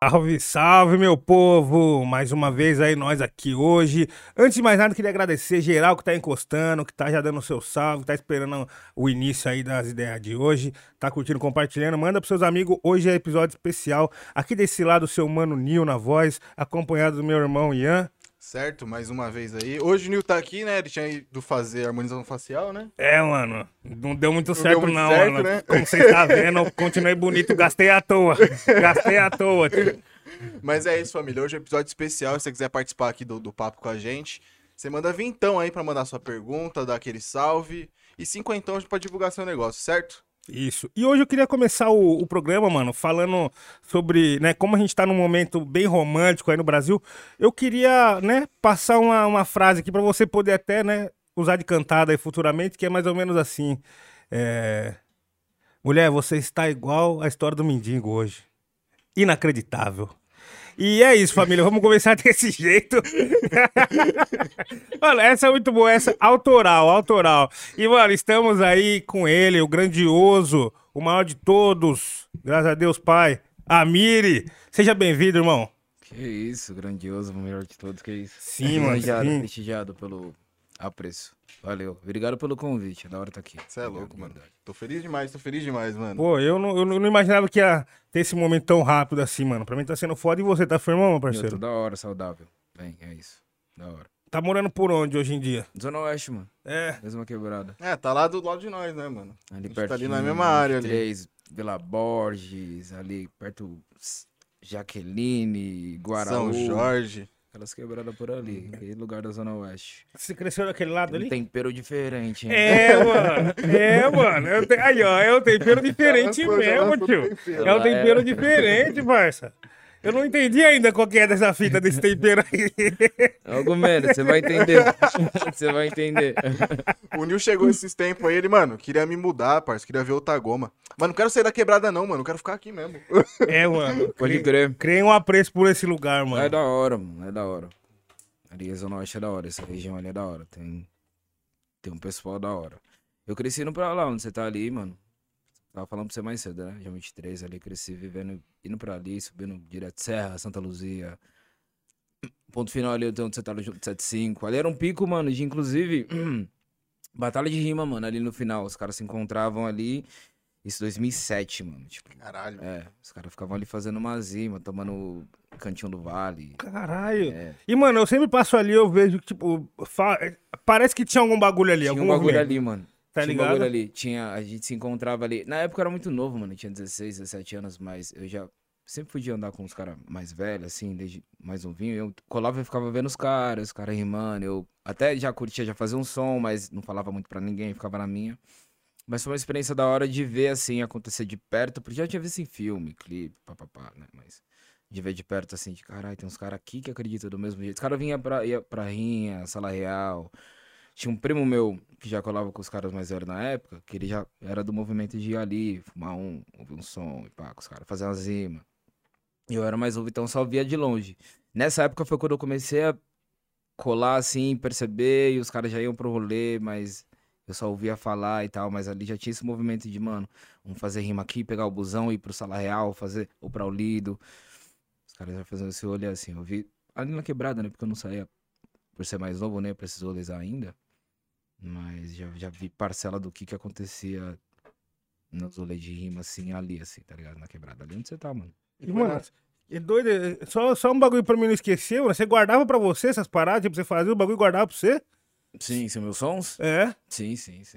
Salve, salve, meu povo! Mais uma vez aí, nós aqui hoje. Antes de mais nada, queria agradecer geral que tá encostando, que tá já dando o seu salve, tá esperando o início aí das ideias de hoje, tá curtindo, compartilhando. Manda pros seus amigos, hoje é episódio especial. Aqui desse lado, o seu mano Nil na voz, acompanhado do meu irmão Ian. Certo, mais uma vez aí. Hoje o Nil tá aqui, né? Ele tinha ido fazer harmonização facial, né? É, mano, não deu muito Não deu certo muito não, certo, mano. né? Como vocês estão vendo, eu continuei bonito, gastei à toa. Gastei à toa, tio. Mas é isso, família. Hoje é um episódio especial. Se você quiser participar aqui do papo com a gente, você manda vintão aí pra mandar sua pergunta, dar aquele salve. E cinquentão pra divulgar seu negócio, certo? Isso. E hoje eu queria começar o programa, mano, falando sobre, né, como a gente tá num momento bem romântico aí no Brasil. Eu queria, né, passar uma frase aqui pra você poder até, né, usar de cantada aí futuramente, que é mais ou menos assim. É... Mulher, você está igual à história do mendigo hoje. Inacreditável. E é isso, família. Vamos começar desse jeito. Mano, essa é muito boa, essa autoral, autoral. E, mano, estamos aí com ele, o grandioso, o maior de todos. Graças a Deus, Pai. Amiri. Seja bem-vindo, irmão. Que isso, grandioso, o melhor de todos, que isso. Sim, mano, Prestigiado, sim. prestigiado pelo apreço. Valeu. Obrigado pelo convite, é da hora estar aqui. Você é Valeu, louco, de mano. verdade. Tô feliz demais, mano. Pô, eu não imaginava que ia ter esse momento tão rápido assim, mano. Pra mim tá sendo foda. E você, tá firmão, meu Eu tô parceiro? da hora, saudável. Bem, é isso. Da hora. Tá morando por onde hoje em dia? Zona Oeste, mano. É. Mesma quebrada. É, tá lá do lado de nós, né, mano? Ali A gente perto tá ali na mesma área ali. 23, Vila Borges, ali perto Jaqueline, Guaraú. São Jorge. Aquelas quebradas por ali, aquele lugar da Zona Oeste. Você cresceu daquele lado Tem um ali? tempero diferente, hein? É, mano. É, mano. Aí, ó, é um tempero diferente Já lançou mesmo, do tio. tempero. É um tempero diferente, parça. Eu não entendi ainda qual que é dessa fita desse tempero aí. Algo menos, você vai entender. Você vai entender. O Nil chegou esses tempos aí, ele, mano, queria me mudar, parça. Queria ver outra goma. Mas não quero sair da quebrada, não, mano. Quero ficar aqui mesmo. É, mano. Pode crer. Criei um apreço por esse lugar, É mano. da hora, mano. É da hora. Ali, a Zona Oeste é da hora. Essa região ali é da hora. Tem um pessoal da hora. Eu cresci indo pra lá, onde você tá ali, mano. Tava falando pra você mais cedo, né? Já 23 ali, cresci vivendo, indo pra ali, subindo direto Serra, Santa Luzia. Ponto final ali, onde você tá no 75. Ali era um pico, mano, de inclusive batalha de rima, mano, ali no final. Os caras se encontravam ali. Isso 2007, mano. Tipo, Caralho. os caras ficavam ali fazendo uma zima, tomando Cantinho do Vale. Caralho. É. E, mano, eu sempre passo ali, eu vejo que, tipo, parece que tinha algum bagulho ali, Tinha algum um bagulho movimento. ali, mano. Tá Tinha um ligado? bagulho ali. A gente se encontrava ali. Na época eu era muito novo, mano. Eu tinha 16, 17 anos, mas eu já sempre podia andar com os caras mais velhos, assim, desde mais novinho. Eu colava e ficava vendo os caras rimando. Eu até já curtia, já fazia um som, mas não falava muito pra ninguém, ficava na minha. Mas foi uma experiência da hora de ver, assim, acontecer de perto, porque já tinha visto em filme, clipe, papapá, né? Mas de ver de perto, assim, de caralho, tem uns caras aqui que acreditam do mesmo jeito. Os caras ia pra Rinha, Sala Real. Tinha um primo meu que já colava com os caras mais velhos na época, que ele já era do movimento de ir ali, fumar ouvir um som e pá, com os caras, fazer uma zima. E eu era mais novo, então só via de longe. Nessa época foi quando eu comecei a colar assim, perceber, e os caras já iam pro rolê, mas eu só ouvia falar e tal, mas ali já tinha esse movimento de, mano, vamos fazer rima aqui, pegar o busão, ir pro Sala Real, fazer, ou pra Olido. Os caras já faziam esse rolê assim, eu vi ali na quebrada, né, porque eu não saía, por ser mais novo, né, pra esses rolês ainda. Mas já vi parcela do que acontecia nos rolês de rima, assim, ali, assim, tá ligado? Na quebrada. Ali onde você tá, mano. E, mano, é doido. Só um bagulho pra mim não esquecer, mano. Você guardava pra você essas paradas, tipo, você fazia o bagulho e guardava pra você? Sim, são meus sons? É. Sim.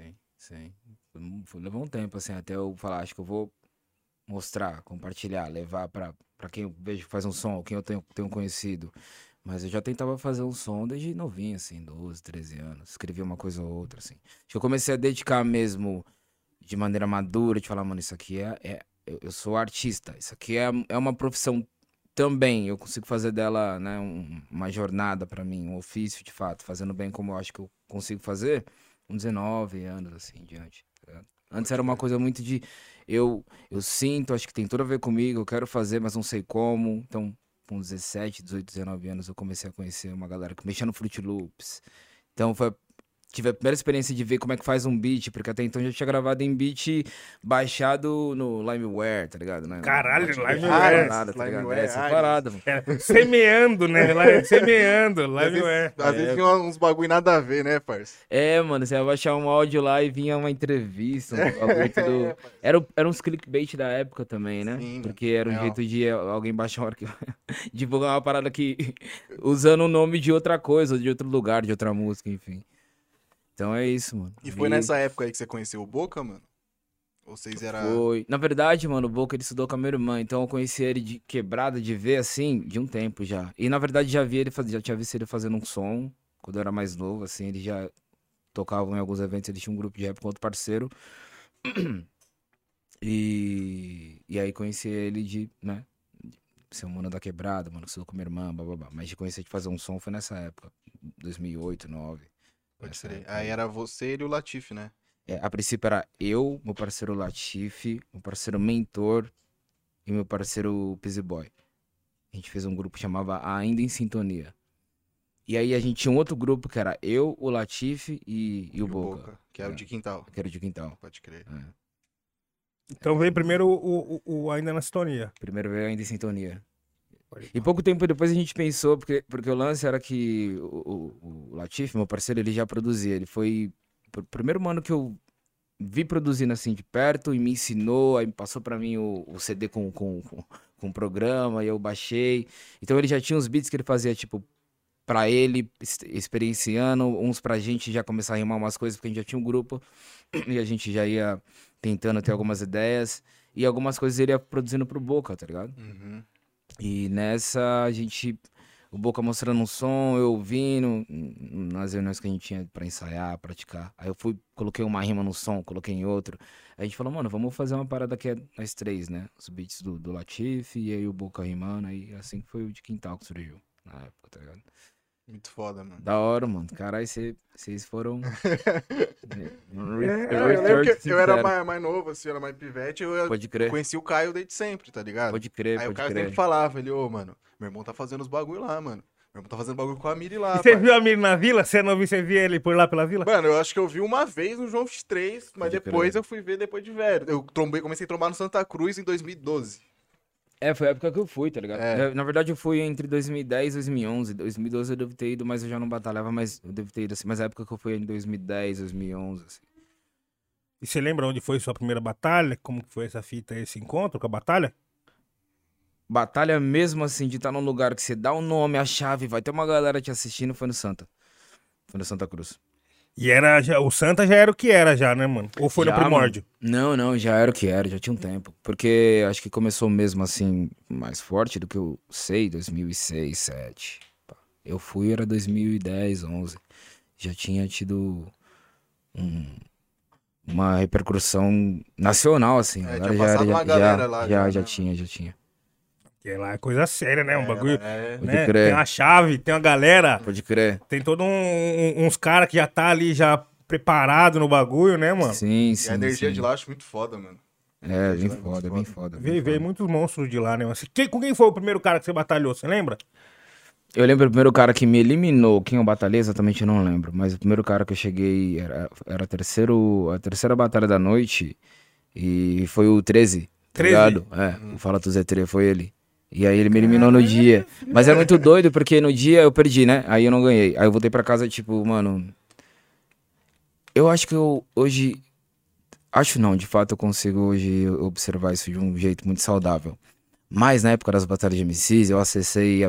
Levou um tempo, assim, até eu falar, acho que eu vou mostrar, compartilhar, levar pra quem eu vejo que faz um som, quem eu tenho conhecido. Mas eu já tentava fazer um som desde novinho, assim, 12, 13 anos. Escrevia uma coisa ou outra, assim. Acho que eu comecei a dedicar mesmo de maneira madura, de falar, mano, isso aqui eu sou artista. Isso aqui é uma profissão também. Eu consigo fazer dela, né, uma jornada pra mim, um ofício, de fato. Fazendo bem como eu acho que eu consigo fazer, com 19 anos, assim, em diante. Tá ligado? Antes era uma coisa muito de... Eu sinto, acho que tem tudo a ver comigo, eu quero fazer, mas não sei como. Então... Com 17, 18, 19 anos, eu comecei a conhecer uma galera que mexia no Fruit Loops. Então, tive a primeira experiência de ver como é que faz um beat, porque até então já tinha gravado em beat baixado no Limeware, tá ligado? Né? Caralho, Limeware. Limeware. Tá ligado? Limeware, Essa parada, mano. Semeando, né? Semeando, Limeware. Às vezes vinha uns bagulho nada a ver, né, parça? Mano, você ia baixar um áudio lá e vinha uma entrevista, um bagulho tudo... Era uns clickbait da época também, né? Sim, Porque era um real. jeito de alguém baixar um arquivo, divulgar uma parada que... usando o nome de outra coisa, de outro lugar, de outra música, enfim. Então é isso, mano. E foi nessa época aí que você conheceu o Boca, mano? Ou vocês eram... Foi. Na verdade, mano, o Boca ele estudou com a minha irmã, então eu conheci ele de quebrada, de ver assim, de um tempo já. E na verdade já tinha visto ele fazendo um som, quando eu era mais novo, assim, ele já tocava em alguns eventos, ele tinha um grupo de rap com outro parceiro. E aí conheci ele de, né, ser um mano da quebrada, mano, que estudou com a minha irmã, bababá. Mas de conhecer de fazer um som foi nessa época, 2008, 2009. Pode crer. Aí era você, ele e o Latif, né? A princípio era eu, meu parceiro Latif, meu parceiro Mentor e meu parceiro Pizzy Boy. A gente fez um grupo que chamava Ainda em Sintonia. E aí a gente tinha um outro grupo que era eu, o Latif e o Boca. Que era o de Quintal. Que era o de Quintal. Pode crer. Então veio primeiro o Ainda na Sintonia. Primeiro veio Ainda em Sintonia. E pouco tempo depois a gente pensou, porque o lance era que o Latif, meu parceiro, ele já produzia. Ele foi o primeiro mano que eu vi produzindo assim de perto e me ensinou, aí passou pra mim o CD com o programa, e eu baixei. Então ele já tinha uns beats que ele fazia, tipo, pra ele, experienciando, uns pra gente já começar a rimar umas coisas, porque a gente já tinha um grupo, e a gente já ia tentando ter algumas ideias, e algumas coisas ele ia produzindo pro Boca, tá ligado? Uhum. E nessa a gente, o Boca mostrando um som, eu ouvindo, nas reuniões que a gente tinha pra ensaiar, praticar. Aí eu coloquei uma rima no som, coloquei em outro. Aí a gente falou, mano, vamos fazer uma parada que é nós três, né? Os beats do Latif, e aí o Boca rimando, aí assim que foi o de Quintal que surgiu na época, tá ligado? Muito foda, mano. Da hora, mano. Caralho, vocês foram... Eu lembro que eu era mais novo, assim, eu era mais pivete, eu Pode crer, conheci o Caio desde sempre, tá ligado? pode crer, Aí o pode Caio crer. sempre falava, ele, ô, mano, meu irmão tá fazendo os bagulho lá, mano. Meu irmão tá fazendo bagulho com a Miri lá, E você pai. viu a Miri na vila? Você não viu, você via ele por lá pela vila? Mano, eu acho que eu vi uma vez no João X3, mas Pode depois crer. eu fui ver depois de velho. Eu comecei a trombar no Santa Cruz em 2012. Foi a época que eu fui, tá ligado? É. Na verdade, eu fui entre 2010 e 2011. 2012 eu devo ter ido, mas eu já não batalhava, mas eu devo ter ido assim. Mas a época que eu fui em 2010, 2011, assim. E você lembra onde foi sua primeira batalha? Como que foi essa fita, esse encontro com a batalha? Batalha mesmo assim, de estar num lugar que você dá o nome, a chave, vai ter uma galera te assistindo, foi no Santa. Foi no Santa Cruz. E o Santa já era o que era já, né, mano? Ou foi Já, no primórdio? Não, já era o que era, já tinha um tempo. Porque acho que começou mesmo assim, mais forte do que eu sei, 2006, 2007. Eu fui, era 2010, 11. Já tinha tido uma repercussão nacional, assim. É, A tinha galera passado uma galera lá já, já né? tinha. Que lá é coisa séria, né? Um bagulho, É, Pode né? crer. Tem uma chave, tem uma galera, Pode crer. tem todo uns caras que já tá ali já preparado no bagulho, né, mano? Sim, e sim. a energia sim. de lá eu acho muito foda, mano. É, bem lá é muito foda, foda. bem foda. Veio muitos monstros de lá, né? Mano? Com quem foi o primeiro cara que você batalhou, você lembra? Eu lembro o primeiro cara que me eliminou, quem eu batalhei exatamente eu não lembro, mas o primeiro cara que eu cheguei era a terceira batalha da noite e foi o 13, tá 13? ligado? O Fala Tu Z3 foi ele. E aí ele me eliminou no dia. Mas é muito doido porque no dia eu perdi, né? Aí eu não ganhei. Aí eu voltei pra casa tipo, mano... Eu acho que eu hoje... Acho não, de fato eu consigo hoje observar isso de um jeito muito saudável. Mas na época das batalhas de MCs eu acessei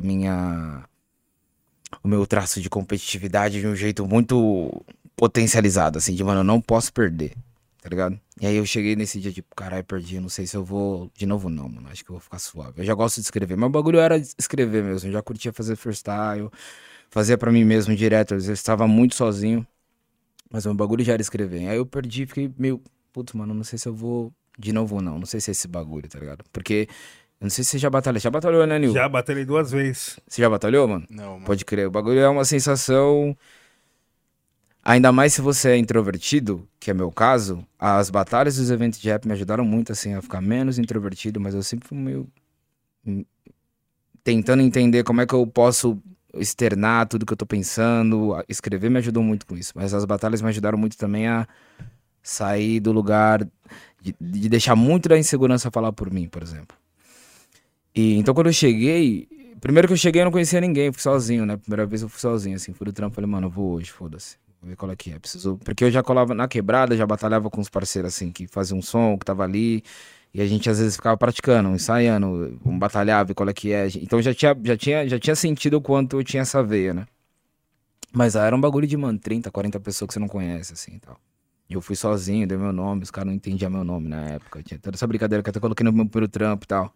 o meu traço de competitividade de um jeito muito potencializado, assim, de, mano, eu não posso perder, tá ligado? E aí eu cheguei nesse dia, tipo, caralho, perdi, não sei se eu vou de novo não, mano, acho que eu vou ficar suave. Eu já gosto de escrever, meu bagulho era escrever mesmo, eu já curtia fazer freestyle, fazia pra mim mesmo direto, às vezes eu estava muito sozinho, mas meu bagulho já era escrever. Aí eu perdi, fiquei meio, putz, mano, não sei se eu vou de novo ou não sei se é esse bagulho, tá ligado? Porque, eu não sei se você já batalhou, né, Nil? Já batalhei 2 vezes. Você já batalhou, mano? Não, mano. Pode crer, o bagulho é uma sensação... Ainda mais se você é introvertido, que é meu caso, as batalhas dos eventos de rap me ajudaram muito, assim, a ficar menos introvertido, mas eu sempre fui meio... tentando entender como é que eu posso externar tudo que eu tô pensando. Escrever me ajudou muito com isso. Mas as batalhas me ajudaram muito também a sair do lugar de deixar muito da insegurança falar por mim, por exemplo. E então quando eu cheguei, primeiro que eu cheguei eu não conhecia ninguém, eu fui sozinho, né? Primeira vez eu fui sozinho, assim, fui do trampo, falei, mano, eu vou hoje, foda-se. Vou ver qual é que é. Preciso... Porque eu já colava na quebrada, já batalhava com os parceiros, assim, que faziam um som, que tava ali. E a gente às vezes ficava praticando, ensaiando, batalhava, qual é que é. Então já tinha sentido o quanto eu tinha essa veia, né? Mas era um bagulho de, mano, 30, 40 pessoas que você não conhece, assim, e tal. E eu fui sozinho, dei meu nome, os caras não entendiam meu nome na época. Tinha toda essa brincadeira que eu até coloquei no meu primeiro trampo e tal.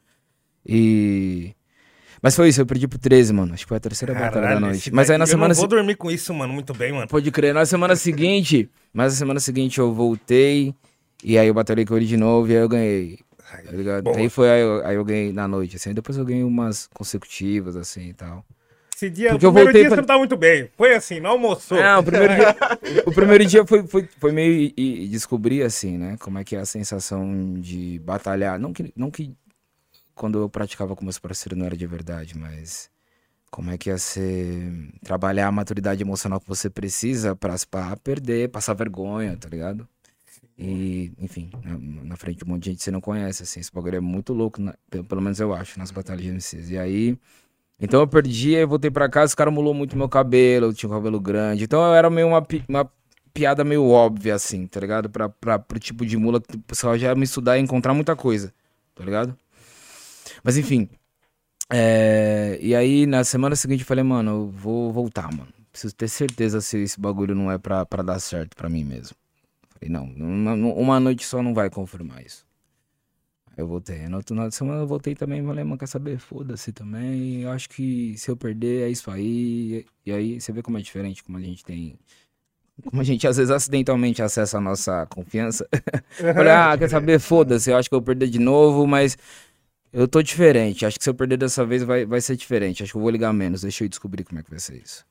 Mas foi isso, eu perdi pro 13, mano. Acho que foi a terceira batalha da noite. Mas aí na semana... Eu não vou dormir com isso, mano, muito bem, mano. Pode crer, na semana seguinte... Mas na semana seguinte eu voltei... E aí eu batalhei com ele de novo e aí eu ganhei. Tá ligado? Aí eu ganhei na noite, assim. Depois eu ganhei umas consecutivas, assim, e tal. Esse dia, Porque o primeiro dia pra... você não tá muito bem. Foi assim, não almoçou. Não, o primeiro dia foi meio... E descobrir, assim, né? Como é que é a sensação de batalhar. Não que quando eu praticava com meus parceiros não era de verdade, mas... Como é que ia ser trabalhar a maturidade emocional que você precisa pra perder, passar vergonha, tá ligado? E, enfim, na frente de um monte de gente que você não conhece, assim, esse bagulho é muito louco, pelo menos eu acho, nas batalhas de MCs. E aí, então eu perdi, aí voltei pra casa, os caras mulou muito meu cabelo, eu tinha um cabelo grande, então eu era meio uma piada meio óbvia, assim, tá ligado? Pro tipo de mula que o pessoal já ia me estudar e encontrar muita coisa, tá ligado? Mas enfim, e aí na semana seguinte eu falei, mano, eu vou voltar, mano, preciso ter certeza se esse bagulho não é pra dar certo pra mim mesmo. Falei, não, uma noite só não vai confirmar isso. Aí eu voltei. Na outra semana eu voltei também, falei, mano, quer saber? Foda-se também. Eu acho que se eu perder é isso aí. E aí você vê como é diferente, como a gente tem. Como a gente às vezes acidentalmente acessa a nossa confiança. Falei, quer saber? Foda-se, eu acho que eu vou perder de novo, mas eu tô diferente. Acho que se eu perder dessa vez vai ser diferente. Acho que eu vou ligar menos. Deixa eu descobrir como é que vai ser isso.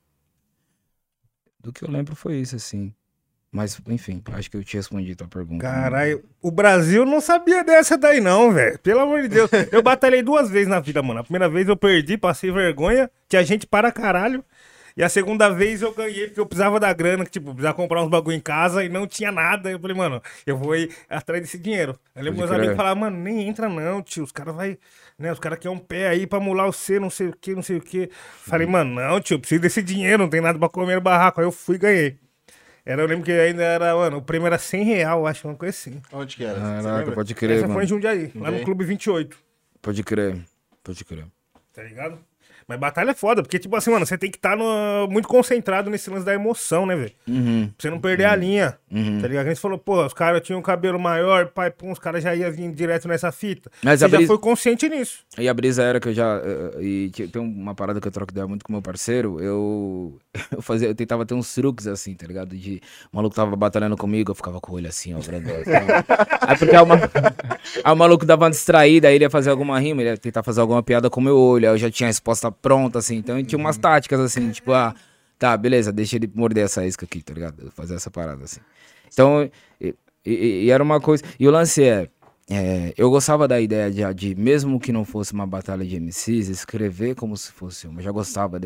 Do que eu lembro foi isso, assim. Mas, enfim, acho que eu te respondi a tua pergunta. Caralho, o Brasil não sabia dessa daí não, velho. Pelo amor de Deus. Eu batalhei 2 vezes na vida, mano. A primeira vez eu perdi, passei vergonha. Tinha gente para caralho. E a segunda vez eu ganhei, porque eu precisava da grana, que, tipo, precisava comprar uns bagulho em casa e não tinha nada. Eu falei, mano, eu vou ir atrás desse dinheiro. Aí meus amigos falavam, mano, nem entra não, tio. Os caras vai, né? Os caras querem um pé aí pra mular você, não sei o que, não sei o que. Falei, mano, não, tio, eu preciso desse dinheiro, não tem nada pra comer no barraco. Aí eu fui e ganhei. Eu lembro que ainda era, mano, o prêmio era R$100, acho, uma coisa assim. Onde que era? Caraca, pode crer, Essa mano. foi em Jundiaí, lá no Clube 28. Pode crer. Tá ligado? Mas batalha é foda, porque, tipo assim, mano, você tem que estar muito concentrado nesse lance da emoção, né, velho? Uhum. Pra você não perder a linha, tá ligado? A gente falou, pô, os caras tinham um cabelo maior, pai, pum, os caras já iam vir direto nessa fita. Mas você já foi consciente nisso. E a brisa era que eu já... E tem uma parada que eu troco ideia muito com meu parceiro, eu tentava ter uns truques, assim, tá ligado? O maluco tava batalhando comigo, eu ficava com o olho assim, ó, grandão. Aí porque aí o maluco dava uma distraída, aí ele ia fazer alguma rima, ele ia tentar fazer alguma piada com o meu olho, aí eu já tinha a resposta pronta, assim, então tinha umas táticas, assim, tipo, tá, beleza, deixa ele morder essa isca aqui, tá ligado? Fazer essa parada, assim. Então, e era uma coisa... E o lance eu gostava da ideia de, mesmo que não fosse uma batalha de MCs, escrever como se fosse uma. Eu já gostava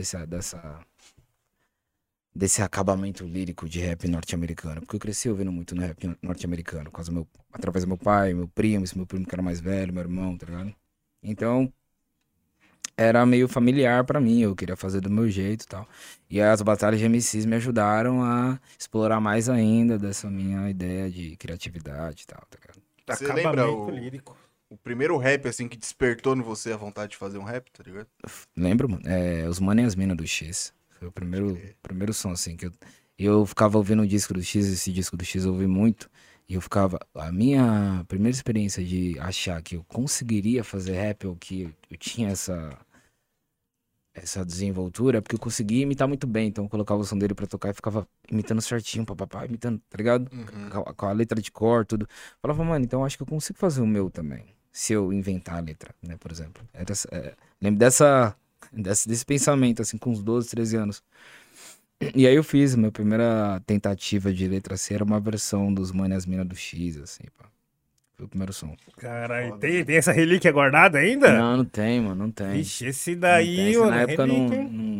desse acabamento lírico de rap norte-americano, porque eu cresci ouvindo muito no rap norte-americano, através do meu pai, meu primo, esse meu primo que era mais velho, meu irmão, tá ligado? Então... era meio familiar pra mim, eu queria fazer do meu jeito e tal. E as batalhas de MCs me ajudaram a explorar mais ainda dessa minha ideia de criatividade e tal, tá ligado? Você lembra o primeiro rap, assim, que despertou em você a vontade de fazer um rap, tá ligado? Lembro, mano. Os Mano e as Mina do X. Foi o primeiro som, assim, que eu ficava ouvindo o disco do X, esse disco do X eu ouvi muito. E eu ficava... A minha primeira experiência de achar que eu conseguiria fazer rap, ou que eu tinha essa desenvoltura, porque eu conseguia imitar muito bem, então eu colocava o som dele pra tocar e ficava imitando certinho, papapá, imitando, tá ligado? Com a letra de cor, tudo. Falava, mano, então acho que eu consigo fazer o meu também, se eu inventar a letra, né, por exemplo. Lembro desse pensamento, assim, com uns 12, 13 anos. E aí eu fiz, minha primeira tentativa de letra C era uma versão dos Mano e as Mina do X, assim, pá. Foi o primeiro som. Caralho, tem essa relíquia guardada ainda? Não tem, mano, não tem. Vixe, esse daí, não mano, na época relíquia, não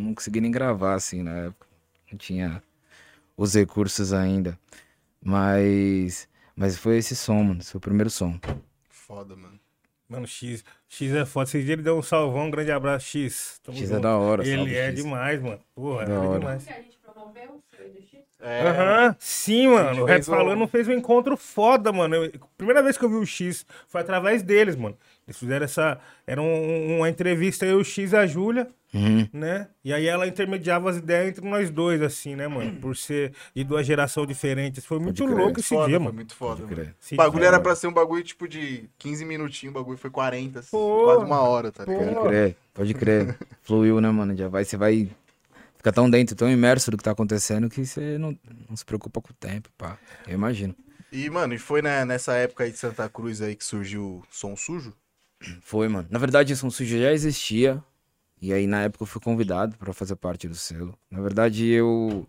não consegui nem gravar, assim, na época. Não tinha os recursos ainda. Mas foi esse som, mano. Esse foi o primeiro som. Foda, mano. Mano, X é foda. Esses dias ele deu um salvão, um grande abraço, X. Tamo X junto. é da hora, Ele salve, é X. demais, mano. Porra, Da ele é hora. demais. Que a gente promoveu o seu do X? Aham, sim, mano. O Rap fez Falando fez um encontro foda, mano. Primeira vez que eu vi o X foi através deles, mano. Eles fizeram essa. Era uma entrevista aí, o X e a Júlia, né? E aí ela intermediava as ideias entre nós dois, assim, né, mano? Por ser de duas gerações diferentes. Foi muito crer. louco esse Foda, dia, foi mano. muito foda, Pode mano. crer. Esse O bagulho dia, era mano. pra ser um bagulho tipo de 15 minutinhos, o bagulho foi 40, Pô, quase uma hora, tá pô. ligado? Pode crer. Fluiu, né, mano? Você vai ficar tão dentro, tão imerso do que tá acontecendo que você não se preocupa com o tempo, pá. Eu imagino. E, mano, e foi nessa época aí de Santa Cruz aí que surgiu o Som Sujo? Foi, mano. Na verdade, o Som Sujo já existia. E aí, na época, eu fui convidado pra fazer parte do selo. Na verdade, eu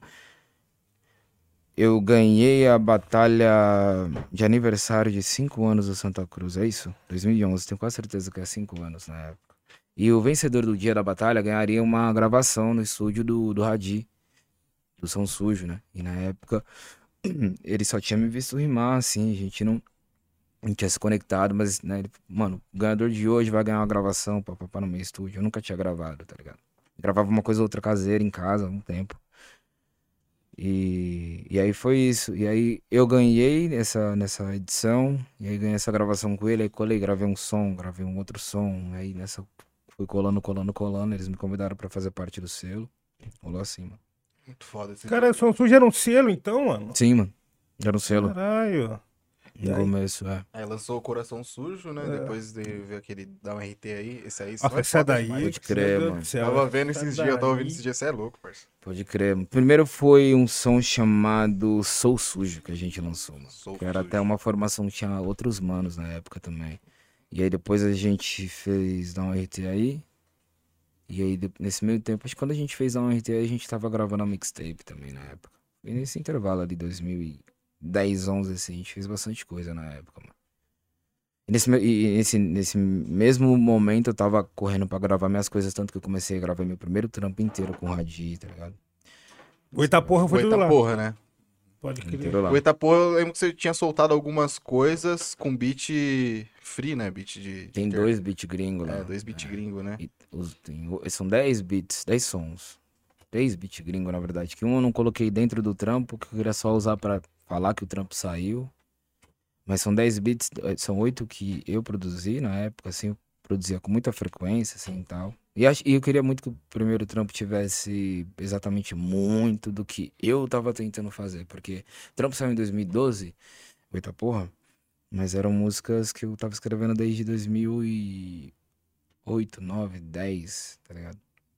ganhei a batalha de aniversário de 5 anos do Santa Cruz, é isso? 2011, tenho quase certeza que é 5 anos na época. E o vencedor do dia da batalha ganharia uma gravação no estúdio do Radi, do Som Sujo, né? E na época, ele só tinha me visto rimar, assim, a gente não tinha se conectado, mas, né, mano, o ganhador de hoje vai ganhar uma gravação, papapá, no meu estúdio. Eu nunca tinha gravado, tá ligado? Gravava uma coisa ou outra caseira em casa há um tempo. E aí foi isso. E aí eu ganhei nessa edição, e aí ganhei essa gravação com ele, aí colei, gravei um som, gravei um outro som, aí nessa fui colando, eles me convidaram pra fazer parte do selo. Rolou assim, mano. Muito foda esse Cara, o Som Sujo era um selo, então, mano? Sim, mano. Era um selo. Caralho. No começo, é. Aí lançou o Coração Sujo, né? Depois de ver aquele Dá um RT aí, esse aí Nossa, essa daí. Pode crer, meu Deus mano. do céu, Tava vendo essa esses dias, eu tava ouvindo daí. esses dias, você é louco, parça. Pode crer. Primeiro foi um som chamado Sou Sujo que a gente lançou, mano. Sou Que era Sujo. até uma formação, tinha outros manos na época também. E aí depois a gente fez Dá um RT aí. E aí nesse meio tempo, acho que quando a gente fez Dá um RT aí, a gente tava gravando a mixtape também na época. E nesse intervalo ali, 2010, 11, assim, a gente fez bastante coisa na época, mano. E nesse mesmo momento eu tava correndo pra gravar minhas coisas, tanto que eu comecei a gravar meu primeiro trampo inteiro com o Radi, tá ligado? O Itaporra foi tudo Eita lá. porra, né? Pode crer. Inteiro lá. O Eita porra, eu lembro que você tinha soltado algumas coisas com beat free, né? Beat de... Tem 2 beats gringos lá. É, 2 beat gringo, né? São 10 beats, 10 sons. 3 beats gringos, na verdade. Que um eu não coloquei dentro do trampo, que eu queria só usar pra falar que o trampo saiu. Mas são 10 beats, são 8 que eu produzi na época, assim, eu produzia com muita frequência, assim, e tal. E eu queria muito que o primeiro trampo tivesse exatamente muito do que eu tava tentando fazer, porque o trampo saiu em 2012, eita porra, mas eram músicas que eu tava escrevendo desde 2008, 9, 10, tá ligado?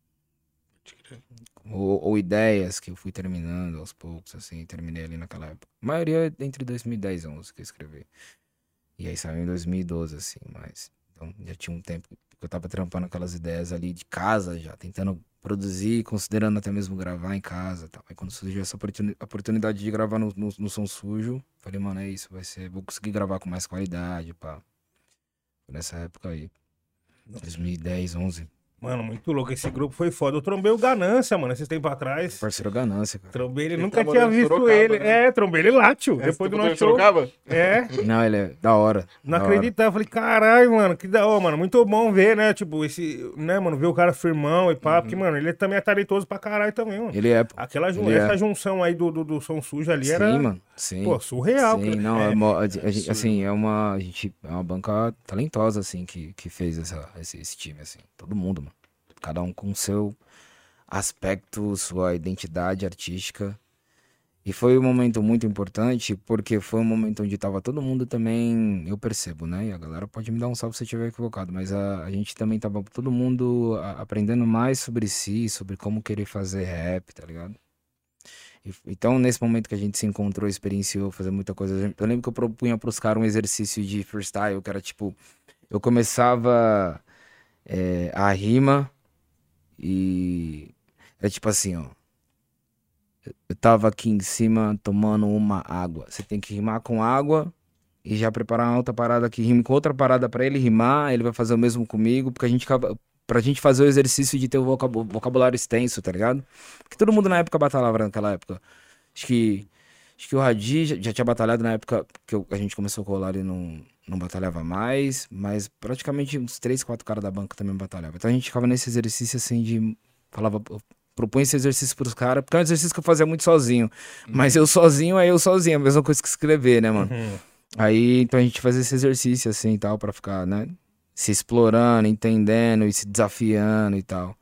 Ou ideias que eu fui terminando aos poucos, assim, terminei ali naquela época. A maioria é entre 2010 e 11 que eu escrevi. E aí saiu em 2012, assim, mas... Então já tinha um tempo que eu tava trampando aquelas ideias ali de casa já, tentando produzir, considerando até mesmo gravar em casa e tal. Aí quando surgiu essa oportunidade de gravar no Som Sujo, falei, mano, é isso, vou conseguir gravar com mais qualidade, pá. Foi nessa época aí, 2010, 11. Mano, muito louco. Esse grupo foi foda. Eu trombei o Ganância, mano, esses tempos atrás. Parceiro Ganância, cara. Trombei ele, Ele nunca tá tinha morando em visto Sorocaba, ele. né? É, trombei ele lá, tio. É, Depois do você tá nosso em show. Sorocaba? É. Não, ele é da hora. Não da hora. acreditava, falei, caralho, mano, que da hora, mano. Muito bom ver, né? Tipo, né, mano, ver o cara firmão e pá, porque, mano, ele também é talentoso pra caralho também, mano. Ele é, pô. Essa Ele é. junção aí do Som Sujo ali Sim, era, mano. Sim. pô, surreal. Sim, cara. não, É, assim, é uma banca talentosa, assim, que fez esse time, assim. Todo mundo, mano. Cada um com o seu aspecto, sua identidade artística. E foi um momento muito importante, porque foi um momento onde tava todo mundo também, eu percebo, né? E a galera pode me dar um salve se eu estiver equivocado, mas a gente também tava todo mundo aprendendo mais sobre si, sobre como querer fazer rap, tá ligado? Então, nesse momento que a gente se encontrou, experienciou fazer muita coisa, eu lembro que eu propunha pros caras um exercício de freestyle, que era tipo, eu começava a rima e era tipo assim, ó. Eu tava aqui em cima tomando uma água. Você tem que rimar com água e já preparar uma outra parada que rime com outra parada pra ele rimar. Ele vai fazer o mesmo comigo, porque a gente acaba. pra gente fazer o exercício de ter o vocabulário extenso, tá ligado? Porque todo mundo na época batalhava naquela época. Acho que o Hadi já tinha batalhado na época que a gente começou a colar e não batalhava mais, mas praticamente uns 3, 4 caras da banca também batalhavam. Então a gente ficava nesse exercício assim de... Propunha esse exercício pros caras, porque é um exercício que eu fazia muito sozinho. Mas eu sozinho, é a mesma coisa que escrever, né, mano? Aí, então a gente fazia esse exercício assim e tal, pra ficar, né, se explorando, entendendo e se desafiando e tal.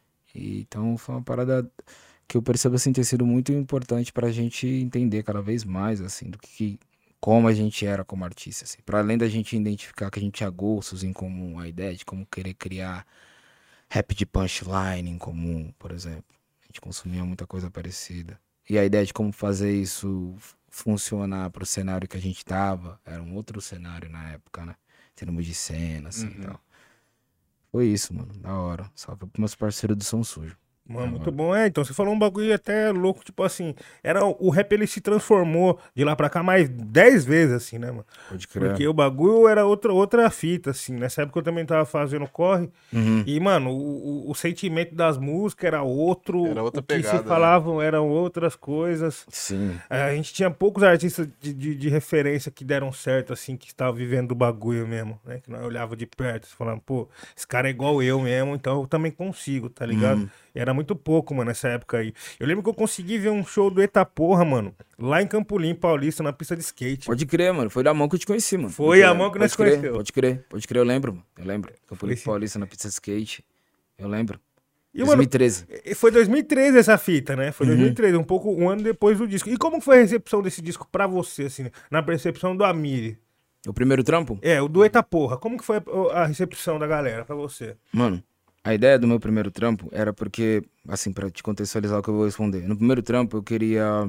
Então foi uma parada que eu percebo assim ter sido muito importante pra gente entender cada vez mais, assim, como a gente era como artista, assim. Pra além da gente identificar que a gente tinha gostos em comum, a ideia de como querer criar rap de punchline em comum, por exemplo. A gente consumia muita coisa parecida. E a ideia de como fazer isso funcionar pro cenário que a gente tava, era um outro cenário na época, né? Em termos de cena, assim, e tal. Foi isso, mano. Da hora. Salve pros meus parceiros do Som Sujo. Mano, muito bom. Então você falou um bagulho até louco, tipo assim, o rap ele se transformou de lá pra cá mais 10 vezes, assim, né, mano? Pode crer. Porque o bagulho era outra fita, assim. Nessa época eu também tava fazendo corre. E, mano, o sentimento das músicas era outro. Era outra o que pegada, se falavam eram outras coisas. Sim. A gente tinha poucos artistas de referência que deram certo, assim, que estavam vivendo o bagulho mesmo, né? Que nós olhava de perto, falando, pô, esse cara é igual eu mesmo, então eu também consigo, tá ligado? E era muito pouco, mano, nessa época aí. Eu lembro que eu consegui ver um show do Eita Porra, mano, lá em Campolim, Paulista, na pista de skate. Pode crer, mano. Foi da mão que eu te conheci, mano. Foi a mão que nós Pode crer, conheceu. Pode crer, eu lembro, mano. Eu lembro. Campolim sim. Paulista na pista de skate. Eu lembro. E, mano, 2013. foi 2013 essa fita, né? Foi 2013, um ano depois do disco. E como foi a recepção desse disco pra você, assim, na percepção do Amiri? O primeiro trampo? O do Eita Porra. Como que foi a recepção da galera pra você? Mano, a ideia do meu primeiro trampo era porque, assim, pra te contextualizar o que eu vou responder. No primeiro trampo eu queria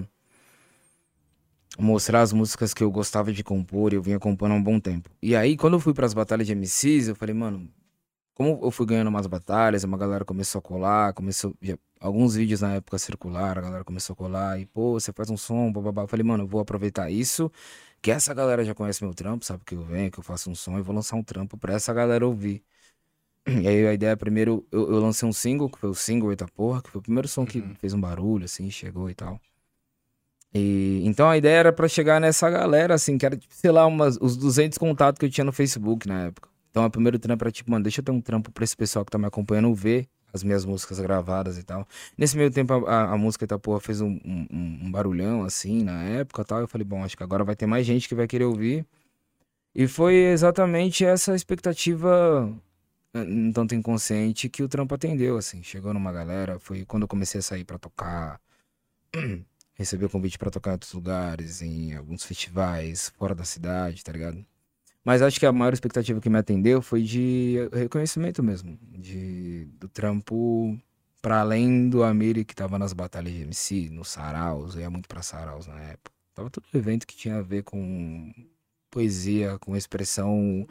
mostrar as músicas que eu gostava de compor e eu vinha compondo há um bom tempo. E aí, quando eu fui pras batalhas de MCs, eu falei, mano, como eu fui ganhando umas batalhas, uma galera começou a colar, alguns vídeos na época circular, a galera começou a colar e, pô, você faz um som, bababá. Eu falei, mano, eu vou aproveitar isso, que essa galera já conhece meu trampo, sabe que eu venho, que eu faço um som e vou lançar um trampo pra essa galera ouvir. E aí a ideia, primeiro, eu lancei um single, que foi o single Eita Porra, que foi o primeiro som que fez um barulho, assim, chegou e tal. E então a ideia era pra chegar nessa galera, assim, que era, tipo, sei lá, os 200 contatos que eu tinha no Facebook na época. Então, o primeiro trampo era tipo, mano, deixa eu ter um trampo pra esse pessoal que tá me acompanhando ver as minhas músicas gravadas e tal. Nesse meio tempo, a música Eita Porra fez um barulhão, assim, na época e tal. Eu falei, bom, acho que agora vai ter mais gente que vai querer ouvir. E foi exatamente essa expectativa, um tanto inconsciente, que o trampo atendeu, assim. Chegou numa galera, foi quando eu comecei a sair pra tocar, recebi o convite pra tocar em outros lugares, em alguns festivais, fora da cidade, tá ligado? Mas acho que a maior expectativa que me atendeu foi de reconhecimento mesmo, do trampo pra além do Amiri, que tava nas batalhas de MC, no Saraus, eu ia muito pra Saraus na época. Tava todo evento que tinha a ver com poesia, com expressão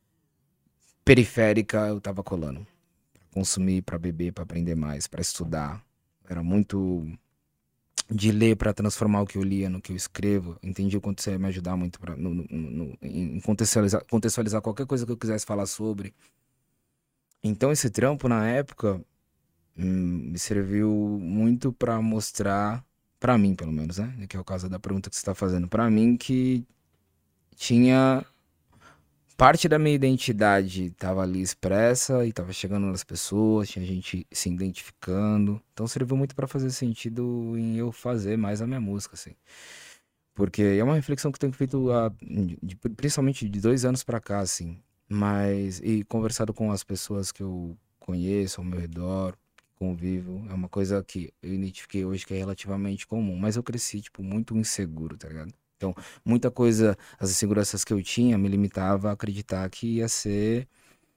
periférica, eu tava colando. Pra consumir, pra beber, pra aprender mais, pra estudar. Era muito de ler pra transformar o que eu lia no que eu escrevo. Entendi o quanto isso ia me ajudar muito em contextualizar qualquer coisa que eu quisesse falar sobre. Então esse trampo na época me serviu muito pra mostrar, pra mim pelo menos, né? Que é o caso da pergunta que você tá fazendo. Pra mim que tinha parte da minha identidade tava ali expressa e tava chegando nas pessoas, tinha gente se identificando. Então serviu muito pra fazer sentido em eu fazer mais a minha música, assim. Porque é uma reflexão que eu tenho feito principalmente de 2 anos pra cá, assim. E conversado com as pessoas que eu conheço ao meu redor, convivo, é uma coisa que eu identifiquei hoje que é relativamente comum. Mas eu cresci, tipo, muito inseguro, tá ligado? Então, muita coisa, as inseguranças que eu tinha me limitava a acreditar que ia ser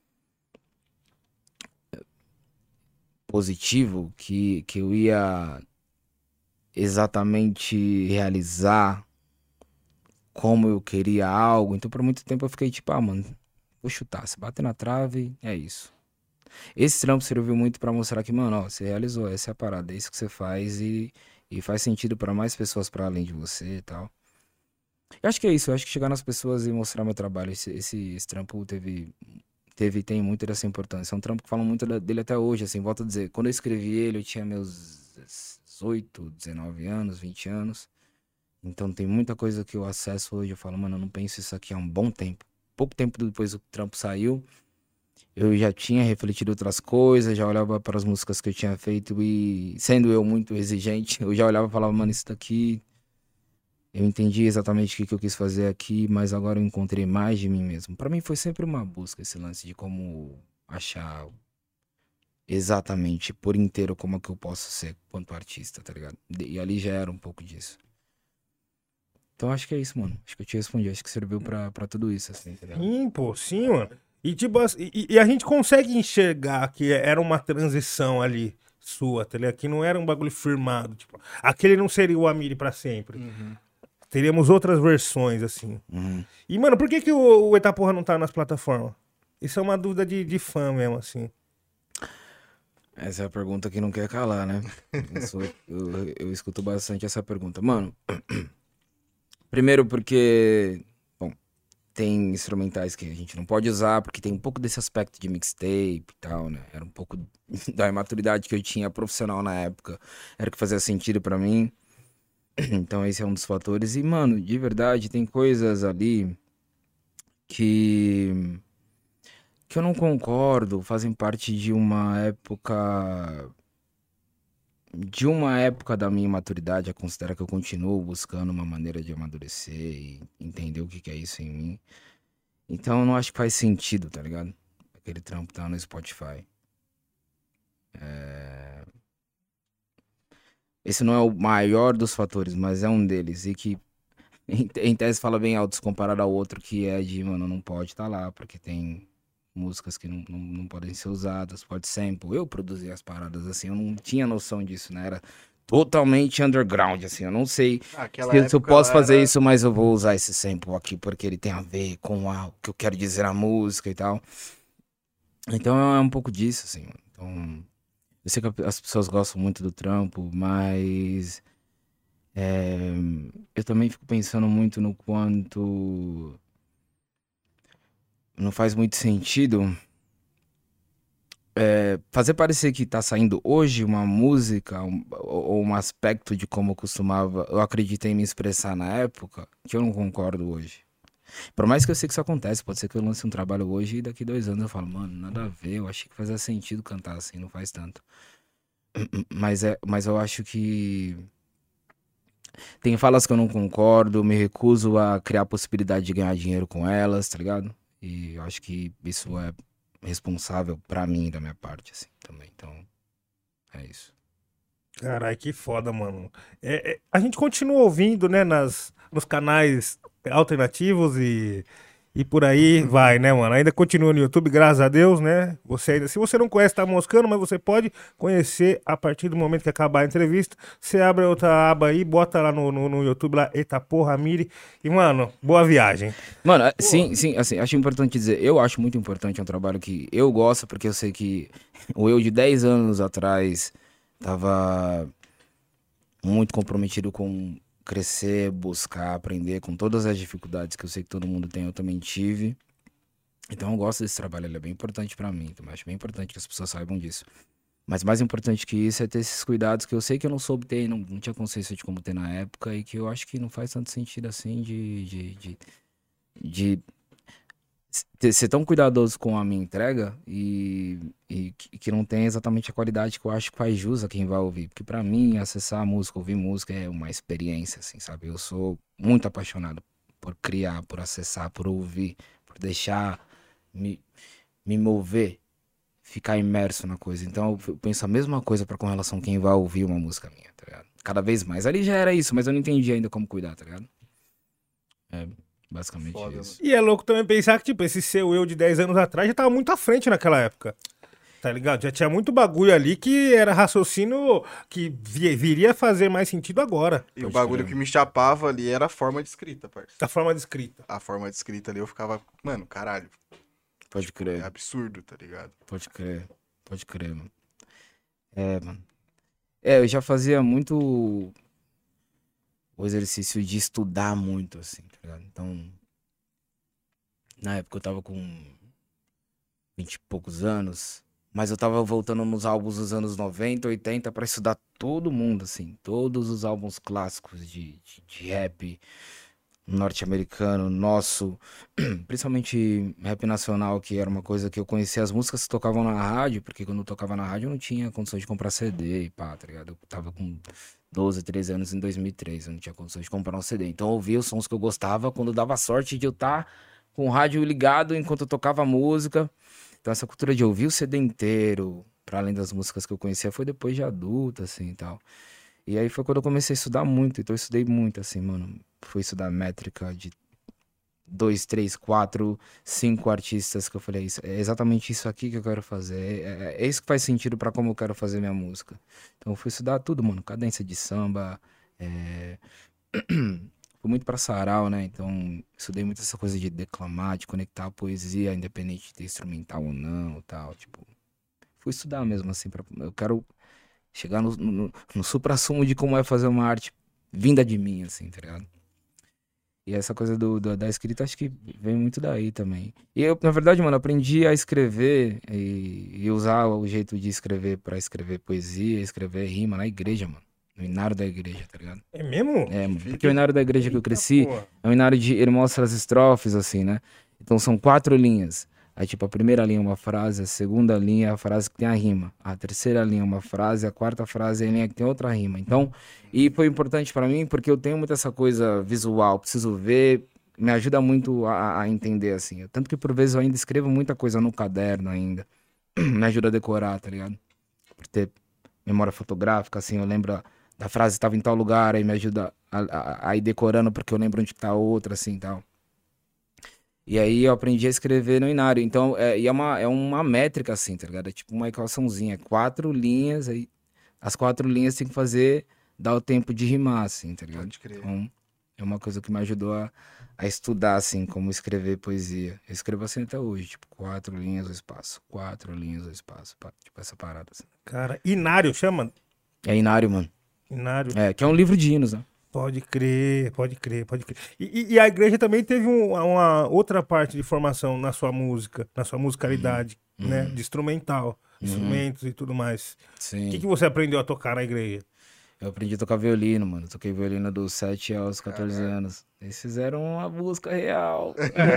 positivo, que eu ia exatamente realizar como eu queria algo. Então, por muito tempo eu fiquei tipo, mano, vou chutar, se bater na trave, é isso. Esse trampo serviu muito pra mostrar que, mano, ó, você realizou, essa é a parada, é isso que você faz e faz sentido pra mais pessoas pra além de você e tal. Eu acho que é isso, eu acho que chegar nas pessoas e mostrar meu trabalho, esse trampo teve teve e tem muito dessa importância. É um trampo que falam muito dele até hoje, assim, volto a dizer. Quando eu escrevi ele, eu tinha meus 18, 19 anos, 20 anos. Então tem muita coisa que eu acesso hoje, eu falo, mano, eu não penso isso aqui há um bom tempo. Pouco tempo depois do trampo saiu, eu já tinha refletido outras coisas, já olhava para as músicas que eu tinha feito e, sendo eu muito exigente, eu já olhava e falava, mano, isso daqui, eu entendi exatamente o que eu quis fazer aqui, mas agora eu encontrei mais de mim mesmo. Pra mim foi sempre uma busca esse lance de como achar exatamente por inteiro como é que eu posso ser quanto artista, tá ligado? E ali já era um pouco disso. Então acho que é isso, mano. Acho que eu te respondi. Acho que serviu pra tudo isso, assim, tá ligado? Sim, pô, sim, mano. E, tipo, e a gente consegue enxergar que era uma transição ali sua, tá ligado? Que não era um bagulho firmado. Tipo, aquele não seria o Amiri pra sempre. Teríamos outras versões, assim. Uhum. E, mano, por que o Eita Porra não tá nas plataformas? Isso é uma dúvida de fã mesmo, assim. Essa é a pergunta que não quer calar, né? Eu escuto bastante essa pergunta. Mano, primeiro porque, bom, tem instrumentais que a gente não pode usar, porque tem um pouco desse aspecto de mixtape e tal, né? Era um pouco da imaturidade que eu tinha profissional na época. Era o que fazia sentido pra mim. Então esse é um dos fatores. E, mano, de verdade, tem coisas ali que eu não concordo, fazem parte de uma época da minha maturidade, a considerar que eu continuo buscando uma maneira de amadurecer e entender o que que é isso em mim. Então eu não acho que faz sentido, tá ligado? Aquele trampo tá no Spotify. Esse não é o maior dos fatores, mas é um deles. E que em tese fala bem alto se comparado ao outro que é de, mano, não pode estar lá, porque tem músicas que não podem ser usadas, pode sample. Eu produzi as paradas assim, eu não tinha noção disso, né? Era totalmente underground, assim, eu não sei Aquela se eu época posso lá fazer era- isso, mas eu vou usar esse sample aqui porque ele tem a ver com o que eu quero dizer na música e tal. Então é um pouco disso, assim. Então, eu sei que as pessoas gostam muito do trampo, mas eu também fico pensando muito no quanto não faz muito sentido fazer parecer que tá saindo hoje uma música ou um aspecto de como eu acreditei me expressar na época, que eu não concordo hoje. Por mais que eu sei que isso acontece, pode ser que eu lance um trabalho hoje e daqui 2 anos eu falo, mano, nada a ver, eu achei que fazia sentido cantar assim, não faz tanto. Mas eu acho que tem falas que eu não concordo, me recuso a criar a possibilidade de ganhar dinheiro com elas, tá ligado? E eu acho que isso é responsável pra mim, da minha parte, assim, também. Então, é isso. Caralho, que foda, mano. A gente continua ouvindo, né, nos canais alternativos e por aí vai, né, mano? Ainda continua no YouTube, graças a Deus, né? Se você não conhece, tá moscando, mas você pode conhecer a partir do momento que acabar a entrevista. Você abre outra aba aí, bota lá no YouTube lá, Eita Porra, Miri. E, mano, boa viagem. Mano, sim, assim, acho importante dizer, eu acho muito importante, é um trabalho que eu gosto, porque eu sei que o eu de 10 anos atrás tava muito comprometido com crescer, buscar, aprender, com todas as dificuldades que eu sei que todo mundo tem, eu também tive. Então eu gosto desse trabalho, ele é bem importante pra mim, também acho bem importante que as pessoas saibam disso. Mas mais importante que isso é ter esses cuidados que eu sei que eu não soube ter, não tinha consciência de como ter na época e que eu acho que não faz tanto sentido assim de ser tão cuidadoso com a minha entrega e que não tem exatamente a qualidade que eu acho que faz jus a quem vai ouvir. Porque pra mim, acessar a música, ouvir música é uma experiência, assim, sabe? Eu sou muito apaixonado por criar, por acessar, por ouvir, por deixar me, me mover, ficar imerso na coisa. Então eu penso a mesma coisa com relação a quem vai ouvir uma música minha, tá ligado? Cada vez mais. Ali já era isso, mas eu não entendi ainda como cuidar, tá ligado? É basicamente Foda, isso. E é louco também pensar que, tipo, esse seu eu de 10 anos atrás já tava muito à frente naquela época. Tá ligado? Já tinha muito bagulho ali que era raciocínio que viria a fazer mais sentido agora. E o bagulho que me chapava ali era a forma de escrita, parça. Da forma de escrita. A forma de escrita ali eu ficava, mano, caralho. Pode É crer. absurdo, tá ligado? Pode crer, mano. Mano. Eu já fazia muito o exercício de estudar muito, assim, tá ligado? Então, na época eu tava com 20 e poucos anos. Mas eu tava voltando nos álbuns dos anos 90, 80 pra estudar todo mundo, assim. Todos os álbuns clássicos de rap norte-americano, nosso, principalmente rap nacional, que era uma coisa que eu conhecia as músicas que tocavam na rádio, porque quando eu tocava na rádio eu não tinha condições de comprar CD e pá, tá ligado? Eu tava com 12, 13 anos em 2003, eu não tinha condições de comprar um CD. Então eu ouvia os sons que eu gostava quando dava sorte de eu estar com o rádio ligado enquanto eu tocava música. Então essa cultura de ouvir o CD inteiro, para além das músicas que eu conhecia, foi depois de adulta, assim, e tal. E aí foi quando eu comecei a estudar muito, então eu estudei muito, assim, mano. Fui estudar métrica de 2, 3, 4, 5 artistas que eu falei, é exatamente isso aqui que eu quero fazer. É isso que faz sentido pra como eu quero fazer minha música. Então eu fui estudar tudo, mano. Cadência de samba, é... fui muito pra sarau, né? Então estudei muito essa coisa de declamar, de conectar a poesia, independente de ter instrumental ou não, tal, tipo... Fui estudar mesmo, assim, eu quero chegar no suprassumo de como é fazer uma arte vinda de mim, assim, tá ligado? E essa coisa da escrita acho que vem muito daí também. E eu, na verdade, mano, aprendi a escrever e usar o jeito de escrever pra escrever poesia, escrever rima na igreja, mano. No inário da igreja, tá ligado? É mesmo? É, mano. Porque o inário da igreja que eu cresci Pô. é um inário de... Ele mostra as estrofes, assim, né? Então são 4 linhas. Aí, tipo, a primeira linha é uma frase, a segunda linha é a frase que tem a rima. A terceira linha é uma frase, a quarta frase é a linha que tem outra rima. Então, e foi importante pra mim porque eu tenho muito essa coisa visual, preciso ver, me ajuda muito a entender, assim. Tanto que por vezes eu ainda escrevo muita coisa no caderno ainda. Me ajuda a decorar, tá ligado? Por ter memória fotográfica, assim, eu lembro da frase que estava em tal lugar, aí me ajuda a ir decorando porque eu lembro onde que tá a outra, assim, tal. E aí eu aprendi a escrever no inário. Então, e é uma métrica, assim, tá ligado? É tipo uma equaçãozinha. 4 linhas, aí as 4 linhas tem que fazer, dar o tempo de rimar, assim, tá ligado? Pode crer. Então, é uma coisa que me ajudou a estudar, assim, como escrever poesia. Eu escrevo assim até hoje, tipo, 4 linhas o espaço, 4 linhas o espaço, tipo essa parada, assim. Cara, Inário chama? É inário, mano. Inário. É, que é um livro de hinos, né? Pode crer, pode crer, pode crer. E a igreja também teve uma outra parte de formação na sua música, na sua musicalidade, né? De instrumental, instrumentos e tudo mais. O Sim. que você aprendeu a tocar na igreja? Eu aprendi a tocar violino, mano. Toquei violino dos 7 aos 14 anos. Eles fizeram uma música real.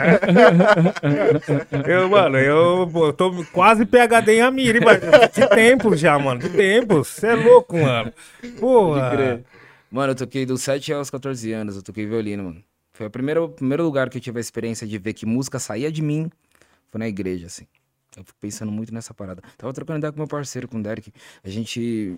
Eu tô quase PhD em Amiri, mas de tempos já, mano. De tempos. Você é louco, mano. Pode Porra. crer. Mano, eu toquei dos 7 aos 14 anos. Eu toquei violino, mano. Foi o primeiro lugar que eu tive a experiência de ver que música saía de mim. Foi na igreja, assim. Eu fico pensando muito nessa parada. Tava trocando ideia com meu parceiro, com o Derek. A gente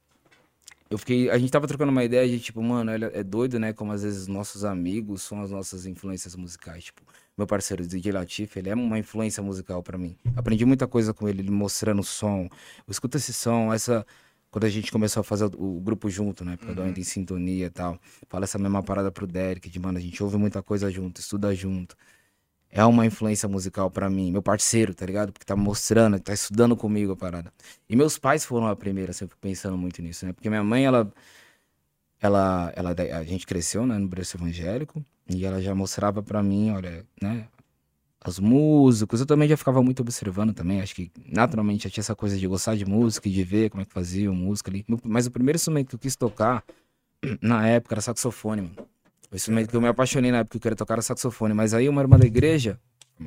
tava trocando uma ideia de, tipo, mano, é doido, né? Como às vezes nossos amigos são as nossas influências musicais. Tipo, meu parceiro DJ Latif, ele é uma influência musical pra mim. Aprendi muita coisa com ele mostrando o som. Eu escuto esse som, quando a gente começou a fazer o grupo junto, né? Porque do Em Sintonia e tal. Fala essa mesma parada pro Derek, de, mano, a gente ouve muita coisa junto, estuda junto. É uma influência musical pra mim, meu parceiro, tá ligado? Porque tá mostrando, tá estudando comigo a parada. E meus pais foram a primeira, assim, eu fico pensando muito nisso, né? Porque minha mãe, a gente cresceu, né, no berço evangélico, e ela já mostrava pra mim, olha, né, os músicos. Eu também já ficava muito observando também, acho que naturalmente já tinha essa coisa de gostar de música e de ver como é que fazia música ali. Mas o primeiro instrumento que eu quis tocar, na época, era saxofone, mano. O instrumento que eu me apaixonei na época que eu queria tocar era saxofone. Mas aí uma irmã da igreja,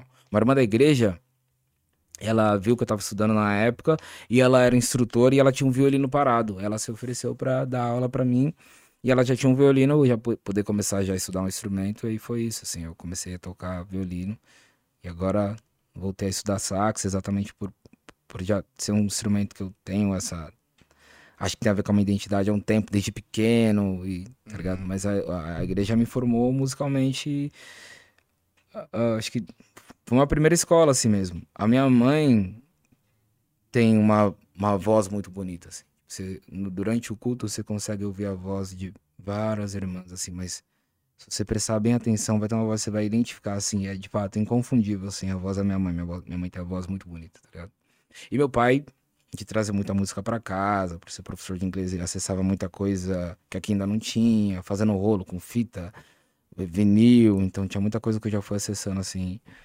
ela viu que eu tava estudando na época e ela era instrutora e ela tinha um violino parado. Ela se ofereceu pra dar aula pra mim e ela já tinha um violino, eu já poder começar já a estudar um instrumento. E aí foi isso, assim, eu comecei a tocar violino e agora voltei a estudar sax exatamente por já ser um instrumento que eu tenho essa... Acho que tem a ver com a minha identidade há um tempo, desde pequeno, tá ligado? Mas a igreja me formou musicalmente e, acho que foi uma primeira escola, assim mesmo. A minha mãe tem uma voz muito bonita, assim. Durante o culto você consegue ouvir a voz de várias irmãs, assim, mas se você prestar bem atenção, vai ter uma voz que você vai identificar, assim, é de fato inconfundível, assim, a voz da minha mãe. Minha mãe tem a voz muito bonita, tá ligado? E meu pai, que trazia muita música pra casa, por ser professor de inglês, ele acessava muita coisa que aqui ainda não tinha, fazendo rolo com fita, vinil, então tinha muita coisa que eu já fui acessando, assim,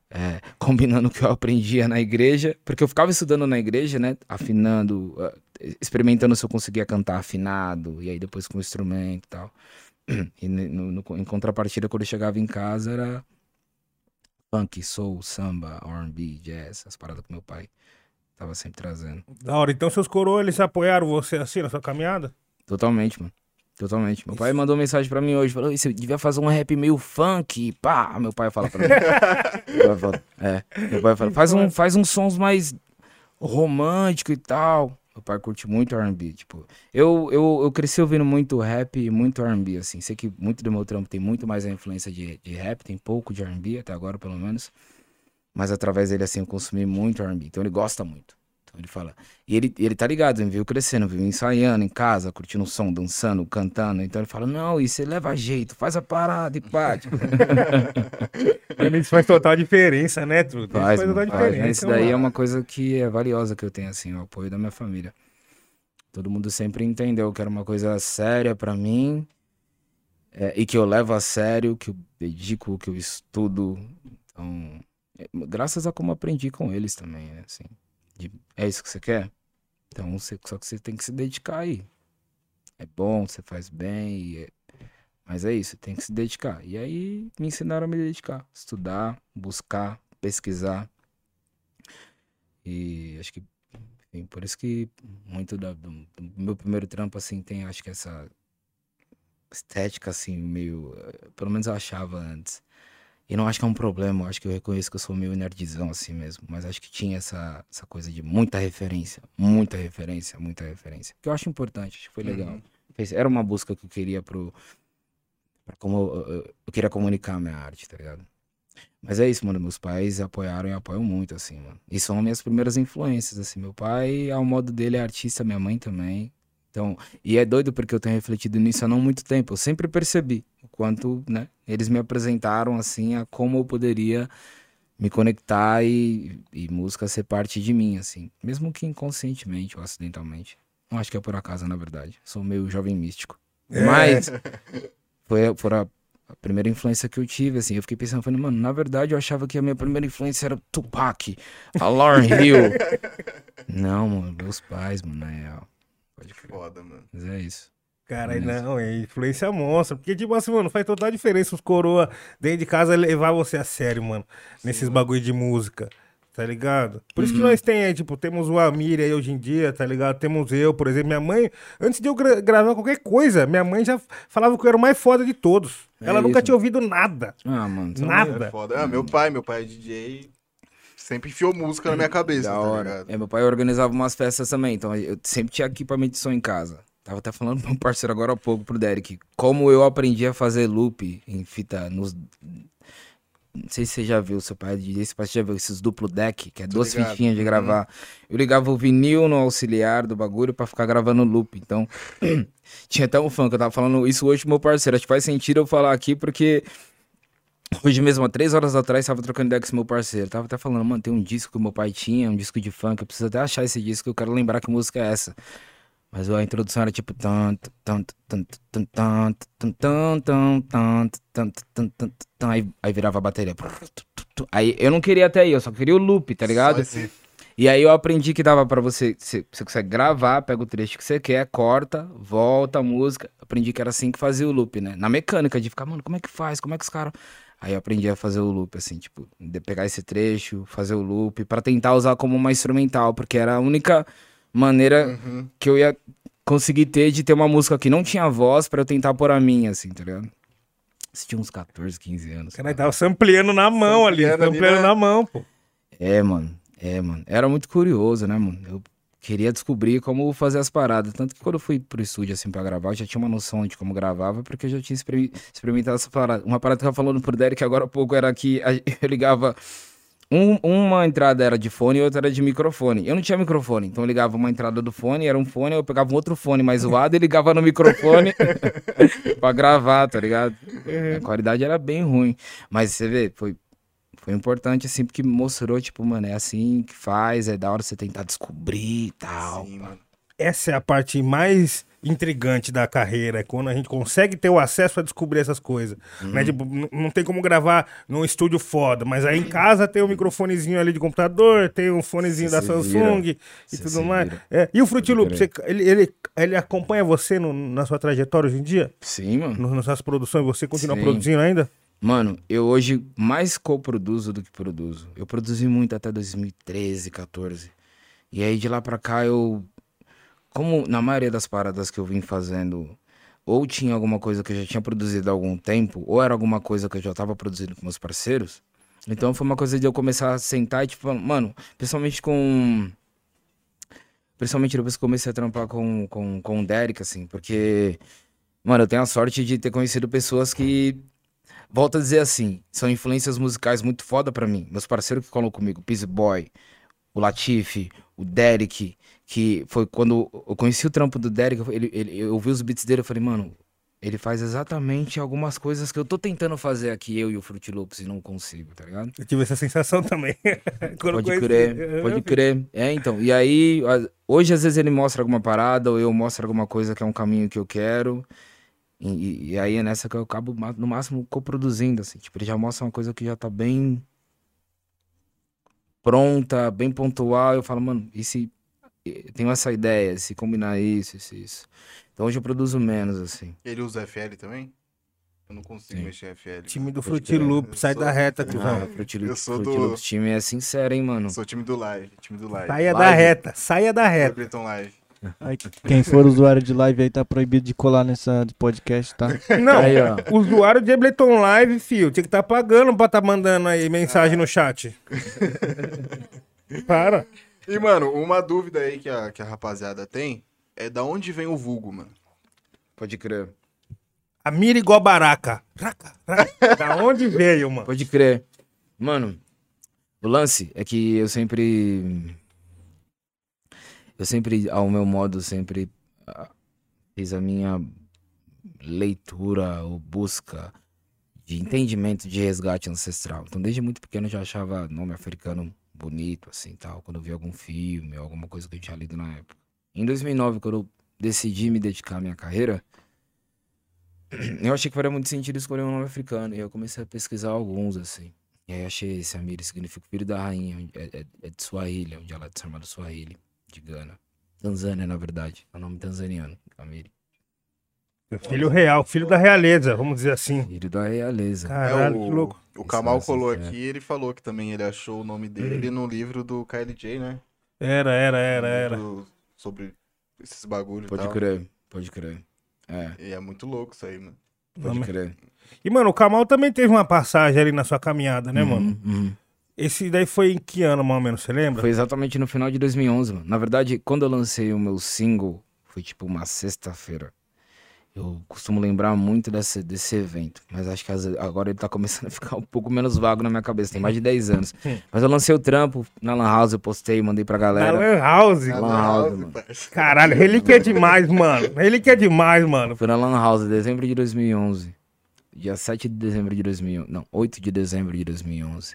combinando o que eu aprendia na igreja, porque eu ficava estudando na igreja, né, afinando, experimentando se eu conseguia cantar afinado, e aí depois com o instrumento e tal. E em contrapartida, quando eu chegava em casa, era funk, soul, samba, R&B, jazz, as paradas que meu pai tava sempre trazendo. Da hora. Então seus coroas, eles apoiaram você assim na sua caminhada? Totalmente, mano. Totalmente. Meu pai mandou mensagem pra mim hoje, falou, você devia fazer um rap meio funk, pá. Meu pai fala pra mim. Meu pai fala, faz uns sons mais romântico e tal. Meu pai curte muito R&B, tipo, eu cresci ouvindo muito rap e muito R&B, assim, sei que muito do meu trampo tem muito mais a influência de rap, tem pouco de R&B, até agora pelo menos, mas através dele, assim, eu consumi muito R&B, então ele gosta muito, então ele fala, e ele tá ligado, ele viu crescendo, viu ensaiando em casa, curtindo o som, dançando, cantando, então ele fala, não, isso leva jeito, faz a parada e pá, tipo... Isso faz total diferença, né, Truto? Isso Faz total diferença. diferença. Isso daí é mano. uma coisa que é valiosa que eu tenho, assim, o apoio da minha família. Todo mundo sempre entendeu que era uma coisa séria pra mim e que eu levo a sério, que eu dedico, que eu estudo. Então, graças a como aprendi com eles também, né? Assim, é isso que você quer? Então, só que você tem que se dedicar aí. É bom, você faz bem, mas é isso, tem que se dedicar. E aí me ensinaram a me dedicar, estudar, buscar, pesquisar. E acho que, enfim, por isso que muito do meu primeiro trampo, assim, tem, acho que essa estética, assim, meio... Pelo menos eu achava antes. E não acho que é um problema, eu acho que eu reconheço que eu sou meio nerdzão, assim mesmo. Mas acho que tinha essa coisa de muita referência, muita referência, muita referência. Que eu acho importante, acho que foi legal. Era uma busca que eu queria como eu queria comunicar a minha arte, tá ligado? Mas é isso, mano, meus pais apoiaram e apoiam muito, assim, mano. E são minhas primeiras influências, assim, meu pai, ao modo dele, é artista, minha mãe também. Então, e é doido porque eu tenho refletido nisso há não muito tempo. Eu sempre percebi o quanto, né, eles me apresentaram, assim, a como eu poderia me conectar e música ser parte de mim, assim. Mesmo que inconscientemente ou acidentalmente. Não acho que é por acaso, na verdade. Sou meio jovem místico. Mas foi a primeira influência que eu tive, assim. Eu fiquei pensando, falei, mano, na verdade eu achava que a minha primeira influência era Tupac, a Lauryn Hill. Não, mano, meus pais, mano, na real. Pode crer. Foda, mano. Mas é isso. Cara, não, é influência monstra. Porque, tipo assim, mano, faz total diferença os coroa dentro de casa levar você a sério, mano. Nesses bagulho de música. Tá ligado? Por isso que nós tem aí, tipo, temos o Amir aí hoje em dia, tá ligado? Temos eu, por exemplo, minha mãe, antes de eu gravar qualquer coisa, minha mãe já falava que eu era o mais foda de todos. Ela nunca isso. tinha ouvido nada. Ah, mano, Nada. É foda. Ah, meu pai é DJ, sempre enfiou música na minha cabeça, da tá hora. ligado? Meu pai organizava umas festas também, então eu sempre tinha equipamento de som em casa. Tava até falando pro meu parceiro agora há pouco, pro Derek, como eu aprendi a fazer loop em fita nos... Não sei se você já viu, seu pai é DJ, você já viu esses duplo deck, que é duas ligado. fitinhas de gravar. Eu ligava o vinil no auxiliar do bagulho pra ficar gravando loop, então... Tinha até um fã que eu tava falando isso hoje pro meu parceiro, acho que faz sentido eu falar aqui, porque... Hoje mesmo, há 3 horas atrás, tava trocando ideia com esse meu parceiro. Tava até falando, mano, tem um disco que o meu pai tinha, um disco de funk, eu preciso até achar esse disco, eu quero lembrar que música é essa. Mas a introdução era tipo... Aí virava a bateria. Aí eu não queria até aí, eu só queria o loop, tá ligado? Só esse- E aí eu aprendi que dava pra você consegue gravar, pega o trecho que você quer, corta, volta a música. Aprendi que era assim que fazia o loop, né? Na mecânica de ficar, mano, como é que faz? Como é que os caras... Aí eu aprendi a fazer o loop, assim, tipo, de pegar esse trecho, fazer o loop, pra tentar usar como uma instrumental, porque era a única maneira que eu ia conseguir ter de ter uma música que não tinha voz pra eu tentar pôr a minha, assim, tá ligado? Isso tinha uns 14, 15 anos. Caralho, tava sampleando na mão ali, Sampleando ali, sampleando né? na mão, pô. É, mano. Era muito curioso, né, mano? Eu queria descobrir como fazer as paradas. Tanto que quando eu fui pro estúdio, assim, pra gravar, eu já tinha uma noção de como gravava, porque eu já tinha experimentado essa parada. Uma parada que eu tava falando pro Derek agora há pouco era que eu ligava... uma entrada era de fone e outra era de microfone. Eu não tinha microfone, então eu ligava uma entrada do fone, era um fone, eu pegava um outro fone mais zoado e ligava no microfone pra gravar, tá ligado? A qualidade era bem ruim. Mas você vê, foi importante, assim, porque mostrou, tipo, mano, é assim que faz, é da hora você tentar descobrir e tal. Sim, mano. Essa é a parte mais intrigante da carreira, é quando a gente consegue ter o acesso a descobrir essas coisas, né? Tipo, não tem como gravar num estúdio foda, mas aí em casa tem um microfonezinho ali de computador, tem um fonezinho da se Samsung vira. e Você tudo se mais. vira. É, e o Fruit Pode Loop, crer. ele acompanha você na sua trajetória hoje em dia? Sim, mano. Nas suas produções, você continua Sim. produzindo ainda? Mano, eu hoje mais coproduzo do que produzo. Eu produzi muito até 2013, 14. E aí de lá pra cá como na maioria das paradas que eu vim fazendo, ou tinha alguma coisa que eu já tinha produzido há algum tempo, ou era alguma coisa que eu já tava produzindo com meus parceiros. Então foi uma coisa de eu começar a sentar e tipo, mano, principalmente depois que eu comecei a trampar com o Derek, assim, porque, mano, eu tenho a sorte de ter conhecido pessoas que, volto a dizer assim, são influências musicais muito foda pra mim. Meus parceiros que colam comigo, Peace Boy, o Latif, o Derek, que foi quando eu conheci o trampo do Derek, eu ouvi os beats dele, eu falei, mano, ele faz exatamente algumas coisas que eu tô tentando fazer aqui, eu e o Fruit Loops, e não consigo, tá ligado? Eu tive essa sensação também. Quando eu Pode conheci. crer, pode crer. É, então, e aí, hoje às vezes ele mostra alguma parada, ou eu mostro alguma coisa que é um caminho que eu quero, e aí é nessa que eu acabo, no máximo, coproduzindo, assim, tipo, ele já mostra uma coisa que já tá bem pronta, bem pontual, eu falo, mano, e se eu tenho essa ideia, se combinar isso. Então hoje eu produzo menos, assim. Ele usa FL também? Eu não consigo Sim. mexer em FL. Time do Pode Fruit crer. Loop, sai Sou- da reta, Ah, cuzão. Eu sou Fruit do- Loops time é sincero, hein, mano. Sou time do Live. Time do Live. Saia da Live. reta, saia da reta. Ableton Live. Aí, quem for usuário de live aí tá proibido de colar nessa podcast, tá? Não, Aí, ó. usuário de Ableton Live, fio, tinha que estar pagando pra estar mandando aí mensagem no chat. Para. E, mano, uma dúvida aí que a rapaziada tem é da onde vem o vulgo, mano. Pode crer. A mira igual baraca. Raca, raca. Da onde veio, mano? Pode crer. Mano, o lance é que eu sempre, ao meu modo, sempre fiz a minha leitura ou busca de entendimento de resgate ancestral. Então, desde muito pequeno eu já achava nome africano bonito, assim, tal, quando eu via algum filme ou alguma coisa que eu tinha lido na época. Em 2009, quando eu decidi me dedicar à minha carreira, eu achei que faria muito sentido escolher um nome africano. E eu comecei a pesquisar alguns, assim. E aí achei esse Amiri, significa filho da rainha. É de Swahili, um dialeto chamado Swahili, de Gana. Tanzânia, na verdade. É o nome tanzaniano, Amiri. Filho real, filho da realeza, vamos dizer assim. Filho da realeza. Caralho, que louco. O Kamal Isso, colou é. aqui e ele falou que também ele achou o nome dele no livro do KLJ, né? Era. Livro sobre esses bagulhos e Pode tal. crer. É, E é muito louco isso aí, mano. pode crer. E, mano, o Kamal também teve uma passagem ali na sua caminhada, né, mano? Uhum. Esse daí foi em que ano, mais ou menos, você lembra? Foi exatamente no final de 2011, mano. Na verdade, quando eu lancei o meu single, foi tipo uma sexta-feira. Eu costumo lembrar muito desse evento, mas acho que agora ele tá começando a ficar um pouco menos vago na minha cabeça. Tem mais de 10 anos. Mas eu lancei o trampo na Lan House, eu postei, mandei pra Na galera. Lan House. Lan House, mano. parça. Caralho, relíquia é demais, mano. Relíquia é demais, mano. Foi na Lan House, dezembro de 2011. Dia 7 de dezembro de 2011. Não, 8 de dezembro de 2011.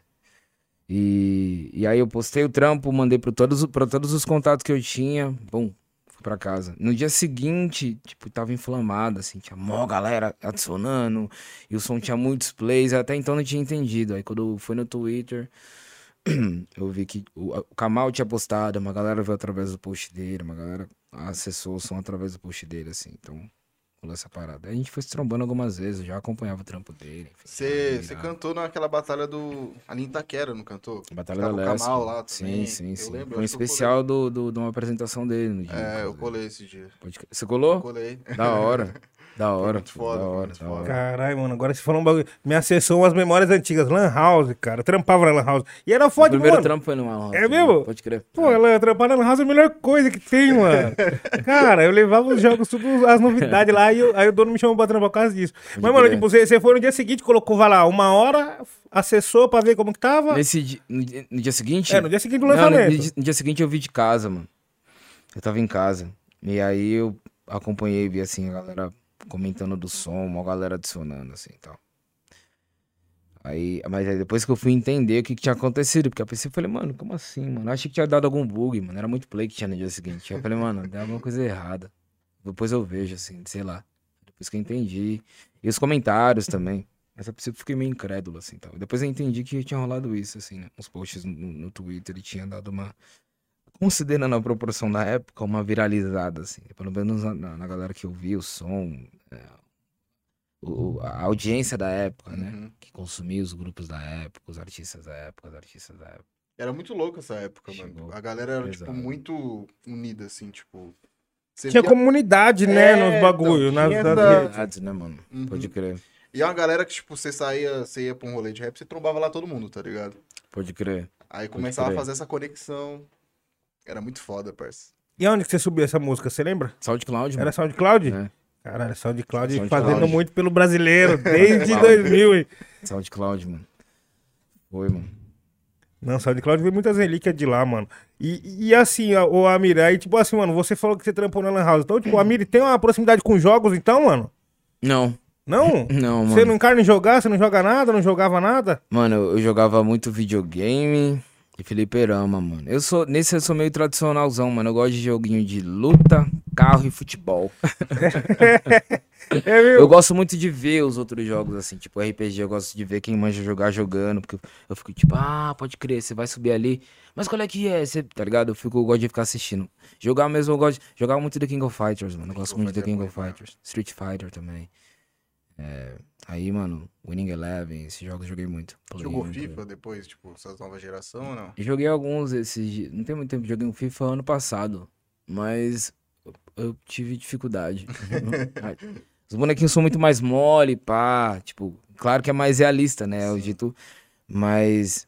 E aí eu postei o trampo, mandei pra todos os contatos que eu tinha. Bom, fui pra casa. No dia seguinte, tipo, tava inflamado, assim. Tinha mó galera adicionando. E o som tinha muitos plays. Até então não tinha entendido. Aí quando eu fui no Twitter, eu vi que o Kamal tinha postado. Uma galera veio através do post dele. Uma galera acessou o som através do post dele, assim. Então... essa parada. Aí a gente foi se trombando algumas vezes, eu já acompanhava o trampo dele. Enfim, Você já cantou naquela batalha ali em Itaquera, não cantou? Batalha Tava da o Leste. Kamal lá também. Sim. Eu lembro, Foi um acho que eu especial de uma apresentação dele no dia. É, eu inclusive. colei esse dia. Pode crer. Você colou? Colei. Da hora. Da hora. muito foda, da foi hora, muito da foda. hora. Caralho, mano, agora você falou um bagulho. Me acessou umas memórias antigas. Lan House, cara. Eu trampava na Lan House. E era O foda, primeiro mano. trampo foi no Lan House. É mesmo? Pode crer. Pô, ela trampar na Lan House é a melhor coisa que tem, mano. Cara, eu levava os jogos, tudo, as novidades lá, aí o dono me chamou pra trampar por causa disso. Mas, mano, crer. tipo, você foi no dia seguinte, colocou, vai lá, 1 hora, acessou pra ver como que tava. No dia seguinte? É, no dia seguinte do Não, lançamento. no dia seguinte eu vi de casa, mano. Eu tava em casa. E aí eu acompanhei, vi assim, a galera comentando do som, uma galera adicionando, assim, e tal. Mas aí depois que eu fui entender o que tinha acontecido, porque a princípio eu falei, mano, como assim, mano? Eu achei que tinha dado algum bug, mano. Era muito play que tinha no dia seguinte. Eu falei, mano, deu alguma coisa errada. Depois eu vejo, assim, sei lá. Depois que eu entendi. E os comentários também. Mas a princípio eu fiquei meio incrédulo, assim, tal. Depois eu entendi que tinha rolado isso, assim, né? Uns posts no Twitter, ele tinha dado uma... Considerando a proporção da época, uma viralizada, assim. Pelo menos na galera que ouvia o som, a audiência da época, né? Uhum. Que consumia os grupos da época, os artistas da época, Era muito louco essa época, Chegou mano. A galera era, tipo, pesado. muito unida, assim, tipo... Você Tinha via- comunidade, né, É, nos bagulho, então, nas tinha nas essa- redes. Verdades, né, mano? Uhum. Pode crer. E é uma galera que, tipo, você ia pra um rolê de rap, você trombava lá todo mundo, tá ligado? Pode crer. Aí começava a crer. fazer essa conexão. Era muito foda, parça. E onde que você subiu essa música, você lembra? SoundCloud, Era mano. SoundCloud? É. Caralho, SoundCloud SoundCloud. fazendo muito pelo brasileiro, desde SoundCloud. 2000, hein? SoundCloud, mano. Foi, mano. Não, SoundCloud veio muitas relíquias de lá, mano. E assim, o Amir, aí tipo assim, mano, você falou que você trampou na Lan House. Então, tipo, o Amir tem uma proximidade com jogos, então, mano? Não, Não? não, Você mano. não encarna em jogar? Você não joga nada? Não jogava nada? Mano, eu jogava muito videogame e fliperama, mano. Nesse eu sou meio tradicionalzão, mano. Eu gosto de joguinho de luta, carro e futebol. É, Eu gosto muito de ver os outros jogos, assim, tipo RPG, eu gosto de ver quem manja jogar jogando, porque eu fico tipo, pode crer, você vai subir ali, mas qual é que é? Você, tá ligado? Eu gosto de ficar assistindo. Jogar mesmo, eu gosto de jogar muito The King of Fighters, mano. Eu gosto muito de The King of Fighters. Street Fighter também. Aí, mano, Winning Eleven, esses jogos eu joguei muito. Jogou Muito. FIFA depois, tipo, essas nova geração ou não? Eu joguei alguns esses dias. Não tem muito tempo, joguei um FIFA ano passado. Mas eu tive dificuldade. Os bonequinhos são muito mais mole, pá. Tipo, claro que é mais realista, né? O jeito. Mas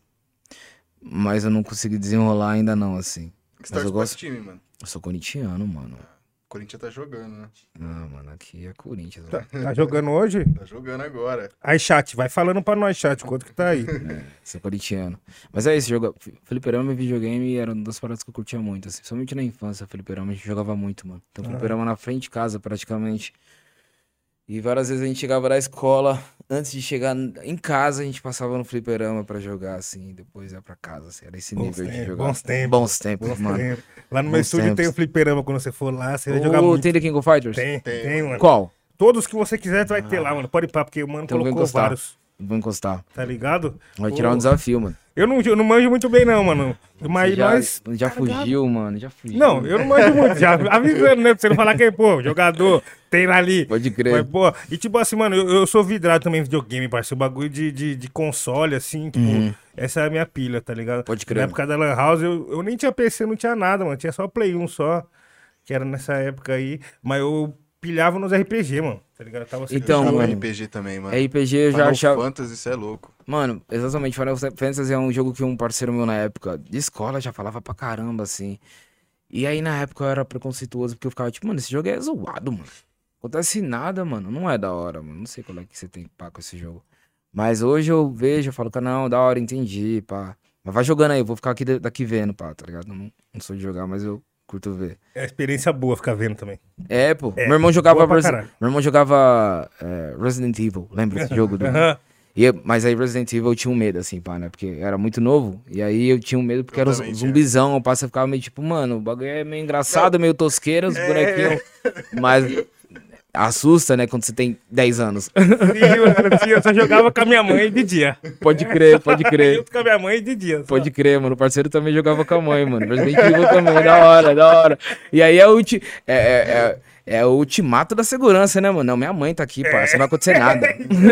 eu não consegui desenrolar ainda não, assim. Que você Mas torce eu pra esse gosto. time, mano? Eu sou corintiano, mano. O Corinthians tá jogando, né? Ah, mano, aqui é Corinthians, Tá, mano. tá jogando hoje? Tá jogando agora. Aí, chat, vai falando pra nós, chat, quanto que tá aí. Sou corintiano. Mas é isso, fliperama e videogame era uma das paradas que eu curtia muito, assim. Principalmente na infância, fliperama, a gente jogava muito, mano. Então, fliperama na frente de casa, praticamente. E várias vezes a gente chegava da escola, antes de chegar em casa, a gente passava no fliperama pra jogar, assim, e depois ia pra casa, assim. Era esse nível de jogar. Bons tempos. Bons tempos, mano. Tem. Lá no meu Bons estúdio tem tempos. o fliperama, quando você for lá, você vai jogar muito. Tem The King of Fighters? Tem, mano. Qual? Todos que você quiser, tu vai ter lá, mano. Pode ir pra, porque o mano Então eu vou colocou encostar. vários, Vou encostar. tá ligado? Vai tirar um desafio, mano. Eu não manjo muito bem, não, mano. Mas Já tá ligado? fugiu, mano. Já fugiu. Não, eu não manjo muito. Já avisando, né? Pra você não falar que é, pô, jogador, tem lá ali. Pode crer. Mas, pô, e tipo assim, mano, eu sou vidrado também em videogame, parceiro. O bagulho de console, assim, tipo, essa é a minha pilha, tá ligado? Pode crer. Na época da Lan House, eu nem tinha PC, não tinha nada, mano. Tinha só Play 1 só, que era nessa época aí. Mas eu pilhava nos RPG, mano, tá ligado? Eu tava Então, Jogava mano, RPG também, mano. RPG eu já Final achava... Fantasy, isso é louco. Mano, exatamente, Final Fantasy é um jogo que um parceiro meu na época de escola já falava pra caramba, assim. E aí na época eu era preconceituoso, porque eu ficava tipo, mano, esse jogo é zoado, mano. Acontece nada, mano, não é da hora, mano. Não sei qual é que você tem pá com esse jogo. Mas hoje eu vejo, eu falo, não, da hora, entendi, pá. Mas vai jogando aí, eu vou ficar aqui daqui vendo, pá, tá ligado? Não sou de jogar, mas eu curto ver. É experiência boa ficar vendo também. É, pô. É, Meu irmão jogava, boa pra caralho. Resident Evil, lembra desse jogo? Aham. Mas aí Resident Evil eu tinha um medo, assim, pá, né? Porque era muito novo. E aí eu tinha um medo porque Eu era também um tinha. zumbizão. O passe ficava meio tipo, mano, o bagulho é meio engraçado, meio tosqueiro, os bonequinhos. Mas assusta, né? Quando você tem 10 anos. Sim, eu só jogava com a minha mãe de dia. Pode crer, pode crer. Junto com a minha mãe de dia. só. Pode crer, mano. O parceiro também jogava com a mãe, mano. Resident Evil também, da hora, da hora. E aí é o ultimato da segurança, né, mano? Não, minha mãe tá aqui, parça. Não vai acontecer nada.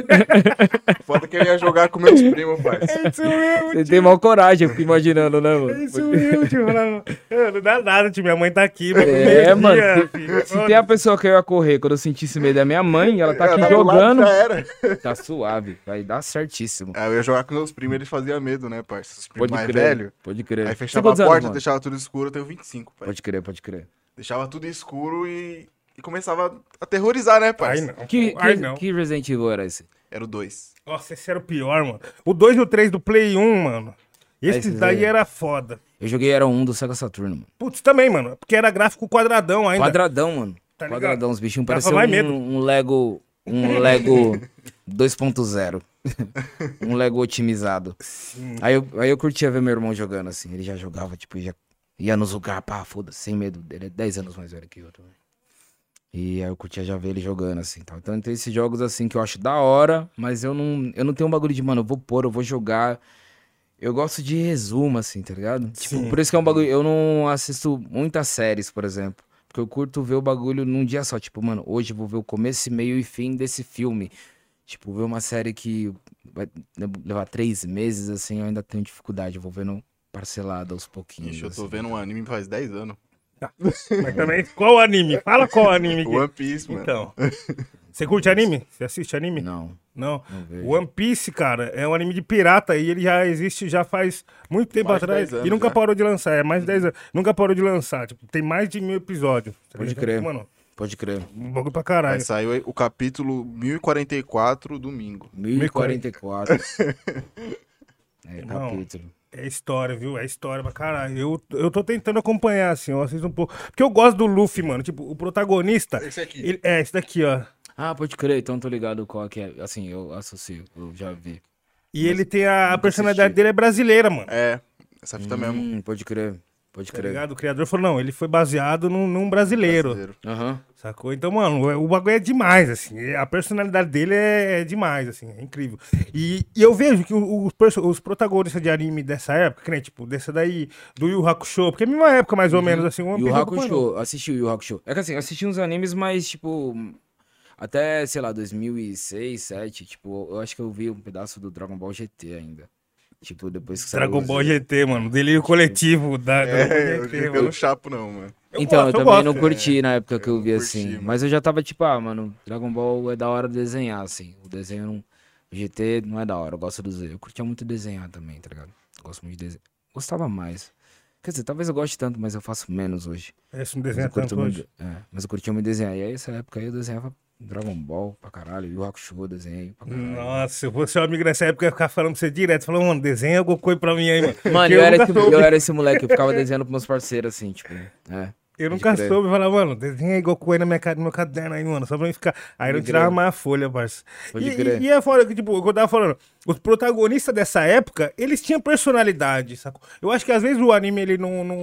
Foda que eu ia jogar com meus primos, parça. É isso mesmo, Você tem mal coragem, eu fico imaginando, né, mano? é isso mesmo, tio. Não dá nada, tio. Minha mãe tá aqui. Mano. Filho. Se tem a pessoa que eu ia correr quando eu sentisse medo é minha mãe, ela tá aqui Ela do lado jogando, já era. tá suave, vai dar certíssimo. Aí eu ia jogar com meus primos, eles faziam medo, né, parça? Os primos Pode mais crer, velhos. pode crer. Aí Você fechava a quantos anos, porta, mano? deixava tudo escuro, eu tenho 25, pai. Pode crer, pode crer. Deixava tudo escuro e começava a aterrorizar, né, Ai, parça? não. Que, não. que Resident Evil era esse? Era o 2. Nossa, esse era o pior, mano. O 2 e o 3 do Play 1, mano. Esses Esses daí aí. era foda. Eu joguei, era um do Sega Saturno, mano. Putz, também, mano. Porque era gráfico quadradão ainda. Quadradão, mano. Tá ligado? Quadradão, os bichinhos Dava pareciam mais medo. um Lego 2.0. Um Lego otimizado. Aí eu curtia ver meu irmão jogando, assim. Ele já jogava, tipo, já ia nos lugares, pá, foda-se, sem medo. Ele é 10 anos mais velho que eu também. E aí eu curtia já ver ele jogando, assim, tal. Então tem esses jogos, assim, que eu acho da hora, mas eu não tenho um bagulho de, mano, eu vou pôr, eu vou jogar. Eu gosto de resumo, assim, tá ligado? Tipo, Sim. por isso que é um bagulho, eu não assisto muitas séries, por exemplo. Porque eu curto ver o bagulho num dia só. Tipo, mano, hoje eu vou ver o começo, meio e fim desse filme. Tipo, ver uma série que vai levar 3 meses, assim, eu ainda tenho dificuldade. Eu vou vendo parcelado aos pouquinhos. Ixi, eu tô assim. vendo um anime faz 10 anos. Mas também, qual anime? Fala qual anime aqui. One Piece, mano. Então, você curte anime? Você assiste anime? Não, Não. não vejo. One Piece, cara, é um anime de pirata e ele já existe já faz muito tempo Mais de atrás 10 anos e nunca já. parou de lançar. É mais de 10 anos. Nunca parou de lançar. Tipo, tem mais de 1000 episódios. tá Pode ligado? crer. Mano, Pode crer. um bagulho pra Vai caralho. sair o capítulo 1044 domingo. 1044. É, Não. capítulo. É história, viu? É história pra caralho. Eu tô tentando acompanhar, assim, eu assisto um pouco. Porque eu gosto do Luffy, mano. Tipo, o protagonista. Esse aqui. Esse daqui, ó. Ah, pode crer, então tô ligado qual que é. Assim, eu associo, eu já vi. E ele tem a nunca personalidade assisti. dele é brasileira, mano. É, essa fita mesmo. Pode crer, pode Tá crer. ligado? O criador falou, não, ele foi baseado num brasileiro. Aham. Sacou? Então, mano, o bagulho é demais, assim. A personalidade dele é demais, assim. É incrível. E eu vejo que os protagonistas de anime dessa época, que nem, tipo, dessa daí, do Yu Hakusho, porque é a mesma época, mais ou menos, assim. One Yu Piece acompanhou. Hakusho, assisti o Yu Hakusho. É que assim, assisti uns animes, mas tipo, até, sei lá, 2006, 2007, tipo, eu acho que eu vi um pedaço do Dragon Ball GT ainda. Tipo, depois que Dragon saiu Ball os- GT, mano. Delírio coletivo da Dragon Ball É, eu GT, eu mano. não chapo não, mano. Então, eu também gosto. não curti na época que eu eu não vi curti, assim. mano. Mas eu já tava tipo, ah, mano, Dragon Ball é da hora desenhar, assim. O desenho não. O GT não é da hora, eu gosto do Z. Eu curtia muito desenhar também, tá ligado? Gosto muito de desenhar. Gostava mais. Quer dizer, talvez eu goste tanto, mas eu faço menos hoje. Esse não Mas desenha eu curto tanto hoje. muito. É, mas eu curtia muito desenhar. E aí, essa época aí eu desenhava Dragon Ball pra caralho. Yu Hakusho eu desenhei pra caralho. Nossa, se eu fosse seu amigo nessa época, eu ia ficar falando pra você direto. Falando, mano, desenha alguma coisa pra mim aí, mano. Mano, Porque eu era, nunca esse, soube. eu era esse moleque, eu ficava desenhando pros meus parceiros, assim, tipo. É. Eu Pode nunca crer. soube falar, mano, desenha Goku aí no meu caderno aí, mano. Só pra mim ficar. Aí eu não Pode tirava crer. mais a folha, parça. Pode E, crer. e é foda que, tipo, o que eu tava falando, os protagonistas dessa época, eles tinham personalidade, sacou? Eu acho que às vezes o anime, ele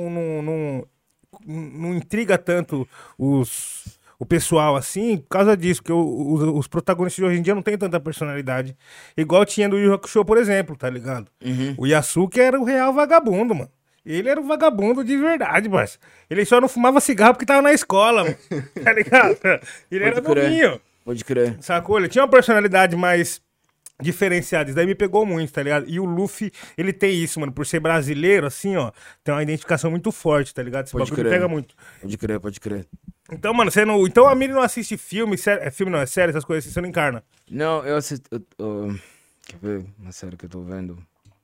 não intriga tanto o pessoal assim, por causa disso, porque os protagonistas de hoje em dia não têm tanta personalidade. Igual tinha do Yu Hakusho, por exemplo, tá ligado? O Yasuke era o real vagabundo, mano. Ele era um vagabundo de verdade, mas ele só não fumava cigarro porque tava na escola, mano. Tá ligado? Ele era Pode crer. novinho, Pode crer. sacou? Ele tinha uma personalidade mais diferenciada. Isso daí me pegou muito, tá ligado? E o Luffy, ele tem isso, mano. Por ser brasileiro, assim, ó, tem uma identificação muito forte, tá ligado? Esse Pode bagulho me crer. pega muito. Pode crer, pode crer. Então, mano, você não. Então a Miri não assiste filme, filme não, é série, essas coisas assim, você não encarna. Não, eu assisto. Quer ver uma série que eu tô vendo?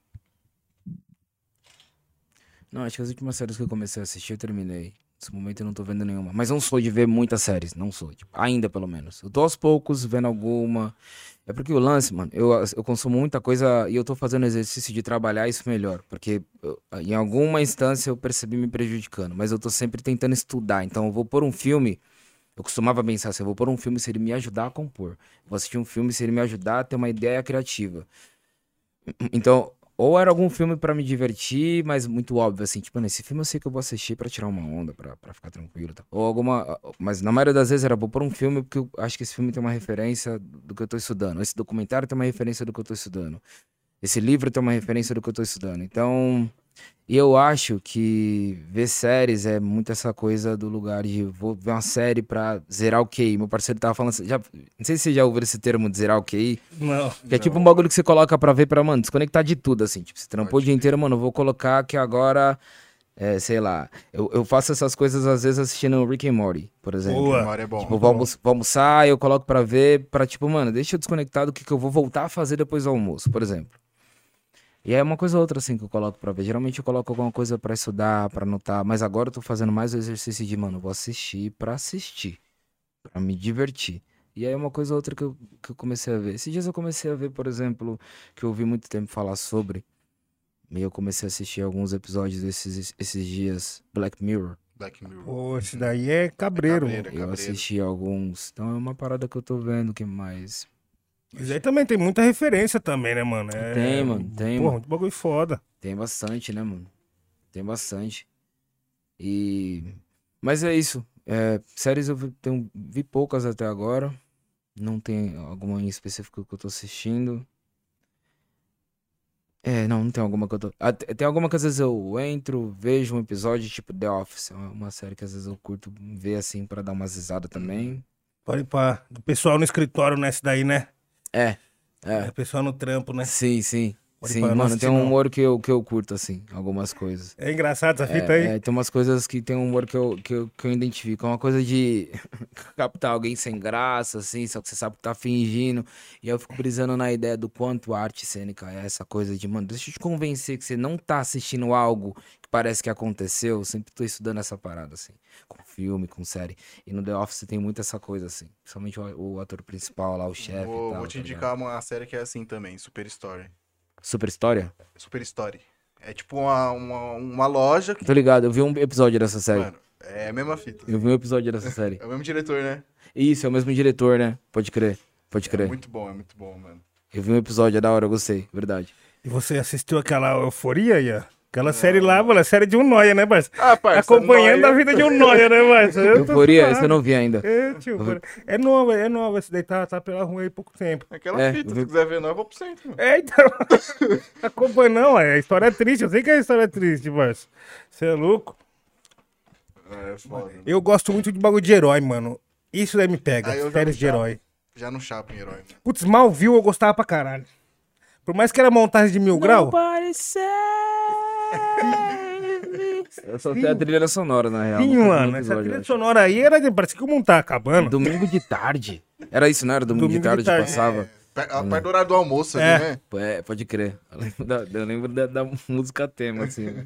Não, acho que as últimas séries que eu comecei a assistir eu terminei. Nesse momento eu não tô vendo nenhuma. Mas não sou de ver muitas séries, não sou. Tipo, ainda pelo menos. Eu tô aos poucos vendo alguma. É porque o lance, mano, eu consumo muita coisa e eu tô fazendo exercício de trabalhar isso melhor. Porque em alguma instância eu percebi me prejudicando. Mas eu tô sempre tentando estudar. Então eu vou pôr um filme. Eu costumava pensar assim, eu vou pôr um filme se ele me ajudar a compor. Vou assistir um filme se ele me ajudar a ter uma ideia criativa. Então, ou era algum filme pra me divertir, mas muito óbvio, assim, tipo, nesse filme eu sei que eu vou assistir pra tirar uma onda, pra ficar tranquilo, tá? Ou alguma, mas na maioria das vezes era vou pôr um filme porque eu acho que esse filme tem uma referência do que eu tô estudando. Esse documentário tem uma referência do que eu tô estudando. Esse livro tem uma referência do que eu tô estudando. Então, e eu acho que ver séries é muito essa coisa do lugar de vou ver uma série pra zerar o QI. Meu parceiro tava falando assim, não sei se você já ouviu esse termo de zerar o QI. Não. Que é tipo um bagulho que você coloca pra ver pra, mano, desconectar de tudo, assim. Tipo, você trampou o dia inteiro, mano, eu vou colocar que agora, sei lá, eu faço essas coisas às vezes assistindo Rick and Morty, por exemplo. Boa. Memória é bom. Tipo, vou almoçar, eu coloco pra ver, pra tipo, mano, deixa eu desconectar do que eu vou voltar a fazer depois do almoço, por exemplo. E é uma coisa ou outra, assim, que eu coloco pra ver. Geralmente eu coloco alguma coisa pra estudar, pra anotar, mas agora eu tô fazendo mais o exercício de, mano, eu vou assistir, pra me divertir. E aí uma coisa ou outra que eu comecei a ver. Esses dias eu comecei a ver, por exemplo, que eu ouvi muito tempo falar sobre, e eu comecei a assistir alguns episódios esses dias, Black Mirror. Black Mirror. Pô, esse daí é cabreiro, Cabreiro. mano. Eu assisti alguns. Então é uma parada que eu tô vendo, que mais... Isso aí também tem muita referência também, né, mano? Tem, mano, tem, Porra, mano. muito bagulho foda. Tem bastante, né, mano? Tem bastante. Mas é isso. Séries vi poucas até agora. Não tem alguma em específico que eu tô assistindo. Não tem alguma que eu tô... Tem alguma que às vezes eu entro, vejo um episódio, tipo The Office. É uma série que às vezes eu curto ver assim pra dar umas risadas também. Pode ir pra... O pessoal no escritório nessa daí, né? O pessoal no trampo, né? Sim. Pode Sim, parar, não mano, assisti, tem um não. humor que eu curto, assim, algumas coisas. É engraçado essa fita aí. Tem umas coisas que tem um humor que eu identifico. É uma coisa de captar alguém sem graça, assim, só que você sabe que tá fingindo. E aí eu fico brisando na ideia do quanto a arte cênica é essa coisa de, mano, deixa eu te convencer que você não tá assistindo algo que parece que aconteceu. Eu sempre tô estudando essa parada, assim, com filme, com série. E no The Office tem muito essa coisa, assim. Principalmente o ator principal lá, o chefe e tal. Vou te tá indicar uma série que é assim também, Super Story. ligado? Super História? Super Story. É tipo uma loja que... Tô ligado, eu vi um episódio dessa série. Mano, é a mesma fita. Eu vi um episódio dessa série. É o mesmo diretor, né? Isso, é o mesmo diretor, né? Pode crer, É muito bom, mano. Eu vi um episódio, é da hora, eu gostei, verdade. E você assistiu aquela Euforia, Ian? Aquela série lá, mano, é série de um noia, né, parça? Parça, Acompanhando nóia. a vida de um noia, né, parça? Eu tô Euforia, suave. esse eu não vi ainda. Tio, mano. É nova, esse daí tá pela rua aí há pouco tempo. Aquela fita, se quiser ver, nós vamos pro centro, mano. Então. Acompanha, não, a história é triste, eu sei que a história é triste, parça. Você é louco? É foda. Eu gosto muito de bagulho de herói, mano. Isso daí me pega, Aí eu já séries no de chapo. herói. Já no Shopping Herói, mano. Putz, Malville eu gostava pra caralho. Por mais que era montagem de 1000 graus. Eu só tenho a trilha sonora, na real. Sim, nunca vi um mano, essa episódio, trilha eu acho. sonora aí era de... Parece que o mundo tá acabando. Domingo de tarde. Era isso, não era? Domingo de tarde passava. A parte do horário do almoço É. ali, né? Pode crer. Eu lembro da música tema, assim.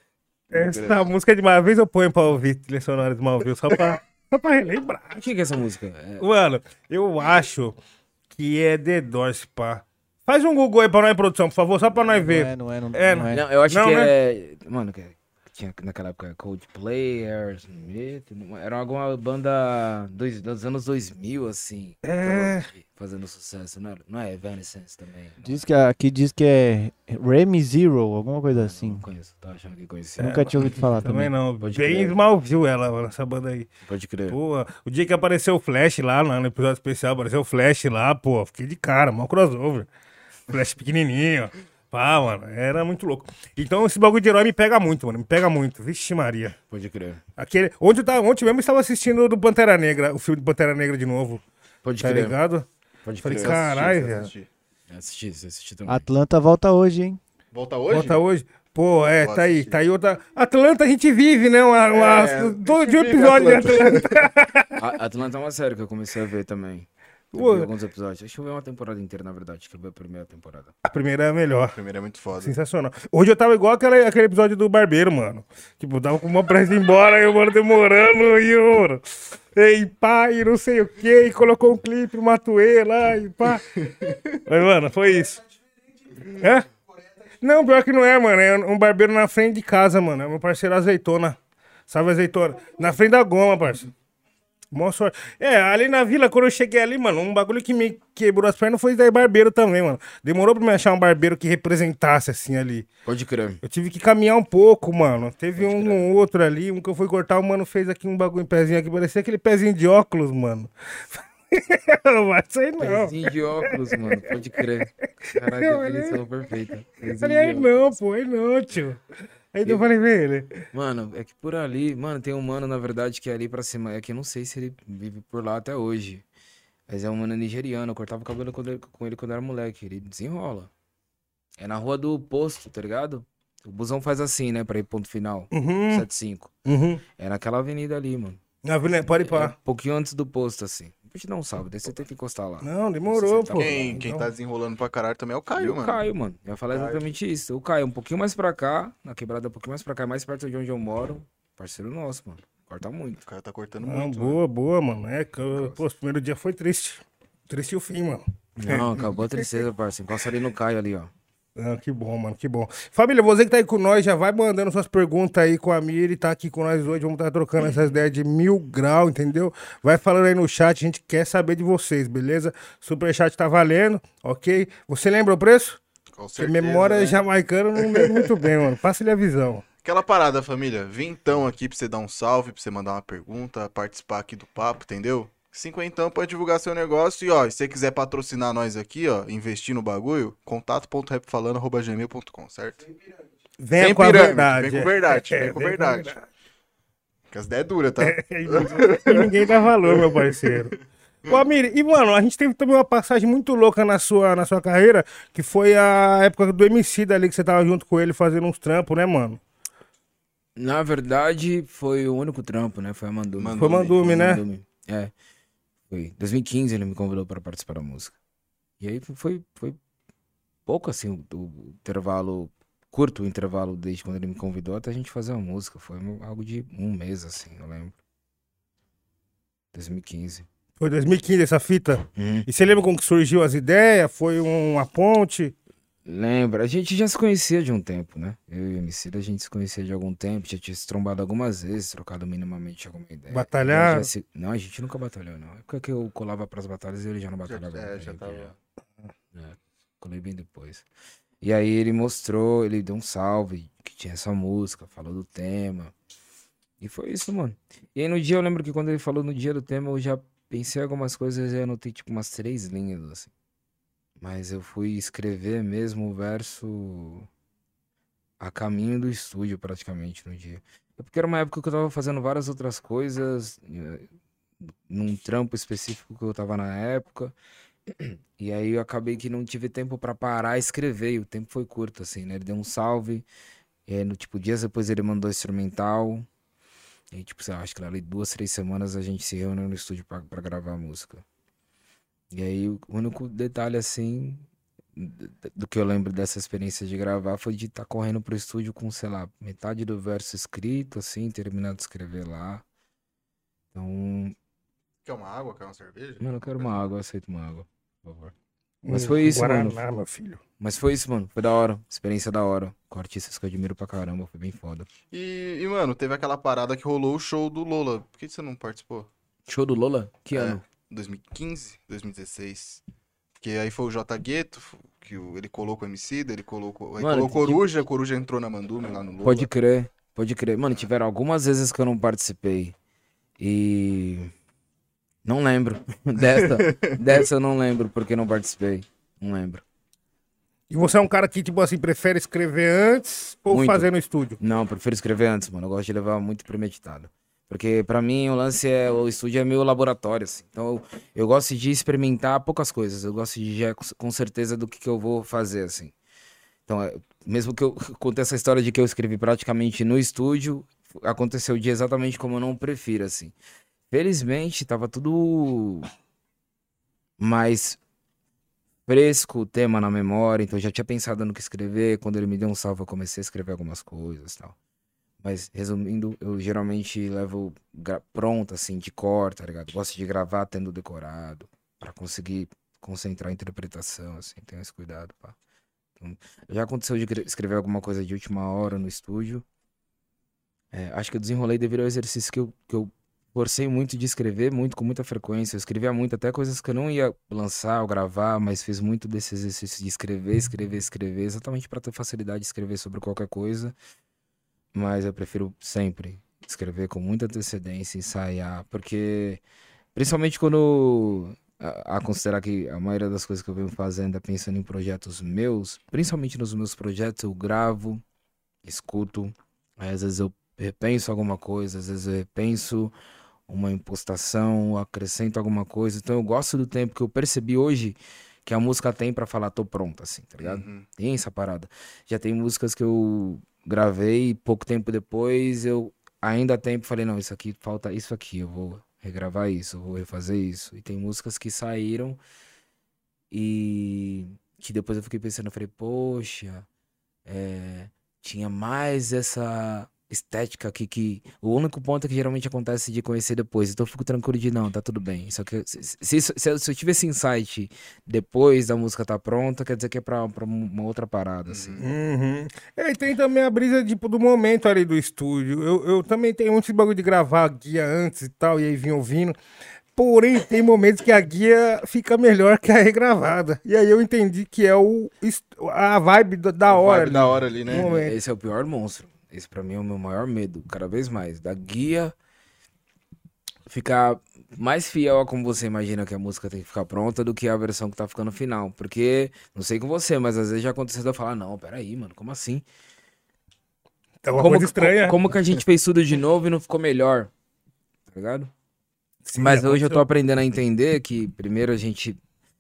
Essa música de uma vez eu ponho pra ouvir trilha sonora de Malville, só pra relembrar. O que é essa música? Mano, eu acho que é The Doors, pá. Faz um Google aí pra nós, produção, por favor, só pra nós ver. Não é. Não, eu acho Não, que né? é... Mano, que tinha naquela época Coldplay, Aerosmith, era alguma banda dos anos 2000, assim. Fazendo sucesso, não é Evanescence também. Aqui diz que é Remy Zero, alguma coisa assim. Não conheço, tava achando que conhecia. Nunca tinha ouvido falar Também também. não. Pode Bem crer. Malville ela, mano, essa banda aí. Pode crer. Pô, o dia que apareceu o Flash lá, no episódio especial, apareceu o Flash lá, pô, fiquei de cara, mal crossover. Flash pequenininho. Pá, mano, era muito louco. Então esse bagulho de herói me pega muito, mano, me pega muito. Vixe Maria. Pode crer. Ontem mesmo eu estava assistindo do Pantera Negra, o filme do Pantera Negra de novo, Pode tá crer. ligado? Pode Falei, crer. caralho, velho. Assisti também. Atlanta volta hoje, hein? Volta hoje? Volta hoje. Pô, Vou tá aí, assistir. tá aí outra. Atlanta a gente vive, né? Todo gente dia um vive episódio de Atlanta. Atlanta. Atlanta é uma série que eu comecei a ver também. Eu Pô. vi alguns episódios. Acho que eu vi uma temporada inteira, na verdade. Acho que eu vi a primeira temporada. A primeira é a melhor. O primeiro é muito foda. Sensacional. Hoje eu tava igual aquele episódio do Barbeiro, mano. Tipo, eu tava com uma pressa de ir embora, e o mano demorando, e o mano. E pá, e não sei o que, e colocou um clipe, uma Matuê lá, e pá. Mas, mano, foi isso. É? Não, pior que não é, mano. É um barbeiro na frente de casa, mano. É meu parceiro Azeitona. Salve, Azeitona. Na frente da Goma, parceiro. Mó sorte. Ali na vila, quando eu cheguei ali, mano, um bagulho que me quebrou as pernas foi daí barbeiro também, mano. Demorou pra me achar um barbeiro que representasse, assim, ali. Pode crer. Eu tive que caminhar um pouco, mano. Teve um outro ali, um que eu fui cortar, o mano fez aqui um bagulho, um pezinho aqui, parecia aquele pezinho de óculos, mano. Não vai sair, não. Pezinho de óculos, mano. Pode crer. Caralho, Eu definição perfeita. Pezinho Falei, de aí óculos. não, pô, aí não, tio. Aí eu falei, velho. Mano, é que por ali, mano, tem um mano, na verdade, que é ali pra cima. É que eu não sei se ele vive por lá até hoje. Mas é um mano nigeriano. Eu cortava o cabelo com ele quando era moleque. Ele desenrola. É na rua do posto, tá ligado? O busão faz assim, né? Pra ir ponto final. Uhum, 75. uhum. É naquela avenida ali, mano. Na vila, pode ir É pra. um pouquinho antes do posto, assim. Vou te dar um salve, daí você tem que encostar lá. Não, demorou, pô. Quem Então, tá desenrolando pra caralho também é o E Caio, o mano. Caio, mano. Eu ia falar Caio. exatamente isso. O Caio, um pouquinho mais pra cá, na quebrada um pouquinho mais pra cá, mais perto de onde eu moro. Parceiro nosso, mano. Corta muito. O cara tá cortando Não, muito, mano. boa, boa, mano. Pô, o primeiro dia foi triste. Triste o fim, mano. Não, acabou a tristeza, parceiro. Encosta ali no Caio ali, ó. Ah, que bom, mano, que bom. Família, você que tá aí com nós, já vai mandando suas perguntas aí com a Miri, tá aqui com nós hoje, vamos estar trocando essas ideias de 1000 graus, entendeu? Vai falando aí no chat, a gente quer saber de vocês, beleza? Superchat tá valendo, ok? Você lembra o preço? Com Porque certeza, memória né? jamaicana não lembro muito bem, mano. Passa-lhe a visão. Aquela parada, família. Vintão aqui pra você dar um salve, pra você mandar uma pergunta, participar aqui do papo, entendeu? Cinquentão pra divulgar seu negócio. E ó, se você quiser patrocinar nós aqui, ó, investir no bagulho, contato.rapfalando@gmail.com, certo? Venha Sem com a pirâmide, verdade. vem com verdade, É, vem com verdade. Porque as ideias é dura, tá? E ninguém dá valor, meu parceiro. Ô, Amir, e mano, a gente teve também uma passagem muito louca na sua carreira, que foi a época do Emicida ali, que você tava junto com ele fazendo uns trampos, né, mano? Na verdade, foi o único trampo, né? Foi a Mandume. Foi Mandume, né? Mandume. É. Foi. 2015 ele me convidou para participar da música. E aí foi pouco assim, o intervalo, curto o intervalo desde quando ele me convidou até a gente fazer uma música. Foi algo de um mês, assim, eu lembro. 2015. Foi 2015 essa fita? Uhum. E você lembra como que surgiu as ideias? Foi uma ponte? Lembra, a gente já se conhecia de um tempo, né? Eu e o Emicida, a gente se conhecia de algum tempo, já tinha se trombado algumas vezes, trocado minimamente alguma ideia. Batalhar? Não, a gente nunca batalhou, não. É porque eu colava pras batalhas e ele já não batalhava. Já com a gente, tava. colei bem depois. E aí ele mostrou, ele deu um salve, que tinha essa música, falou do tema. E foi isso, mano. E aí no dia, eu lembro que quando ele falou no dia do tema, eu já pensei em algumas coisas e anotei tipo umas 3 linhas, assim. Mas eu fui escrever mesmo o verso a caminho do estúdio, praticamente, no dia. É porque era uma época que eu tava fazendo várias outras coisas, num trampo específico que eu tava na época. E aí eu acabei que não tive tempo pra parar e escrever, e o tempo foi curto, assim, né? Ele deu um salve, e aí, tipo, dias depois ele mandou instrumental. E aí, tipo, sei lá, acho que ali 2, 3 semanas a gente se reuniu no estúdio pra gravar a música. E aí o único detalhe, assim, do que eu lembro dessa experiência de gravar foi de estar correndo pro estúdio com, sei lá, metade do verso escrito, assim, terminado de escrever lá. Então, Quer uma água? Quer uma cerveja? mano, eu quero uma água, eu aceito uma água, por favor. Mas foi isso, Guaraná, mano. meu filho. Mas foi isso, mano. Foi da hora. Experiência da hora. Com artistas que eu admiro pra caramba. Foi bem foda. E, mano, teve aquela parada que rolou o show do Lola. Por que você não participou? Show do Lola? Que É. ano? 2015, 2016. Porque aí foi o J Gueto, que ele colocou o Emicida, ele colocou. Aí Mano, colocou Coruja, Coruja entrou na Mandume lá no Lola. Pode crer. Pode crer. Mano, tiveram algumas vezes que eu não participei. E... não lembro. Dessa eu não lembro porque não participei. Não lembro. E você é um cara que, tipo assim, prefere escrever antes ou Muito. fazer no estúdio? Não, prefiro escrever antes, mano. Eu gosto de levar muito premeditado. Porque pra mim o lance é... o estúdio é meio laboratório, assim. Então eu gosto de experimentar poucas coisas. Eu gosto de já com certeza do que eu vou fazer, assim. Então, mesmo que eu conte essa história de que eu escrevi praticamente no estúdio, aconteceu o dia exatamente como eu não prefiro, assim. Felizmente, tava tudo mais fresco, o tema na memória, então eu já tinha pensado no que escrever. Quando ele me deu um salve, eu comecei a escrever algumas coisas e tal. Mas, resumindo, eu geralmente levo pronto, assim, de cor, tá ligado? Gosto de gravar tendo decorado, pra conseguir concentrar a interpretação, assim, tenho esse cuidado, pá. Então, já aconteceu de escrever alguma coisa de última hora no estúdio. Acho que eu desenrolei devido ao exercício que eu forcei muito de escrever, muito, com muita frequência. Eu escrevia muito, até coisas que eu não ia lançar ou gravar, mas fiz muito desse exercício de escrever, exatamente pra ter facilidade de escrever sobre qualquer coisa. Mas eu prefiro sempre escrever com muita antecedência, ensaiar, porque principalmente quando a considerar que a maioria das coisas que eu venho fazendo é pensando em projetos meus, principalmente nos meus projetos eu gravo, escuto, aí às vezes eu repenso alguma coisa, às vezes eu repenso uma impostação, acrescento alguma coisa, então eu gosto do tempo que eu percebi hoje que a música tem pra falar tô pronto, assim, tá ligado? Tem essa parada. Já tem músicas que eu gravei, pouco tempo depois eu ainda tempo falei, não, isso aqui, falta isso aqui, eu vou regravar isso, eu vou refazer isso. E tem músicas que saíram e que depois eu fiquei pensando, eu falei, poxa, tinha mais essa estética aqui que o único ponto é que geralmente acontece de conhecer depois, então eu fico tranquilo de não, tá tudo bem. Isso aqui, se eu tive esse insight depois da música tá pronta, quer dizer que é pra uma outra parada, assim. Uhum. E tem também a brisa, tipo, do momento ali do estúdio. Eu também tenho muito esse bagulho de gravar a guia antes e tal, e aí vim ouvindo. Porém, tem momentos que a guia fica melhor que a regravada. E aí eu entendi que é a vibe da hora. Vibe da hora ali, né? No momento. Esse é o pior monstro. Esse pra mim é o meu maior medo, cada vez mais. Da guia ficar mais fiel a como você imagina que a música tem que ficar pronta do que a versão que tá ficando final. Porque, não sei com você, mas às vezes já aconteceu de eu falar, não, peraí, mano, como assim? É uma coisa estranha. Como que a gente fez tudo de novo e não ficou melhor? Tá ligado? Sim, Mas hoje eu tô aconteceu. aprendendo a entender que primeiro a gente...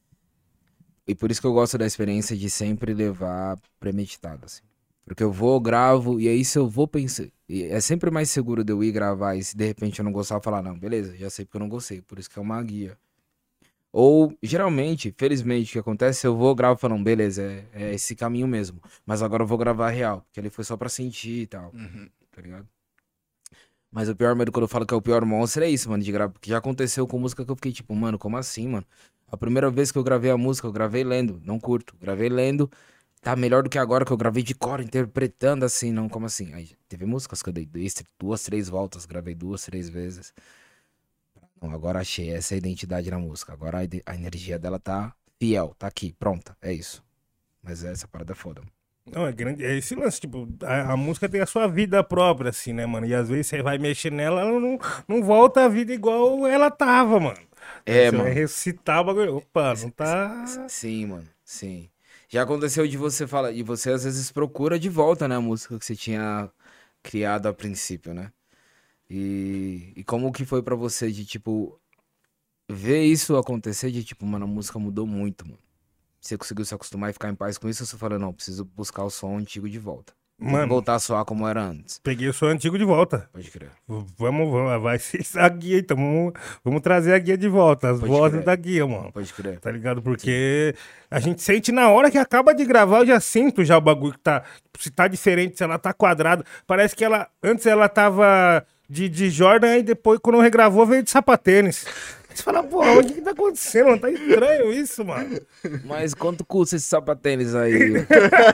E por isso que eu gosto da experiência de sempre levar premeditado, assim. Porque eu vou, gravo, e aí se eu vou pensar... e é sempre mais seguro de eu ir gravar e se de repente eu não gostar, eu falar, não, beleza, já sei porque eu não gostei, por isso que é uma guia. Ou, geralmente, felizmente, o que acontece, eu vou, gravo e falo, não, beleza, é esse caminho mesmo. Mas agora eu vou gravar real, porque ele foi só pra sentir e tal, tá ligado? Mas o pior medo quando eu falo que é o pior monstro é isso, mano, de gravar. Porque já aconteceu com música que eu fiquei tipo, mano, como assim, mano? A primeira vez que eu gravei a música, eu gravei lendo, não curto. Gravei lendo, tá melhor do que agora que eu gravei de cor, interpretando assim, não, como assim? Aí teve músicas que eu dei duas, três voltas, gravei 2, 3 vezes. Não, agora achei essa é a identidade na música. Agora a energia dela tá fiel, tá aqui, pronta, é isso. Mas essa parada é foda. Não, é grande. É esse lance, tipo, a música tem a sua vida própria, assim, né, mano? E às vezes você vai mexer nela, ela não volta a vida igual ela tava, mano. É, Você vai mano. ressuscitar o bagulho. Opa, não tá. Sim, mano, sim. Já aconteceu de você falar, e você às vezes procura de volta, né, a música que você tinha criado a princípio, né? E como que foi pra você de, tipo, ver isso acontecer, de, tipo, mano, a música mudou muito, mano. Você conseguiu se acostumar e ficar em paz com isso, ou você fala, não, preciso buscar o som antigo de volta. Tem que Mano, voltar a soar como era antes. peguei o som antigo de volta. Pode crer. Vamos, vai ser a guia, então. Vamos trazer a guia de volta, as Pode vozes crer. da guia, mano. Pode crer. Tá ligado? Porque a gente sente na hora que acaba de gravar, eu já sinto já o bagulho que tá. Se tá diferente, se ela tá quadrada. Parece que ela. Antes ela tava de Jordan, aí depois, quando regravou, veio de sapatênis. Você fala, pô, o que tá acontecendo? Mano? Tá estranho isso, mano. Mas quanto custa esse sapatênis aí?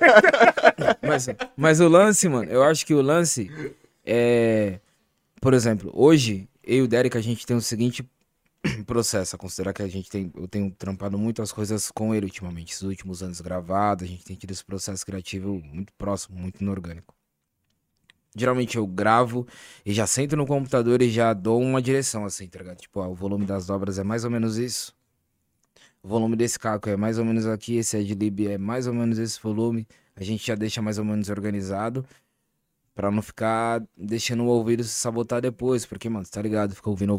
mas o lance, mano, eu acho que o lance é... Por exemplo, hoje, eu e o Derek, a gente tem o seguinte processo, a considerar que eu tenho trampado muito as coisas com ele ultimamente, esses últimos anos gravados, a gente tem tido esse processo criativo muito próximo, muito inorgânico. Geralmente eu gravo e já sento no computador e já dou uma direção assim, tá ligado? Tipo, o volume das dobras é mais ou menos isso. O volume desse caco é mais ou menos aqui, esse adlib é mais ou menos esse volume. A gente já deixa mais ou menos organizado pra não ficar deixando o ouvido se sabotar depois, porque, mano, você tá ligado? Fica ouvindo,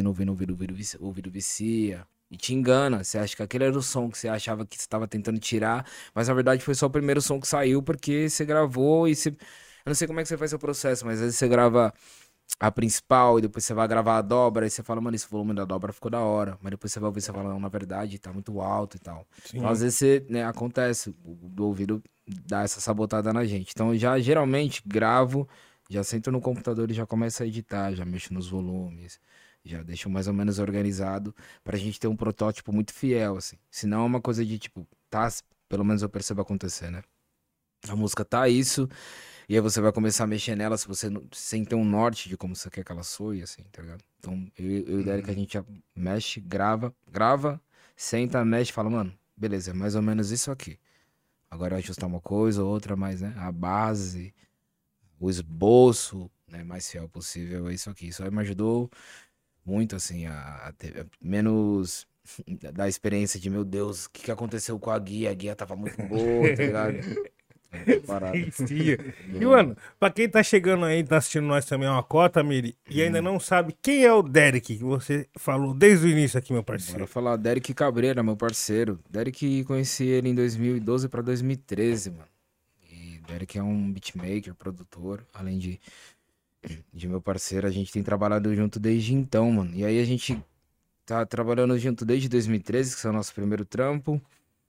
o ouvido vicia. E te engana, você acha que aquele era o som que você achava que você tava tentando tirar, mas na verdade foi só o primeiro som que saiu porque você gravou e você... Eu não sei como é que você faz seu processo, mas às vezes você grava a principal e depois você vai gravar a dobra e você fala, mano, esse volume da dobra ficou da hora. Mas depois você vai ouvir e você fala, não, na verdade, tá muito alto e tal. Sim. Então às vezes você, né, acontece, do ouvido dá essa sabotada na gente. Então eu já geralmente gravo, já sento no computador e já começo a editar, já mexo nos volumes, já deixo mais ou menos organizado pra gente ter um protótipo muito fiel, assim. Senão é uma coisa de tipo, tá, pelo menos eu percebo acontecer, né? A música tá isso, e aí você vai começar a mexer nela se você sem ter um norte de como você quer que ela soe, assim, tá ligado? Então, eu e o Derek, a gente já mexe, grava, senta, mexe, fala, mano, beleza, é mais ou menos isso aqui. Agora ajustar uma coisa ou outra, mas, né, a base, o esboço, né, mais fiel possível é isso aqui. Isso aí me ajudou muito, assim, a ter menos da experiência de, meu Deus, o que aconteceu com a guia? A guia tava muito boa, tá ligado? Parada. Sim. E, mano, pra quem tá chegando aí, tá assistindo nós também, é uma cota, Miri, e ainda não sabe quem é o Derek, que você falou desde o início aqui, meu parceiro. Bora falar, Derek Cabreira, meu parceiro. Derek, conheci ele em 2012 pra 2013, mano. E Derek é um beatmaker, produtor, além de meu parceiro. A gente tem trabalhado junto desde então, mano. E aí a gente tá trabalhando junto desde 2013, que é o nosso primeiro trampo.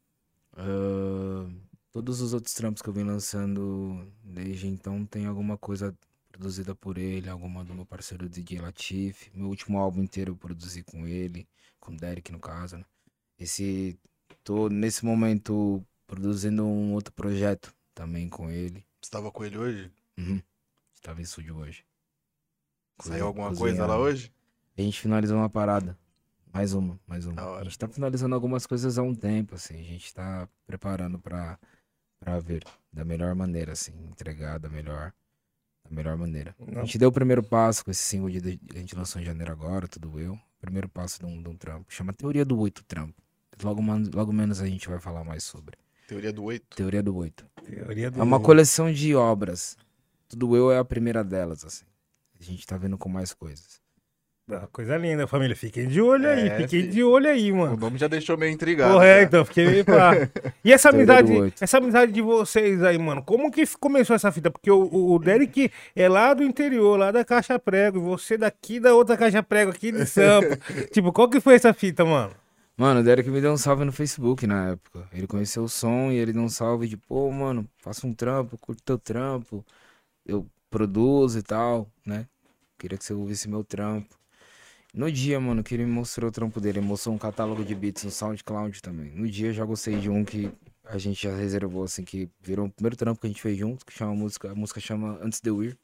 Todos os outros trampos que eu venho lançando desde então tem alguma coisa produzida por ele, alguma do meu parceiro DJ Latif. Meu último álbum inteiro eu produzi com ele, com o Derek no caso, né? Tô nesse momento produzindo um outro projeto também com ele. Você tava com ele hoje? Estava em estúdio hoje. Saiu alguma Cozinhando. coisa lá hoje? A gente finalizou uma parada. Mais uma. Da hora. A gente tá finalizando algumas coisas há um tempo, assim. A gente tá preparando pra ver da melhor maneira, assim. Entregar da Da melhor maneira. Não. A gente deu o primeiro passo com esse single que a gente lançou em janeiro agora, Tudo Eu. Primeiro passo de um trampo. Chama Teoria do 8 Trampo. Logo menos a gente vai falar mais sobre. Teoria do 8. Teoria do 8. Teoria do... É uma coleção de obras. Tudo Eu é a primeira delas, assim. A gente tá vendo com mais coisas. Ah, coisa linda, família. Fiquem de olho aí, É, fiquem filho. de olho aí, O mano. nome já deixou meio intrigado. Porra, já. então, fiquei meio pá. E essa Teoria amizade, do 8. essa amizade de vocês aí, mano, como que começou essa fita? Porque o Derek é lá do interior, lá da Caixa Prego, e você daqui da outra Caixa Prego, aqui de Sampa. Tipo, qual que foi essa fita, mano? Mano, o Derek me deu um salve no Facebook na época. Ele conheceu o som e ele deu um salve de, pô, mano, faça um trampo, curte teu trampo. Eu produzo e tal, né? Queria que você ouvisse meu trampo. No dia, mano, que ele me mostrou o trampo dele, ele mostrou um catálogo de beats no SoundCloud também. No dia eu já gostei de um que a gente já reservou, assim, que virou o primeiro trampo que a gente fez junto, que chama a música chama Antes de Eu Ir.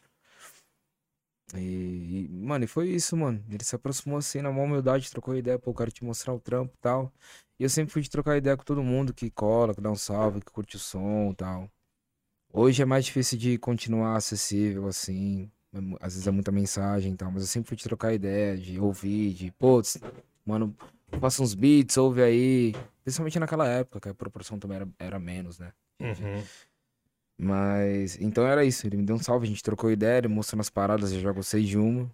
Mano, e foi isso, mano. Ele se aproximou assim, na maior humildade, trocou ideia, pô, eu quero te mostrar o trampo e tal. E eu sempre fui de trocar ideia com todo mundo que cola, que dá um salve, que curte o som e tal. Hoje é mais difícil de continuar acessível, assim. Às vezes é muita mensagem e tal, mas eu sempre fui de trocar ideia, de ouvir, de, pô, mano, faça uns beats, ouve aí. Principalmente naquela época, que a proporção também era menos, né? Mas, então era isso, ele me deu um salve, a gente trocou ideia, ele mostrou umas paradas, eu já gostei de uma.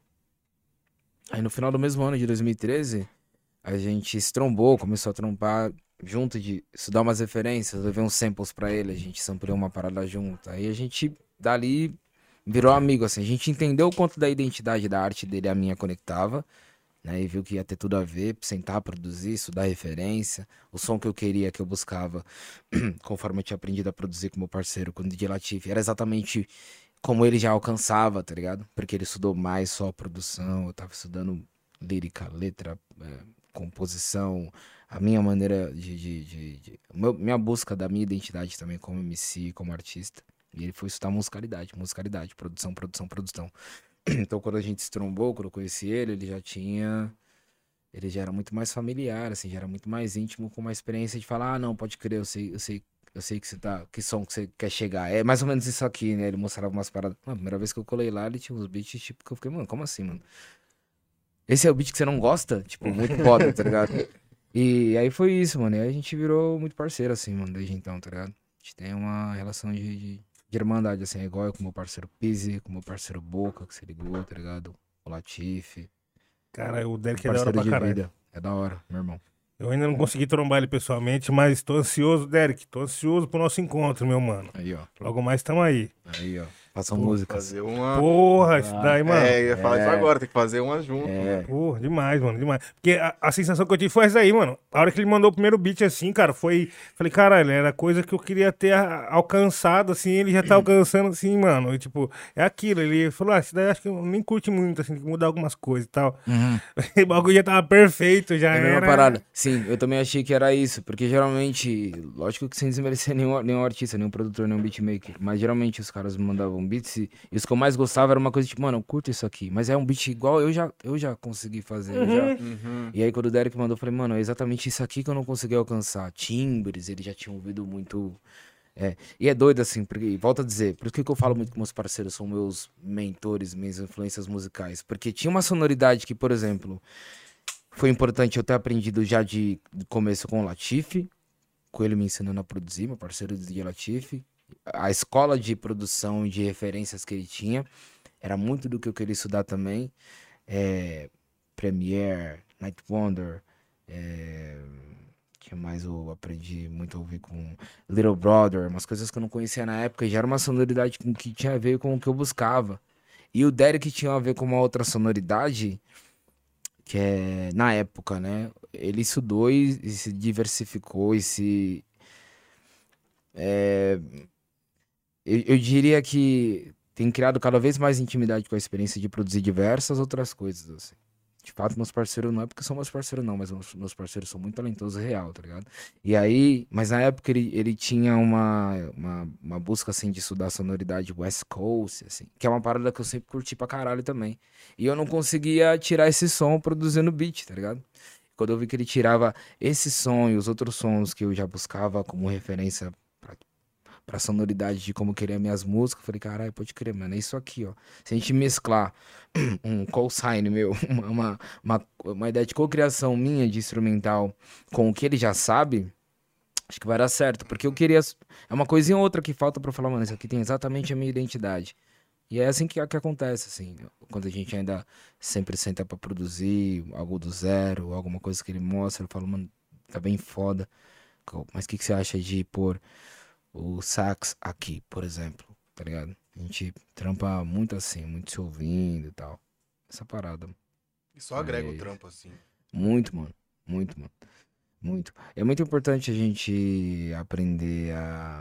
Aí no final do mesmo ano, de 2013, a gente se trombou, começou a trompar junto, de estudar umas referências, levei uns samples pra ele, a gente sampleou uma parada junto. Aí a gente, dali, virou amigo, assim, a gente entendeu o quanto da identidade da arte dele e a minha conectava, né, e viu que ia ter tudo a ver, sentar, produzir, estudar referência, o som que eu queria, que eu buscava, conforme eu tinha aprendido a produzir com meu parceiro, com o DJ Latif, era exatamente como ele já alcançava, tá ligado? Porque ele estudou mais só produção, eu tava estudando lírica, letra, composição, a minha maneira minha busca da minha identidade também como MC, como artista. E ele foi estudar musicalidade, produção. Então, quando a gente se trombou, quando eu conheci ele, ele já era muito mais familiar, assim, já era muito mais íntimo, com uma experiência de falar, ah, não, pode crer, eu sei que você tá, que som que você quer chegar. É mais ou menos isso aqui, né? Ele mostrava umas paradas. A primeira vez que eu colei lá, ele tinha uns beats, tipo, que eu fiquei, mano, como assim, mano? Esse é o beat que você não gosta? Tipo, muito foda, tá ligado? E aí foi isso, mano. E aí a gente virou muito parceiro, assim, mano, desde então, tá ligado? A gente tem uma relação de irmandade, assim, é igual eu com meu parceiro Pizzi, com meu parceiro Boca, que se ligou, tá ligado? O Latif. Cara, o Derek é da hora Parceiro pra de caralho. vida. É da hora, meu irmão. Eu ainda não consegui trombar ele pessoalmente, mas tô ansioso, Derek. Tô ansioso pro nosso encontro, meu mano. Aí, ó. Logo mais tamo aí. Aí, ó. Façam músicas. Fazer uma. Porra, isso daí, mano. É, eu ia falar isso agora, tem que fazer uma junto. É. Porra, demais, mano, demais. Porque a sensação que eu tive foi essa aí, mano. A hora que ele mandou o primeiro beat assim, cara, foi... Falei, caralho, era coisa que eu queria ter alcançado, assim, ele já tá alcançando, assim, mano. E, tipo, é aquilo. Ele falou, isso daí acho que eu nem curte muito, assim, tem que mudar algumas coisas e tal. O bagulho já tava perfeito, já É a mesma era... parada. Sim, eu também achei que era isso, porque geralmente, lógico que sem desmerecer nenhum artista, nenhum produtor, nenhum beatmaker, mas geralmente os caras me mandavam beats e os que eu mais gostava era uma coisa tipo, mano, eu curto isso aqui, mas é um beat igual eu já consegui fazer, E aí quando o Derek mandou, eu falei, mano, é exatamente isso aqui que eu não consegui alcançar. Timbres, ele já tinha ouvido muito... E é doido assim, porque, volto a dizer, por que eu falo muito que meus parceiros são meus mentores, minhas influências musicais, porque tinha uma sonoridade que, por exemplo... Foi importante eu ter aprendido já de começo com o Latif, com ele me ensinando a produzir, meu parceiro de Latif. A escola de produção e de referências que ele tinha era muito do que eu queria estudar também. Premiere, Night Wonder, que mais eu aprendi muito a ouvir com Little Brother, umas coisas que eu não conhecia na época, e já era uma sonoridade que tinha a ver com o que eu buscava. E o Derek tinha a ver com uma outra sonoridade... que é, na época, né, ele estudou e se diversificou e se... eu diria que tem criado cada vez mais intimidade com a experiência de produzir diversas outras coisas, assim. De fato, meus parceiros não é porque são meus parceiros não, mas meus parceiros são muito talentosos e real, tá ligado? E aí, mas na época ele tinha uma busca, assim, de estudar sonoridade West Coast, assim, que é uma parada que eu sempre curti pra caralho também. E eu não conseguia tirar esse som produzindo beat, tá ligado? Quando eu vi que ele tirava esse som e os outros sons que eu já buscava como referência pra sonoridade de como eu queria minhas músicas. Eu falei, caralho, pode crer, mano, é isso aqui, ó. Se a gente mesclar um call sign meu, uma ideia de cocriação minha de instrumental com o que ele já sabe, acho que vai dar certo. Porque eu queria. É uma coisinha ou outra que falta pra eu falar, mano, isso aqui tem exatamente a minha identidade. E é assim que acontece, assim, quando a gente ainda sempre senta pra produzir algo do zero, alguma coisa que ele mostra, eu falo, mano, tá bem foda. Mas o que você acha de pôr o sax aqui, por exemplo, tá ligado? A gente trampa muito assim, muito se ouvindo e tal. Essa parada. E só agrega o Mas- trampo, assim. Muito, mano. Muito, mano. Muito. É muito importante a gente aprender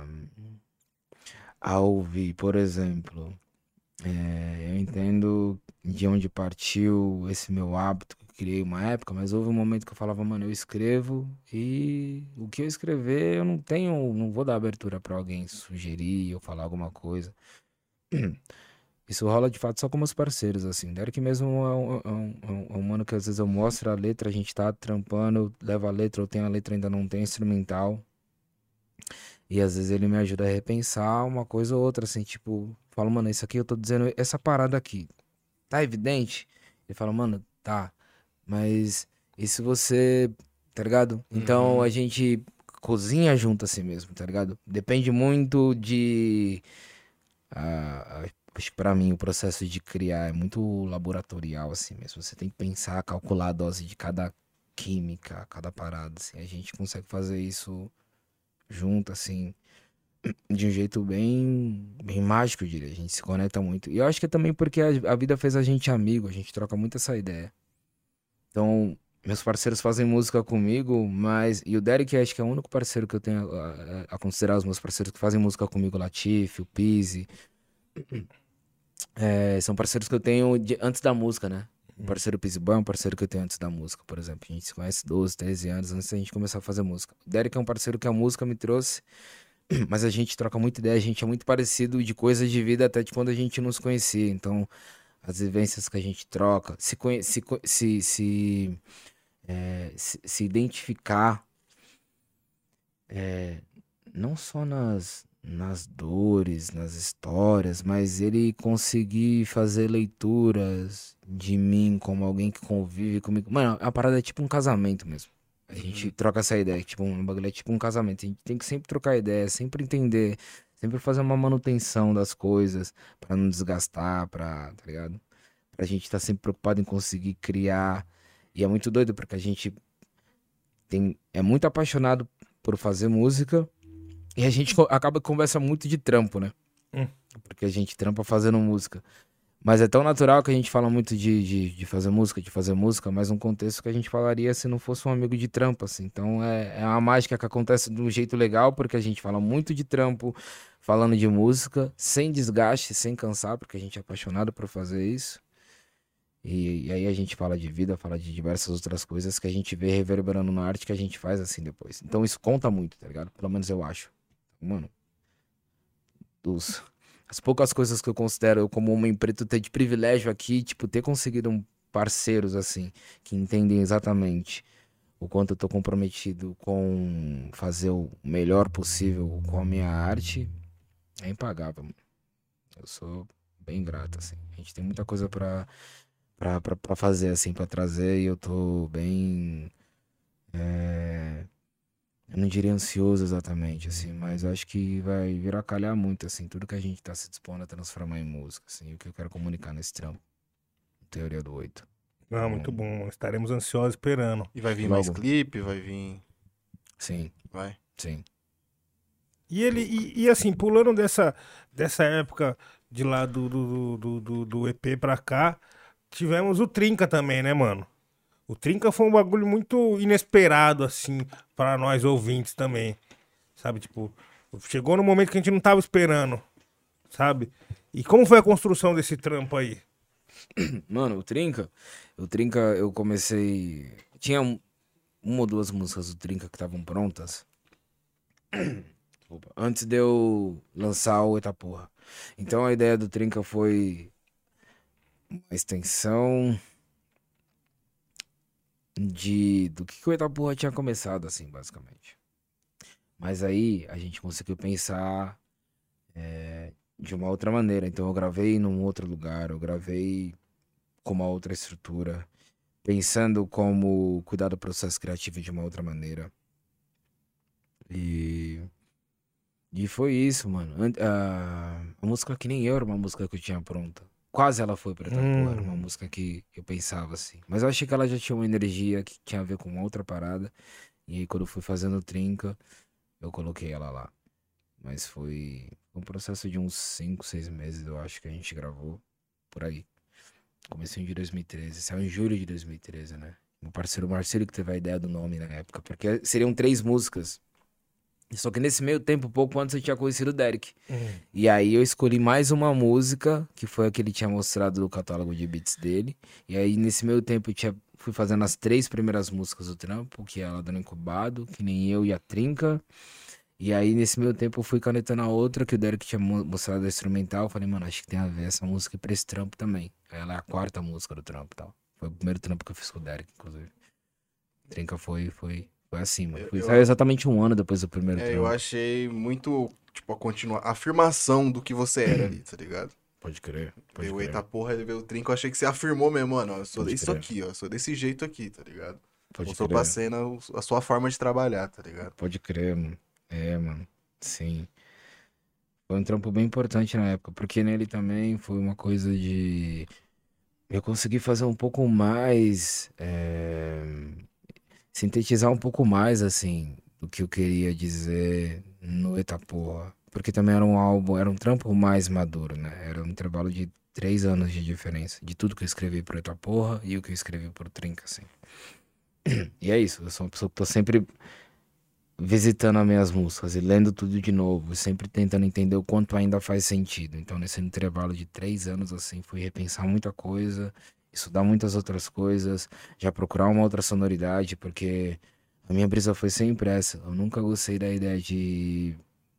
a ouvir, por exemplo. Eu entendo de onde partiu esse meu hábito que eu criei uma época, mas houve um momento que eu falava, mano, eu escrevo e o que eu escrever eu não vou dar abertura pra alguém sugerir ou falar alguma coisa. Isso rola de fato só com meus parceiros, assim. Derek mesmo é um mano que às vezes eu mostro a letra, a gente tá trampando, leva a letra, eu tenho a letra, ainda não tem instrumental. E às vezes ele me ajuda a repensar uma coisa ou outra, assim, tipo, falo, mano, isso aqui eu tô dizendo, essa parada aqui, tá evidente? Ele fala, mano, tá, mas e se você, tá ligado? Então a gente cozinha junto assim mesmo, tá ligado? Depende muito de. Acho que pra mim o processo de criar é muito laboratorial, assim mesmo. Você tem que pensar, calcular a dose de cada química, cada parada, assim. A gente consegue fazer isso junto, assim, de um jeito bem mágico, eu diria. A gente se conecta muito. E eu acho que é também porque a vida fez a gente amigo, a gente troca muito essa ideia. Então, meus parceiros fazem música comigo, mas. E o Derek, acho que é o único parceiro que eu tenho a considerar os meus parceiros que fazem música comigo, o Latif, o Pizzi. São parceiros que eu tenho antes da música, né? O parceiro Pizzi Boy é um parceiro que eu tenho antes da música, por exemplo. A gente se conhece 12, 13 anos antes da gente começar a fazer música. O Derek é um parceiro que a música me trouxe, mas a gente troca muita ideia, a gente é muito parecido de coisas de vida até de quando a gente não se conhecia. Então, as vivências que a gente troca, se identificar, não só nas dores, nas histórias, mas ele conseguir fazer leituras de mim como alguém que convive comigo. Mano, a parada é tipo um casamento mesmo. A gente troca essa ideia, tipo, um bagulho é tipo um casamento. A gente tem que sempre trocar ideia, sempre entender, sempre fazer uma manutenção das coisas pra não desgastar, tá ligado? Pra gente estar sempre preocupado em conseguir criar. E é muito doido, porque a gente é muito apaixonado por fazer música e a gente acaba que conversa muito de trampo, né? Porque a gente trampa fazendo música. Mas é tão natural que a gente fala muito de fazer música, mas um contexto que a gente falaria se não fosse um amigo de trampo, assim. Então é uma mágica que acontece de um jeito legal, porque a gente fala muito de trampo, falando de música, sem desgaste, sem cansar, porque a gente é apaixonado por fazer isso. E aí a gente fala de vida, fala de diversas outras coisas que a gente vê reverberando na arte que a gente faz assim depois. Então isso conta muito, tá ligado? Pelo menos eu acho. Mano, as poucas coisas que eu considero eu como homem preto ter de privilégio aqui, tipo, ter conseguido parceiros assim, que entendem exatamente o quanto eu tô comprometido com fazer o melhor possível com a minha arte, é impagável, mano. Eu sou bem grato, assim. A gente tem muita coisa pra fazer, assim, pra trazer, e eu tô bem. Eu não diria ansioso exatamente, assim, mas eu acho que vai virar calhar muito, assim, tudo que a gente tá se dispondo a transformar em música, assim, o que eu quero comunicar nesse trampo. Teoria do 8. Não, muito bom. Estaremos ansiosos esperando. E vai vir Logo. mais clipe, vai vir. Sim, Vai. sim. E assim, pulando dessa época de lá do EP pra cá, tivemos o Trinca também, né, mano? O Trinca foi um bagulho muito inesperado, assim, pra nós ouvintes também. Sabe, tipo, chegou no momento que a gente não tava esperando, sabe? E como foi a construção desse trampo aí? Mano, o Trinca eu comecei. Tinha uma ou duas músicas do Trinca que estavam prontas. Desculpa. Antes de eu lançar o Eita Porra. Então a ideia do Trinca foi uma extensão do que o Eita Porra tinha começado, assim, basicamente. Mas aí a gente conseguiu pensar de uma outra maneira. Então eu gravei num outro lugar, eu gravei com uma outra estrutura, pensando como cuidar do processo criativo de uma outra maneira. E foi isso, mano. A música Que Nem Eu era uma música que eu tinha pronta. Quase ela foi pra Itapuã, era uma música que eu pensava assim. Mas eu achei que ela já tinha uma energia que tinha a ver com outra parada. E aí quando eu fui fazendo Trinca, eu coloquei ela lá. Mas foi um processo de uns 5, 6 meses, eu acho que a gente gravou por aí. Comecinho de 2013, saiu em julho de 2013, né? Meu parceiro Marcelo que teve a ideia do nome na época, porque seriam 3 músicas. Só que nesse meio tempo, pouco antes eu tinha conhecido o Derek. E aí eu escolhi mais uma música, que foi a que ele tinha mostrado no catálogo de beats dele. E aí nesse meio tempo fui fazendo as 3 primeiras músicas do trampo, que é ela dando incubado, Que Nem Eu e a Trinca. E aí nesse meio tempo eu fui canetando a outra, que o Derek tinha mostrado a instrumental. Eu falei, mano, acho que tem a ver essa música pra esse trampo também. Aí ela é a 4ª música do trampo e tal. Foi o primeiro trampo que eu fiz com o Derek, inclusive. Trinca foi assim, mano. Saiu exatamente um ano depois do primeiro trampo. Eu achei muito, tipo, a afirmação do que você era ali, tá ligado? Pode crer. Veio o Eita Porra, ele veio o Trinco, eu achei que você afirmou mesmo, mano, ó, eu sou Pode isso crer. aqui, ó, eu sou desse jeito aqui, tá ligado? Pode Mostrou crer. pra cena a sua forma de trabalhar, tá ligado? Pode crer, mano. É, mano. Sim. Foi um trampo bem importante na época, porque nele também foi uma coisa de... Eu consegui fazer um pouco mais... sintetizar um pouco mais, assim, do que eu queria dizer no Eita Porra. Porque também era um álbum, era um trampo mais maduro, né? Era um intervalo de 3 anos de diferença. De tudo que eu escrevi pro Eita Porra e o que eu escrevi pro Trinca, assim. E é isso, eu sou uma pessoa que tô sempre visitando as minhas músicas e lendo tudo de novo, sempre tentando entender o quanto ainda faz sentido. Então, nesse intervalo de 3 anos, assim, fui repensar muita coisa, estudar muitas outras coisas, já procurar uma outra sonoridade, porque a minha brisa foi sempre essa. Eu nunca gostei da ideia de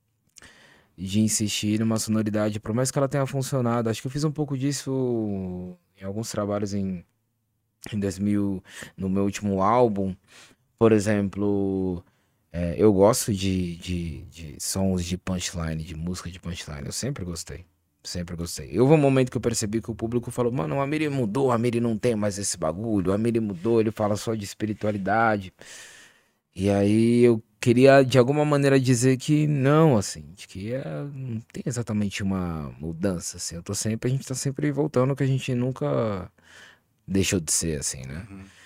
insistir numa sonoridade, por mais que ela tenha funcionado. Acho que eu fiz um pouco disso em alguns trabalhos em 2000, no meu último álbum. Por exemplo, eu gosto de sons de punchline, de música de punchline. Eu sempre gostei. Sempre gostei. Houve um momento que eu percebi que o público falou, mano, o Amiri mudou, o Amiri não tem mais esse bagulho, o Amiri mudou, ele fala só de espiritualidade. E aí eu queria, de alguma maneira, dizer que não, assim, de que não tem exatamente uma mudança, assim. A gente tá sempre voltando ao que a gente nunca deixou de ser, assim, né?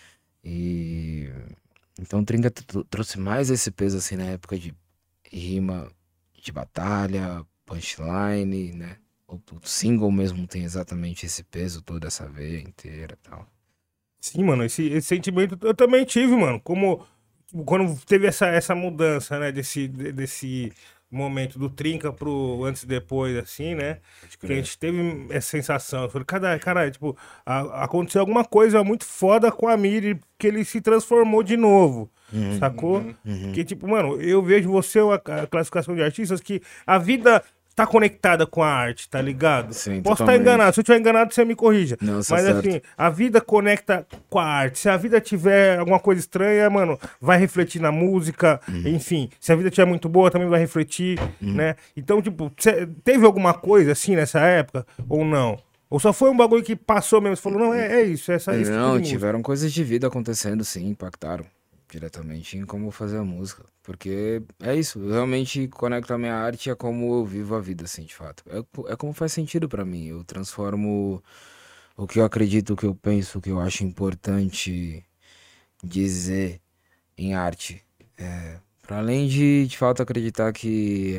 E... Então o Trinca trouxe mais esse peso, assim, na época de rima, de batalha, punchline, né? O single mesmo tem exatamente esse peso, toda essa veia inteira e tal. Sim, mano, esse sentimento eu também tive, mano. Como quando teve essa mudança, né? Desse momento do Trinca pro antes e depois, assim, né? Que a gente teve essa sensação. Eu falei, caralho, tipo, aconteceu alguma coisa muito foda com a Miri, que ele se transformou de novo. Sacou? Porque, tipo, mano, eu vejo você, a classificação de artistas, que a vida tá conectada com a arte, tá ligado? Sim, Posso estar totalmente. enganado, se eu estiver enganado, você me corrija. Não, tá Mas certo. assim, a vida conecta com a arte. Se a vida tiver alguma coisa estranha, mano, vai refletir na música, enfim. Se a vida tiver muito boa, também vai refletir, né? Então, tipo, teve alguma coisa assim nessa época ou não? Ou só foi um bagulho que passou mesmo? Você falou, não, é isso, esse tipo de Não, música. tiveram coisas de vida acontecendo, sim, impactaram diretamente em como fazer a música. Porque é isso, eu realmente conecto a minha arte a como eu vivo a vida, assim, de fato. É como faz sentido pra mim. Eu transformo o que eu acredito, o que eu penso, o que eu acho importante dizer em arte. Para além de fato acreditar que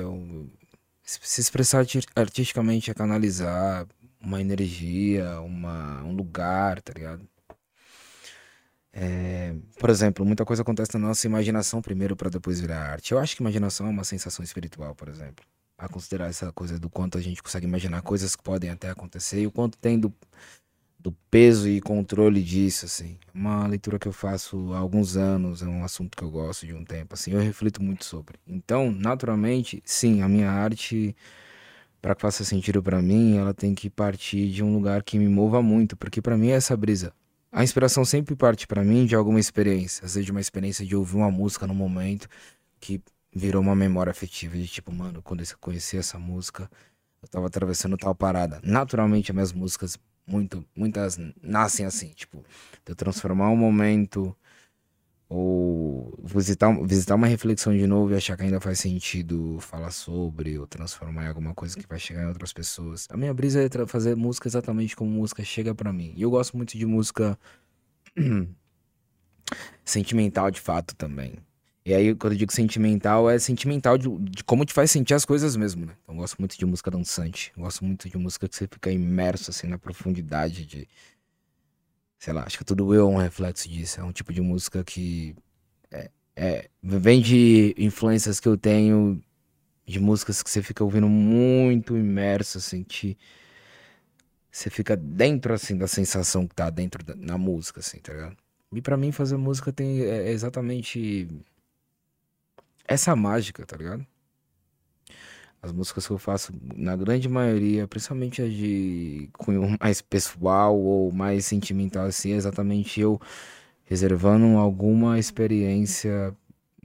se expressar artisticamente é canalizar uma energia, um lugar, tá ligado? Por exemplo, muita coisa acontece na nossa imaginação primeiro para depois virar arte. Eu acho que imaginação é uma sensação espiritual, por exemplo. A considerar essa coisa do quanto a gente consegue imaginar coisas que podem até acontecer e o quanto tem do peso e controle disso, assim. Uma leitura que eu faço há alguns anos, é um assunto que eu gosto de um tempo, assim, eu reflito muito sobre. Então, naturalmente, sim, a minha arte, para que faça sentido para mim, ela tem que partir de um lugar que me mova muito, porque para mim é essa brisa. A inspiração sempre parte para mim de alguma experiência, às vezes de uma experiência de ouvir uma música num momento que virou uma memória afetiva de tipo, mano, quando eu conheci essa música, eu tava atravessando tal parada. Naturalmente, as minhas músicas, muitas nascem assim, tipo, de eu transformar um momento ou visitar uma reflexão de novo e achar que ainda faz sentido falar sobre ou transformar em alguma coisa que vai chegar em outras pessoas. A minha brisa é fazer música exatamente como música chega pra mim. E eu gosto muito de música sentimental de fato também. E aí, quando eu digo sentimental, é sentimental de como te faz sentir as coisas mesmo, né? Então, eu gosto muito de música dançante. Eu gosto muito de música que você fica imerso, assim, na profundidade de... Sei lá, acho que Tudo Eu é um reflexo disso. É um tipo de música que... vem de influências que eu tenho, de músicas que você fica ouvindo muito imerso, assim, você fica dentro, assim, da sensação que tá dentro na música, assim, tá ligado? E pra mim, fazer música é exatamente... essa mágica, tá ligado? As músicas que eu faço, na grande maioria, principalmente as de cunho mais pessoal ou mais sentimental, assim, é exatamente eu reservando alguma experiência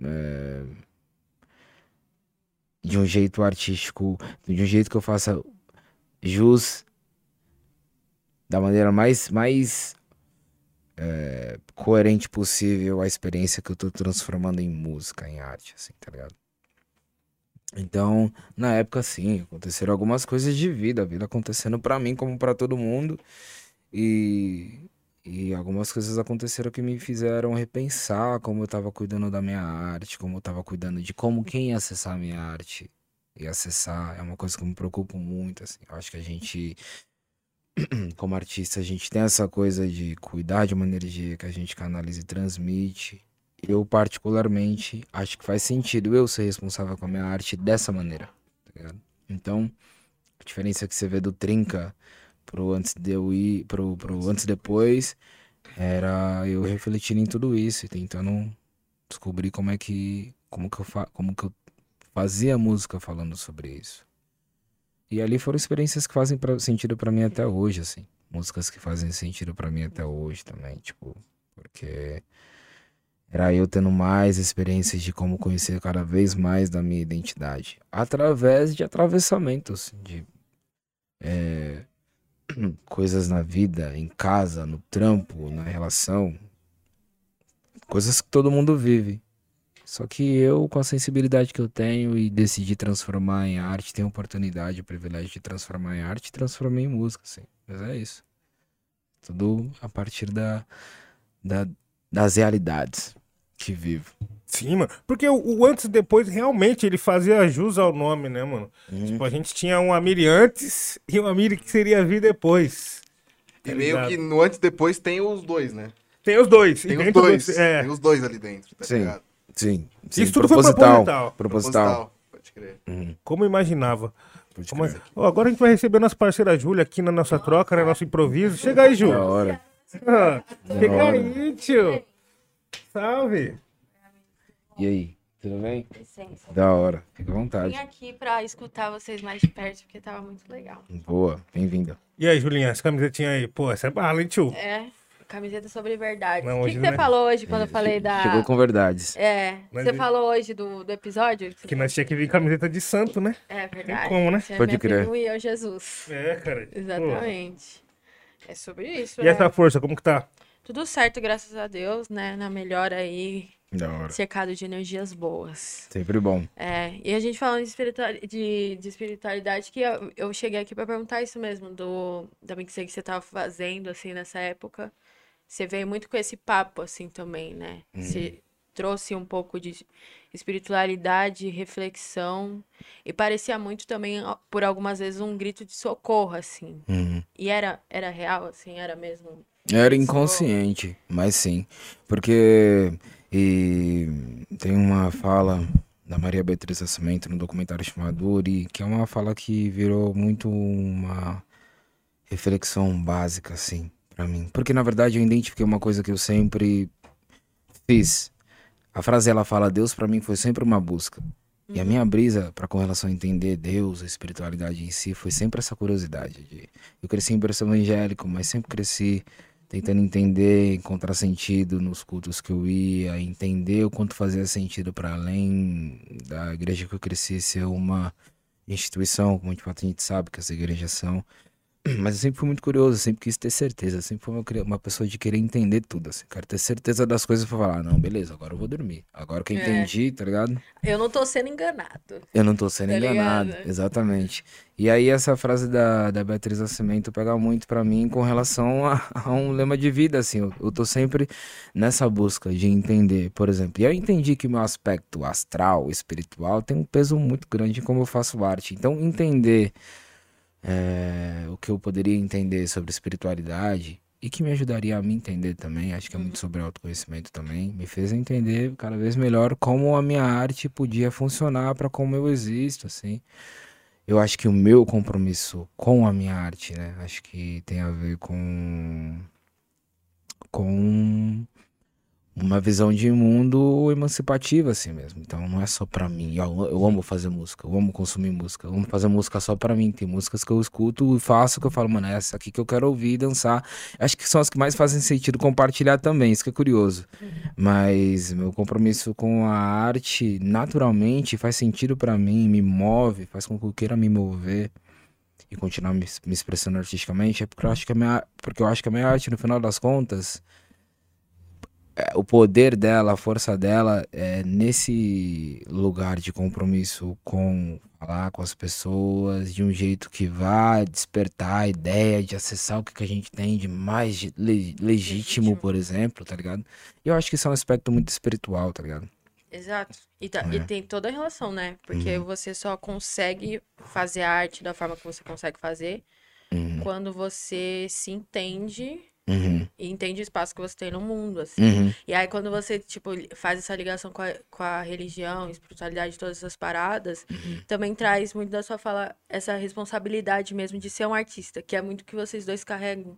de um jeito artístico, de um jeito que eu faça jus da maneira mais coerente possível a experiência que eu tô transformando em música, em arte, assim, tá ligado? Então, na época, sim, aconteceram algumas coisas de vida, a vida acontecendo pra mim como pra todo mundo, e algumas coisas aconteceram que me fizeram repensar como eu tava cuidando da minha arte, como eu tava cuidando de como quem ia acessar a minha arte e acessar, é uma coisa que eu me preocupo muito, assim, eu acho que a gente, como artista, a gente tem essa coisa de cuidar de uma energia que a gente canaliza e transmite. Eu, particularmente, acho que faz sentido eu ser responsável com a minha arte dessa maneira, tá ligado? Então, a diferença que você vê do Trinca pro antes de eu ir, pro antes e depois, era eu refletindo em tudo isso e tentando descobrir como que eu fazia música falando sobre isso. E ali foram experiências que fazem sentido pra mim até hoje, assim. Músicas que fazem sentido pra mim até hoje também, tipo, porque era eu tendo mais experiências de como conhecer cada vez mais da minha identidade. Através de atravessamentos, de coisas na vida, em casa, no trampo, na relação. Coisas que todo mundo vive. Só que eu, com a sensibilidade que eu tenho e decidi transformar em arte, tenho a oportunidade, o privilégio de transformar em arte, transformei em música, assim. Mas é isso. Tudo a partir das realidades que vivo. Sim, mano. Porque o antes e depois realmente ele fazia jus ao nome, né, mano? Tipo, a gente tinha um Amiri antes e um Amiri que seria vir depois. E meio que no antes e depois tem os dois, né? Tem os dois. Tem e os dentro dois. do- Tem os dois ali dentro, tá Sim. ligado? Sim. Isso tudo foi proposital. Proposital. Pode crer. Como eu imaginava. Pode Como crer. Ó, agora a gente vai receber nossa parceira Júlia aqui na nossa troca, né? Nosso improviso. Chega aí, Ju. Da hora. Ah, Chega hora. aí, tio. Salve. E aí? Tudo bem? Licença. Da hora. Fica à vontade. Vim aqui pra escutar vocês mais de perto, porque tava muito legal. Boa. Bem-vinda. E aí, Julinha, essa camisetinha aí? Pô, essa é bala, hein, tio? É, camiseta sobre verdade. Não, O que hoje que não você é. falou hoje quando eu falei da... Chegou com verdades. Mas você ele- falou hoje do episódio? Que nós tinha que vir camiseta de santo, né? É verdade. como, né? Você Pode me crer. atribuiu a Jesus. É, cara. Exatamente. É sobre isso, Pô. E né? essa força, como que tá? Tudo certo, graças a Deus, né? Na melhora aí, Da hora. cercado de energias boas. Sempre bom. E a gente falando de espiritualidade, que eu cheguei aqui pra perguntar isso mesmo, da mixtape que você tava fazendo, assim, nessa época. Você veio muito com esse papo, assim, também, né? Você trouxe um pouco de espiritualidade, reflexão, e parecia muito também, por algumas vezes, um grito de socorro, assim. E era real, assim, era mesmo... Era inconsciente, mas sim. Porque tem uma fala da Maria Beatriz Nascimento no documentário chamado Uri, que é uma fala que virou muito uma reflexão básica, assim, pra mim. Porque, na verdade, eu identifiquei uma coisa que eu sempre fiz. A frase, ela fala, Deus pra mim foi sempre uma busca. E a minha brisa pra com relação a entender Deus, a espiritualidade em si, foi sempre essa curiosidade. Eu cresci em berço evangélico, mas sempre cresci tentando entender, encontrar sentido nos cultos que eu ia, entender o quanto fazia sentido para além a igreja que eu cresci ser uma instituição, como de fato a gente sabe que as igrejas são. Mas eu sempre fui muito curioso, eu sempre quis ter certeza, sempre fui uma pessoa de querer entender tudo, assim, quero ter certeza das coisas pra falar, não, beleza, agora eu vou dormir. Agora que eu entendi, tá ligado? Eu não tô sendo enganado. Eu não tô sendo Tá enganado, ligado? exatamente. E aí essa frase da Beatriz Nascimento pega muito pra mim com relação a um lema de vida, assim, eu tô sempre nessa busca de entender, por exemplo, e eu entendi que o meu aspecto astral, espiritual, tem um peso muito grande em como eu faço arte, então entender o que eu poderia entender sobre espiritualidade e que me ajudaria a me entender também, acho que é muito sobre autoconhecimento também, me fez entender cada vez melhor como a minha arte podia funcionar para como eu existo, assim. Eu acho que o meu compromisso com a minha arte, né, acho que tem a ver com uma visão de mundo emancipativa, assim mesmo. Então não é só pra mim. Eu amo fazer música, eu amo consumir música, eu amo fazer música só pra mim. Tem músicas que eu escuto e faço que eu falo, mano, é essa aqui que eu quero ouvir e dançar. Acho que são as que mais fazem sentido compartilhar também, isso que é curioso. Mas meu compromisso com a arte, naturalmente, faz sentido pra mim, me move, faz com que eu queira me mover e continuar me expressando artisticamente, é porque eu acho que a minha arte, no final das contas, o poder dela, a força dela é nesse lugar de compromisso com falar com as pessoas de um jeito que vai despertar a ideia de acessar o que a gente tem de mais legítimo, por exemplo, tá ligado? E eu acho que isso é um aspecto muito espiritual, tá ligado? Exato. E tem toda a relação, né? Porque você só consegue fazer a arte da forma que você consegue fazer quando você se entende e entende o espaço que você tem no mundo, assim. E aí, quando você, tipo, faz essa ligação com a religião, espiritualidade, todas essas paradas, também traz muito da sua fala essa responsabilidade mesmo de ser um artista, que é muito que vocês dois carregam.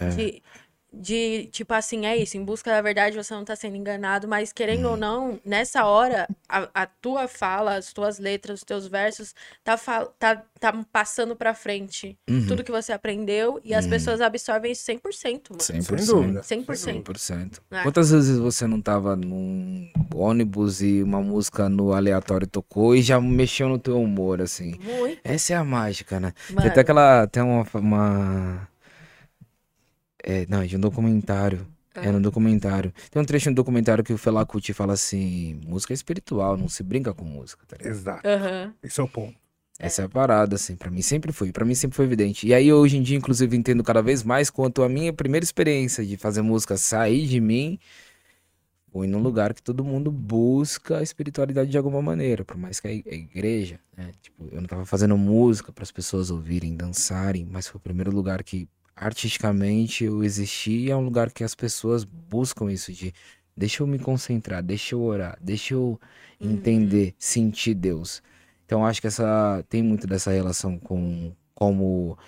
Tipo assim, é isso, em busca da verdade você não tá sendo enganado, mas querendo ou não, nessa hora, a tua fala, as tuas letras, os teus versos, tá passando pra frente tudo que você aprendeu e as pessoas absorvem isso 100%, mano. 100%. Sem dúvida. 100%. 100%. É. Quantas vezes você não tava num ônibus e uma música no aleatório tocou e já mexeu no teu humor, assim? Muito. Essa é a mágica, né? Tem Mano. até tem uma... não, é de um documentário. É no documentário. Tem um trecho no documentário que o Fela Kuti fala assim, música é espiritual, não se brinca com música, tá ligado? Exato. Aham. Esse é o ponto. Essa é a parada, assim, pra mim sempre foi evidente. E aí, hoje em dia, inclusive, entendo cada vez mais quanto a minha primeira experiência de fazer música sair de mim foi num lugar que todo mundo busca a espiritualidade de alguma maneira, por mais que a igreja, né? Tipo, eu não tava fazendo música para as pessoas ouvirem, dançarem, mas foi o primeiro lugar que, artisticamente, eu existi e é um lugar que as pessoas buscam isso de deixa eu me concentrar, deixa eu orar, deixa eu entender, sentir Deus. Então acho que tem muito dessa relação com como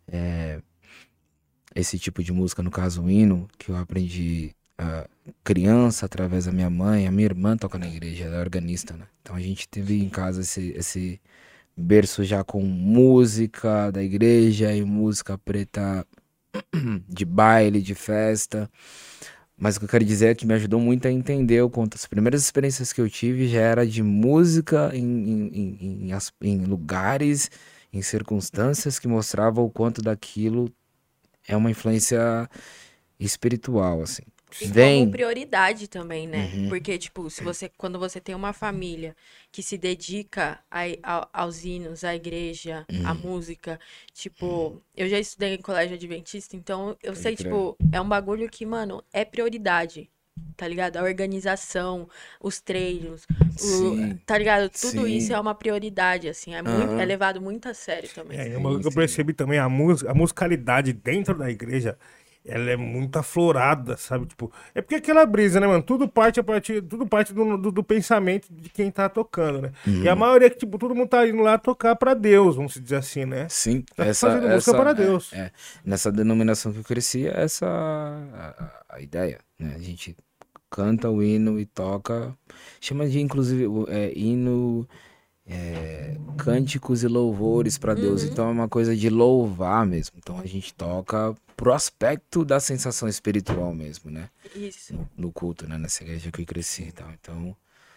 esse tipo de música, no caso o hino, que eu aprendi criança através da minha mãe, a minha irmã toca na igreja, ela é organista, né? Então a gente teve em casa esse berço já com música da igreja e música preta de baile, de festa. Mas o que eu quero dizer é que me ajudou muito a entender o quanto as primeiras experiências que eu tive já era de música em lugares, em circunstâncias que mostravam o quanto daquilo é uma influência espiritual, assim. E como prioridade também, né? Porque, tipo, quando você tem uma família que se dedica aos hinos, à igreja, à música, tipo, eu já estudei em colégio adventista, então eu sei, tipo, é um bagulho que, mano, é prioridade, tá ligado? A organização, os treinos, tá ligado? Tudo isso é uma prioridade, assim, é levado muito a sério também. É uma coisa que eu percebi também, a musicalidade dentro da igreja, ela é muito aflorada, sabe? Tipo, é porque aquela brisa, né, mano? Tudo parte do pensamento de quem tá tocando, né? E a maioria que, tipo, todo mundo tá indo lá tocar pra Deus, vamos dizer assim, né? Sim, Tá fazendo música para Deus. Nessa denominação que eu cresci, essa a ideia, né? A gente canta o hino e toca, chama de, inclusive, hino... cânticos e louvores pra Deus, então é uma coisa de louvar mesmo, então a gente toca pro aspecto da sensação espiritual mesmo, né? Isso. No culto, né? Nessa igreja que eu cresci e tal, então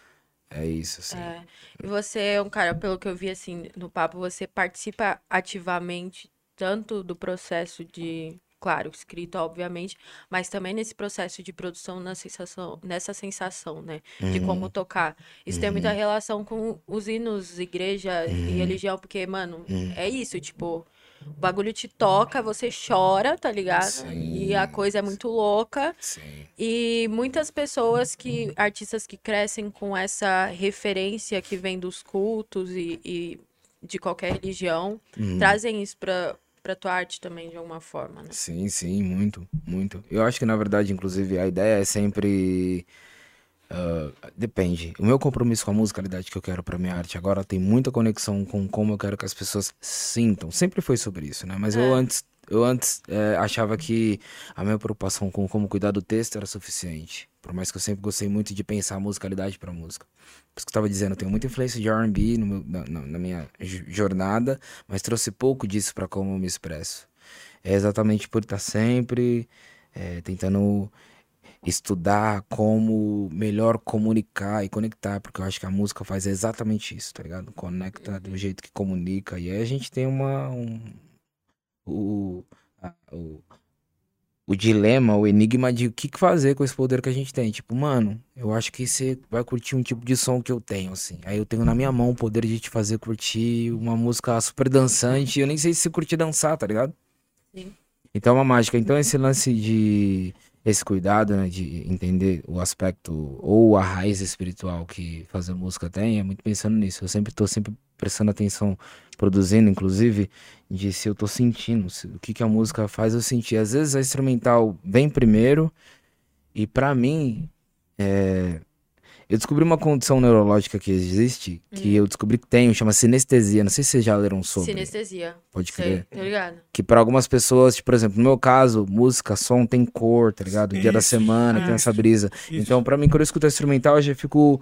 É isso, assim. É. E você é um cara, pelo que eu vi assim no papo, você participa ativamente tanto do processo de, claro, escrita, obviamente, mas também nesse processo de produção nessa sensação, né, de como Uhum, tocar. Isso tem muita uhum, relação com os hinos, igreja e uhum, religião, porque, mano, uhum. é isso, tipo, o bagulho te toca, você chora, tá ligado? E a Sim, coisa é muito louca. sim. E muitas pessoas artistas que crescem com essa referência que vem dos cultos e de qualquer religião, Uhum. trazem isso pra tua arte também, de alguma forma, né? Sim, sim, muito, muito. Eu acho que, na verdade, inclusive, a ideia é sempre. Depende. O meu compromisso com a musicalidade que eu quero pra minha arte agora tem muita conexão com como eu quero que as pessoas sintam. Sempre foi sobre isso, né? Mas É, eu antes achava que a minha preocupação com como cuidar do texto era suficiente. Por mais que eu sempre gostei muito de pensar a musicalidade pra música. Por isso que eu estava dizendo, eu tenho muita influência de R&B na minha jornada, mas trouxe pouco disso pra como eu me expresso. É exatamente por estar sempre tentando estudar como melhor comunicar e conectar, porque eu acho que a música faz exatamente isso, tá ligado? Conecta do jeito que comunica, e aí a gente tem o, o, o dilema, o enigma de o que que fazer com esse poder que a gente tem. Tipo, mano, eu acho que você vai curtir um tipo de som que eu tenho, assim. Aí eu tenho na minha mão o poder de te fazer curtir uma música super dançante, e eu nem sei se você curte dançar, tá ligado? sim. Então é uma mágica. Então esse lance de esse cuidado, né, de entender o aspecto ou a raiz espiritual que fazer música tem, é muito pensando nisso. Eu sempre tô sempre prestando atenção, produzindo, inclusive, de se eu tô sentindo, o que que a música faz eu sentir. Às vezes a instrumental vem primeiro e pra mim eu descobri uma condição neurológica que existe, que Hum. eu descobri que tenho, chama sinestesia. Não sei se vocês já leram sobre. Sinestesia. Pode Sei, crer. tá ligado? Que pra algumas pessoas, tipo, por exemplo, no meu caso, música, som tem cor, tá ligado? O dia da Isso, semana tem essa brisa. Então, isso. pra mim, quando eu escuto instrumental, eu já fico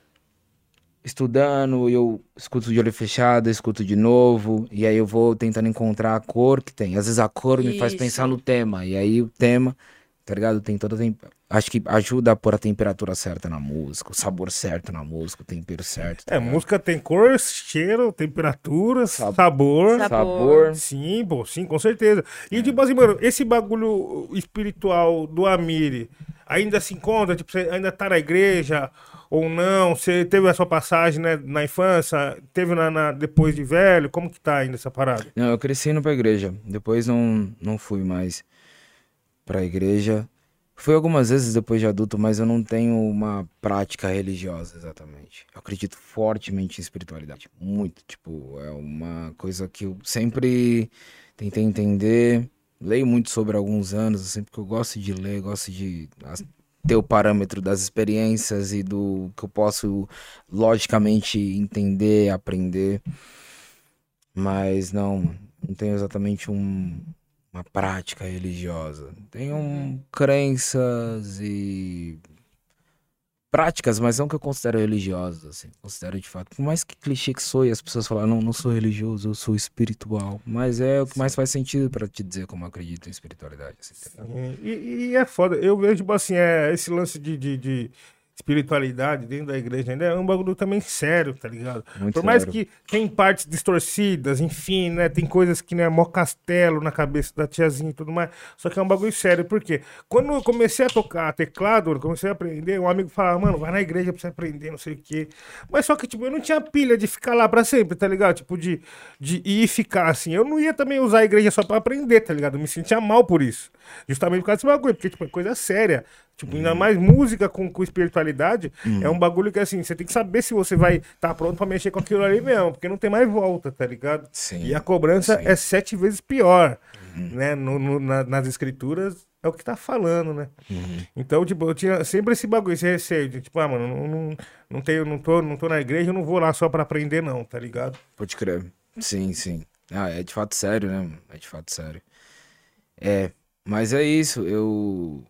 estudando, eu escuto de olho fechado, eu escuto de novo, e aí eu vou tentando encontrar a cor que tem. Às vezes a cor me faz pensar no Isso. tema, e aí o tema, tá ligado? Tem toda a acho que ajuda a pôr a temperatura certa na música, o sabor certo na música, o tempero certo, tá É, ligado? música tem cor, cheiro, temperatura, Sab- sabor. Sabor. Sim, pô, sim, com certeza. E tipo assim, mano, esse bagulho espiritual do Amiri ainda se encontra? Tipo, você ainda tá na igreja ou não? Você teve a sua passagem, né, na infância? Teve depois de velho? Como que tá ainda essa parada? Não, eu cresci indo pra igreja, depois não fui mais pra igreja. Fui algumas vezes depois de adulto, mas eu não tenho uma prática religiosa exatamente. Eu acredito fortemente em espiritualidade. Muito. Tipo, é uma coisa que eu sempre tentei entender. Leio muito sobre há alguns anos, assim, porque eu gosto de ler, gosto de ter o parâmetro das experiências e do que eu posso logicamente entender, aprender. Mas não tenho exatamente uma prática religiosa. Tenho crenças e práticas, mas não que eu considero religiosas, assim. Considero de fato. Por mais que clichê que sou e as pessoas falam, não sou religioso, eu sou espiritual. Mas é o que mais faz sentido pra te dizer como eu acredito em espiritualidade, assim, tá ligado? E é foda. Eu vejo, tipo assim, esse lance de espiritualidade dentro da igreja ainda é um bagulho também sério, tá ligado? Muito Por mais sério. que tem partes distorcidas, enfim, né? Tem coisas que, né, mó castelo na cabeça da tiazinha e tudo mais. Só que é um bagulho sério. Por quê? Quando eu comecei a tocar teclado, eu comecei a aprender, um amigo falava, mano, vai na igreja pra você aprender, não sei o quê. Mas só que, tipo, eu não tinha pilha de ficar lá pra sempre, tá ligado? Tipo, de ir e ficar assim. Eu não ia também usar a igreja só pra aprender, tá ligado? Eu me sentia mal por isso. Justamente por causa desse bagulho, porque, tipo, é coisa séria. Tipo, ainda mais música com espiritualidade, é um bagulho que, assim, você tem que saber se você vai estar pronto pra mexer com aquilo ali mesmo, porque não tem mais volta, tá ligado? Sim, E a cobrança sim. é 7 vezes pior, né? Nas escrituras é o que tá falando, né? Então, tipo, eu tinha sempre esse bagulho, esse receio, de, tipo, mano, não tô na igreja, eu não vou lá só pra aprender, não, tá ligado? Pode crer. Sim, sim. Ah, é de fato sério, né? É de fato sério. É, mas é isso, eu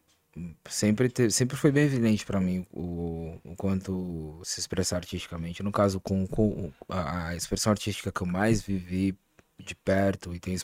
sempre foi bem evidente pra mim o quanto se expressar artisticamente. No caso, com a expressão artística que eu mais vivi de perto e tenho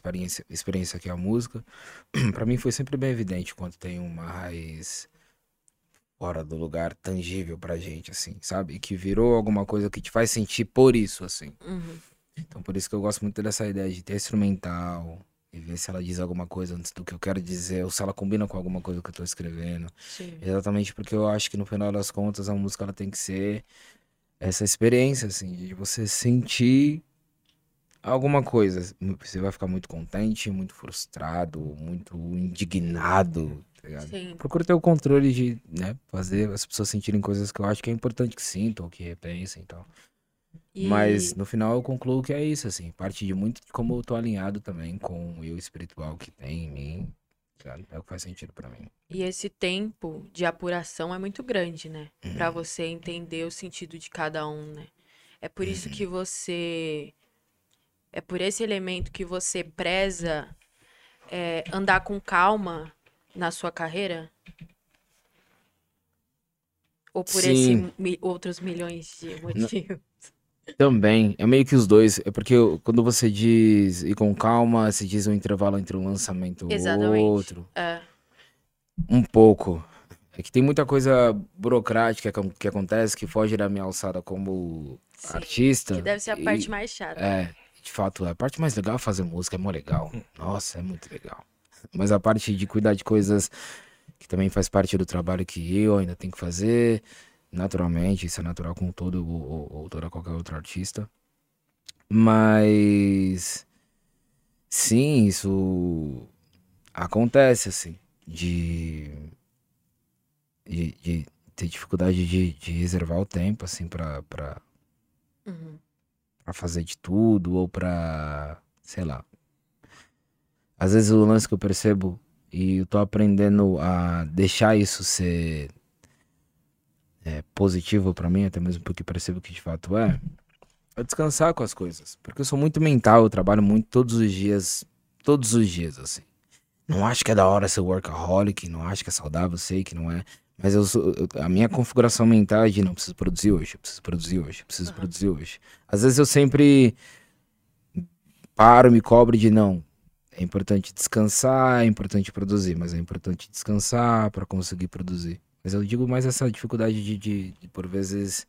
experiência que é a música, pra mim foi sempre bem evidente o quanto tem uma raiz fora do lugar tangível pra gente, assim, sabe? E que virou alguma coisa que te faz sentir por isso, assim. Uhum. Então por isso que eu gosto muito dessa ideia de ter instrumental e ver se ela diz alguma coisa antes do que eu quero dizer, ou se ela combina com alguma coisa que eu tô escrevendo. Sim. Exatamente porque eu acho que no final das contas a música ela tem que ser essa experiência, assim, de você sentir alguma coisa. Você vai ficar muito contente, muito frustrado, muito indignado, tá ligado? Sim. Procuro ter o controle de, né, fazer as pessoas sentirem coisas que eu acho que é importante que sintam, ou que repensem e tal. E... Mas no final eu concluo que é isso, assim, parte de muito de como eu tô alinhado também com o eu espiritual que tem em mim, tá ligado? É o que faz sentido pra mim. E esse tempo de apuração é muito grande, né? Pra você entender o sentido de cada um, né? É por isso que você... É por esse elemento que você preza andar com calma na sua carreira? Ou por Sim. outros milhões de motivos? Também, é meio que os dois, é porque quando você diz ir com calma, se diz um intervalo entre um lançamento e Exatamente. outro, É. um pouco. É que tem muita coisa burocrática que acontece que foge da minha alçada como Sim, artista. que deve ser a parte mais chata. É, de fato, a parte mais legal é fazer música, é mó legal. Nossa, é muito legal. Mas a parte de cuidar de coisas que também faz parte do trabalho que eu ainda tenho que fazer, naturalmente, isso é natural com todo ou toda qualquer outro artista. Mas sim, isso acontece, assim, de ter dificuldade de reservar o tempo, assim, pra Uhum. fazer de tudo, ou pra, sei lá. Às vezes o lance que eu percebo, e eu tô aprendendo a deixar isso ser positivo pra mim, até mesmo porque percebo que de fato é descansar com as coisas. Porque eu sou muito mental, eu trabalho muito todos os dias, assim. Não acho que é da hora ser workaholic, não acho que é saudável, sei que não é. Mas a minha configuração mental é de não, preciso produzir hoje, preciso produzir hoje, preciso produzir hoje. Às vezes eu sempre paro, me cobro de não. É importante descansar, é importante produzir, mas é importante descansar para conseguir produzir. Mas eu digo mais essa dificuldade de por vezes,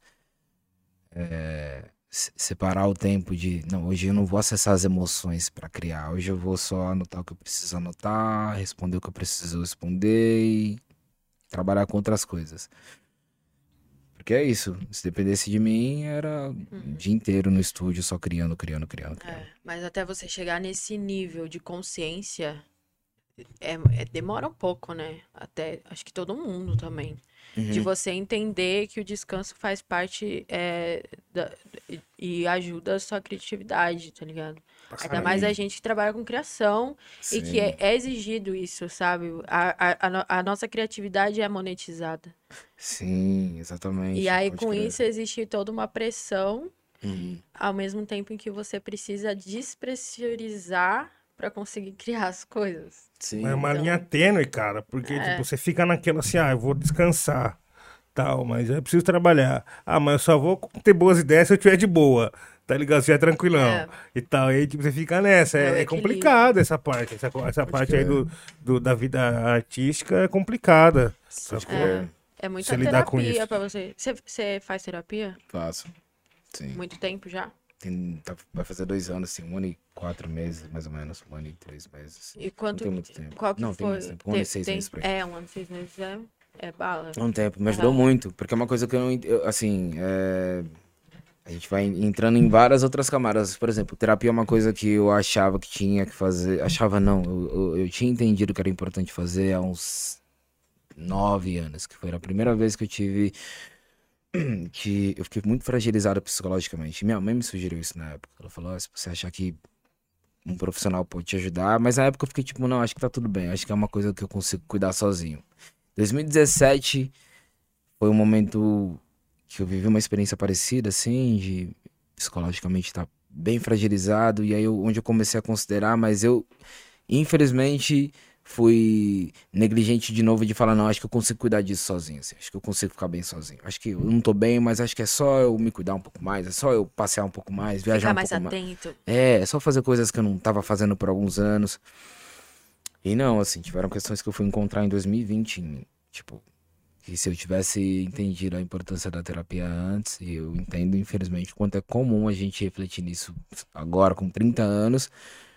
separar o tempo de, não, hoje eu não vou acessar as emoções para criar, hoje eu vou só anotar o que eu preciso anotar, responder o que eu preciso responder e trabalhar com outras coisas. Porque é isso, se dependesse de mim, era o dia inteiro no estúdio só criando. Mas até você chegar nesse nível de consciência, demora um pouco, né? Até, acho que todo mundo também. De você entender que o descanso faz parte e ajuda a sua criatividade, tá ligado? Ainda mais a gente que trabalha com criação e que é exigido isso, sabe? A nossa criatividade é monetizada. Sim, exatamente. E aí, pode com crer. isso, existe toda uma pressão, ao mesmo tempo em que você precisa despressurizar para conseguir criar as coisas. Sim. É uma Então- linha tênue, cara, porque tipo, você fica naquela assim, eu vou descansar, tal, mas eu preciso trabalhar. Mas eu só vou ter boas ideias se eu tiver de boa, tá ligado? Se é tranquilão É. e tal. Aí tipo, você fica nessa. É o É equilíbrio. complicado essa parte. Essa parte aí da vida artística é complicada. sacou? É muita Você lidar com terapia isso. pra você. Você faz terapia? Faço. Sim. Muito tempo já? Vai fazer 2 anos, assim, 1 ano e 4 meses, mais ou menos. 1 ano e 3 meses. E quanto? Não tem muito tempo. Qual que Não, tem foi? mais tempo. 1 ano e 6 meses por aí. 1 ano e 6 meses é bala. Um tempo, me ajudou muito, porque é uma coisa que eu não. Assim, a gente vai entrando em várias outras camadas. Por exemplo, terapia é uma coisa que eu achava que tinha que fazer. Achava não, eu tinha entendido que era importante fazer há uns 9 anos, que foi a primeira vez que eu tive. Que eu fiquei muito fragilizado psicologicamente. Minha mãe me sugeriu isso na época. Ela falou: se você achar que um profissional pode te ajudar, mas na época eu fiquei tipo, não, acho que tá tudo bem, acho que é uma coisa que eu consigo cuidar sozinho. 2017 foi um momento que eu vivi uma experiência parecida, assim, de psicologicamente estar bem fragilizado, e aí onde eu comecei a considerar, mas eu, infelizmente, fui negligente de novo de falar, não, acho que eu consigo cuidar disso sozinho, assim, acho que eu consigo ficar bem sozinho. Acho que eu não tô bem, mas acho que é só eu me cuidar um pouco mais, é só eu passear um pouco mais, viajar Ficar um mais pouco mais. atento. É só fazer coisas que eu não tava fazendo por alguns anos. E não, assim, tiveram questões que eu fui encontrar em 2020 em mim. Tipo, Que se eu tivesse entendido a importância da terapia antes, e eu entendo, infelizmente, quanto é comum a gente refletir nisso agora, com 30 anos,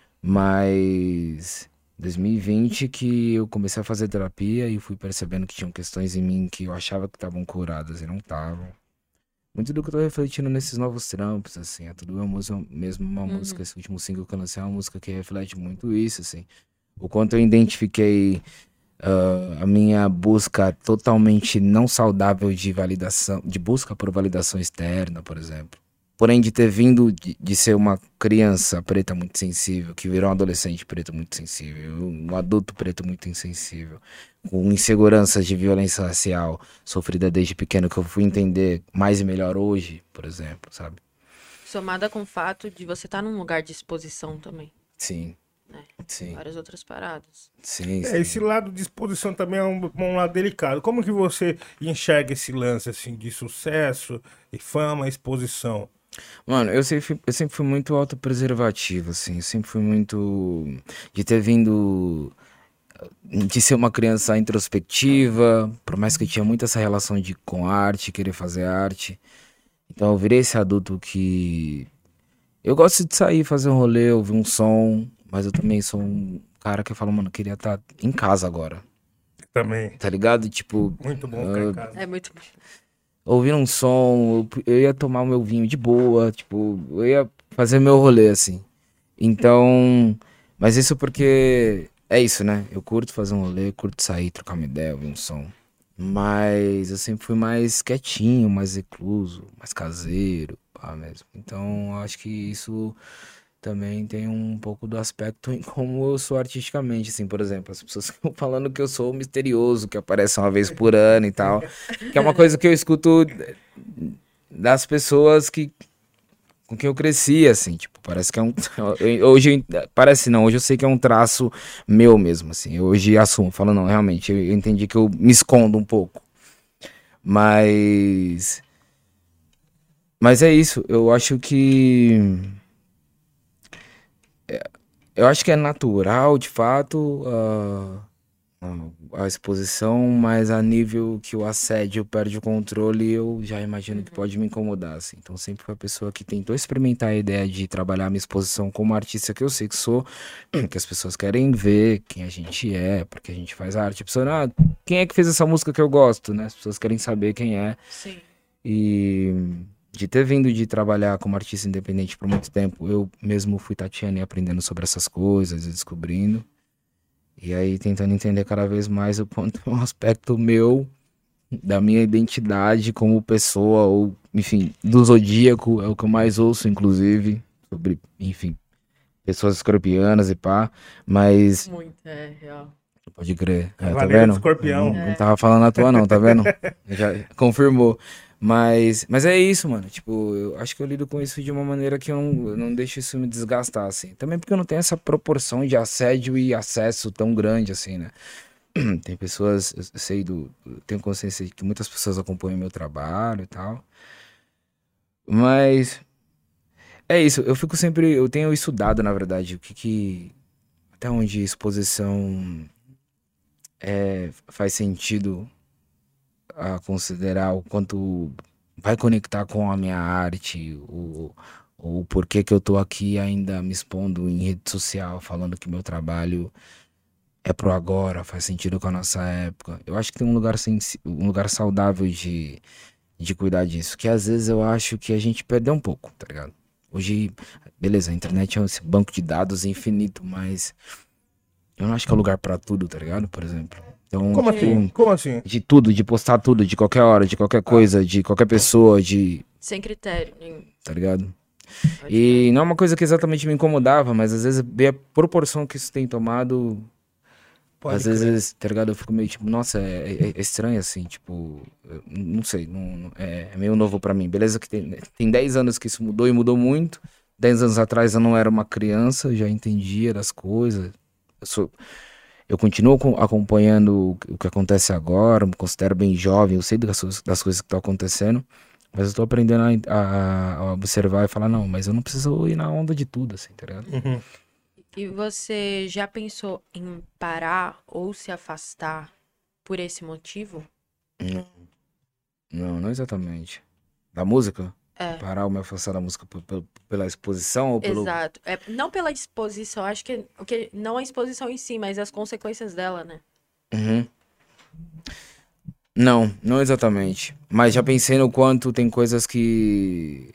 mas 2020 que eu comecei a fazer terapia e fui percebendo que tinham questões em mim que eu achava que estavam curadas e não estavam. Muito do que eu tô refletindo nesses novos trampos, assim, é tudo mesmo uma música, esse último single que eu lancei é uma música que reflete muito isso, assim. O quanto eu identifiquei a minha busca totalmente não saudável de validação, de busca por validação externa, por exemplo. Porém, de ter vindo de ser uma criança preta muito sensível, que virou um adolescente preto muito sensível, um adulto preto muito insensível, com inseguranças de violência racial sofrida desde pequeno, que eu fui entender mais e melhor hoje, por exemplo, sabe? Somada com o fato de você estar num lugar de exposição também, Sim, né? sim, Várias outras paradas. sim, Esse sim. lado de exposição também é um lado delicado. Como que você enxerga esse lance assim de sucesso e fama, exposição? Mano, eu sempre fui muito autopreservativo, assim. Eu sempre fui muito. De ter vindo. De ser uma criança introspectiva, por mais que eu tinha muito essa relação com arte, querer fazer arte. Então eu virei esse adulto que. Eu gosto de sair, fazer um rolê, ouvir um som, mas eu também sou um cara que fala, mano, eu queria estar em casa agora, Também. tá ligado? Tipo, Muito bom ficar em casa. É muito. ouvir um som, eu ia tomar o meu vinho de boa, tipo, eu ia fazer meu rolê, assim. Então, mas isso porque é isso, né? Eu curto fazer um rolê, curto sair, trocar uma ideia, ouvir um som. Mas eu sempre fui mais quietinho, mais recluso, mais caseiro, pá, mesmo. Então, eu acho que isso também tem um pouco do aspecto em como eu sou artisticamente, assim, por exemplo, as pessoas ficam falando que eu sou misterioso, que aparece uma vez por ano e tal, que é uma coisa que eu escuto das pessoas com quem eu cresci, assim, tipo, parece que é um, parece não, hoje eu sei que é um traço meu mesmo, assim, eu hoje assumo, falo, não, realmente, eu entendi que eu me escondo um pouco, mas é isso, eu acho que é natural, de fato, a exposição, mas a nível que o assédio perde o controle, eu já imagino que pode me incomodar, assim. Então, sempre fui a pessoa que tentou experimentar a ideia de trabalhar a minha exposição como artista que eu sei que sou, que as pessoas querem ver quem a gente é, porque a gente faz arte. A pessoa, quem é que fez essa música que eu gosto, né? As pessoas querem saber quem é. Sim. E de ter vindo de trabalhar como artista independente por muito tempo, eu mesmo fui tateando e aprendendo sobre essas coisas e descobrindo. E aí tentando entender cada vez mais o quanto é um aspecto meu, da minha identidade como pessoa, ou, enfim, do zodíaco, é o que eu mais ouço, inclusive, sobre, enfim, pessoas escorpianas e pá, mas Muito, é real. pode crer, tá Cavaleiro vendo? do Escorpião. Eu não tava falando à toa não, tá vendo? Já confirmou. Mas é isso, mano. Tipo, eu acho que eu lido com isso de uma maneira que eu não deixo isso me desgastar, assim. Também porque eu não tenho essa proporção de assédio e acesso tão grande, assim, né? Tem pessoas, eu sei eu tenho consciência de que muitas pessoas acompanham meu trabalho e tal. Mas é isso, eu tenho estudado, na verdade, até onde exposição faz sentido a considerar o quanto vai conectar com a minha arte, o porquê que eu tô aqui ainda me expondo em rede social, falando que meu trabalho é pro agora, faz sentido com a nossa época. Eu acho que tem um lugar saudável de cuidar disso, que às vezes eu acho que a gente perdeu um pouco, tá ligado? Hoje, beleza, a internet é esse banco de dados infinito, mas eu não acho que é lugar pra tudo, tá ligado? Por exemplo. Então, Como assim? Como assim? de tudo, de postar tudo, de qualquer hora, de qualquer coisa, de qualquer pessoa, Sem critério nenhum. tá ligado? Pode E não é uma coisa que exatamente me incomodava, mas às vezes ver a proporção que isso tem tomado, Pode às crer. vezes, tá ligado? Eu fico meio tipo, nossa, é estranho assim, tipo, eu não sei, é meio novo pra mim. Beleza que tem 10 anos que isso mudou e mudou muito. 10 anos atrás eu não era uma criança, eu já entendia das coisas. Eu continuo acompanhando o que acontece agora, me considero bem jovem, eu sei das coisas que estão acontecendo, mas eu tô aprendendo a observar e falar, não, mas eu não preciso ir na onda de tudo, assim, tá ligado? Uhum. E você já pensou em parar ou se afastar por esse motivo? Não exatamente. Da música? É. Parar ou me afastar da música pela exposição ou pelo... Exato. Não pela exposição, acho que não a exposição em si, mas as consequências dela, né? Uhum. Não exatamente. Mas já pensei no quanto tem coisas que...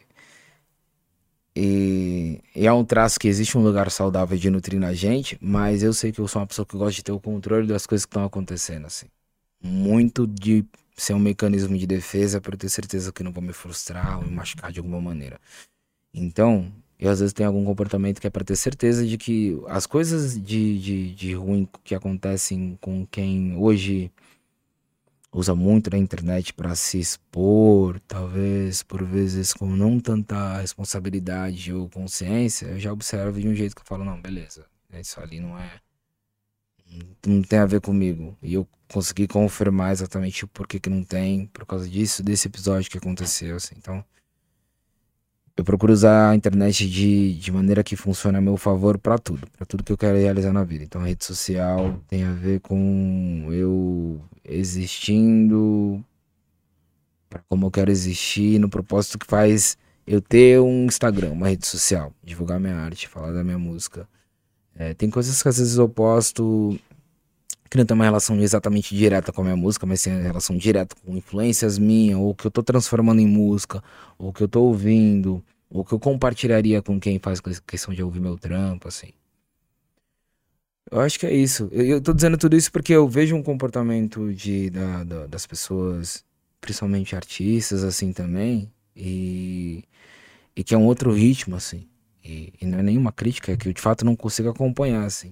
E é um traço que existe um lugar saudável de nutrir na gente, mas eu sei que eu sou uma pessoa que gosta de ter o controle das coisas que estão acontecendo, assim. Muito de ser um mecanismo de defesa para eu ter certeza que não vou me frustrar ou me machucar de alguma maneira. Então, eu às vezes tenho algum comportamento que é para ter certeza de que as coisas de ruim que acontecem com quem hoje usa muito na internet para se expor, talvez por vezes com não tanta responsabilidade ou consciência, eu já observo de um jeito que eu falo, não, beleza, isso ali não tem a ver comigo. E eu consegui confirmar exatamente o porquê que não tem, por causa disso, desse episódio que aconteceu, assim. Então, eu procuro usar a internet de maneira que funcione a meu favor para tudo que eu quero realizar na vida. Então, a rede social tem a ver com eu existindo para como eu quero existir, no propósito que faz eu ter um Instagram, uma rede social, divulgar minha arte, falar da minha música. Tem coisas que às vezes eu posto que não tem uma relação exatamente direta com a minha música, mas tem uma relação direta com influências minhas, ou que eu tô transformando em música, ou que eu tô ouvindo, ou que eu compartilharia com quem faz questão de ouvir meu trampo, assim. Eu acho que é isso. Eu tô dizendo tudo isso porque eu vejo um comportamento das pessoas, principalmente artistas, assim, também, e que é um outro ritmo, assim. E não é nenhuma crítica, é que eu de fato não consigo acompanhar, assim.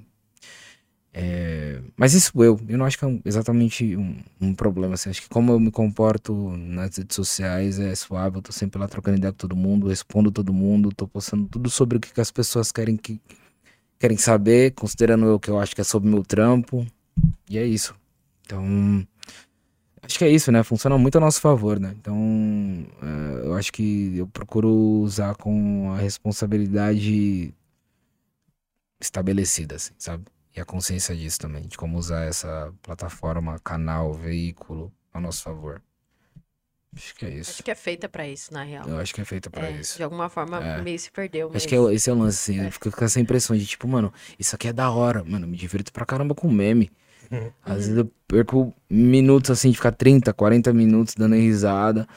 Mas isso eu não acho que é exatamente um problema, assim. Acho que como eu me comporto nas redes sociais é suave, eu tô sempre lá trocando ideia com todo mundo, respondo todo mundo, tô postando tudo sobre o que as pessoas querem saber, considerando o que eu acho que é sobre o meu trampo, e é isso. Então, acho que é isso, né? Funciona muito a nosso favor, né? Então, eu acho que eu procuro usar com a responsabilidade estabelecida, assim, sabe? E a consciência disso também, de como usar essa plataforma, canal, veículo a nosso favor. Acho que é isso. Acho que é feita pra isso, na real. Eu acho que é feita pra isso. De alguma forma, meio se perdeu. Acho que esse é o lance, assim. Eu fico com essa impressão de tipo, mano, isso aqui é da hora. Mano, me divirto pra caramba com meme. Às vezes eu perco minutos, assim, de ficar 30, 40 minutos dando risada.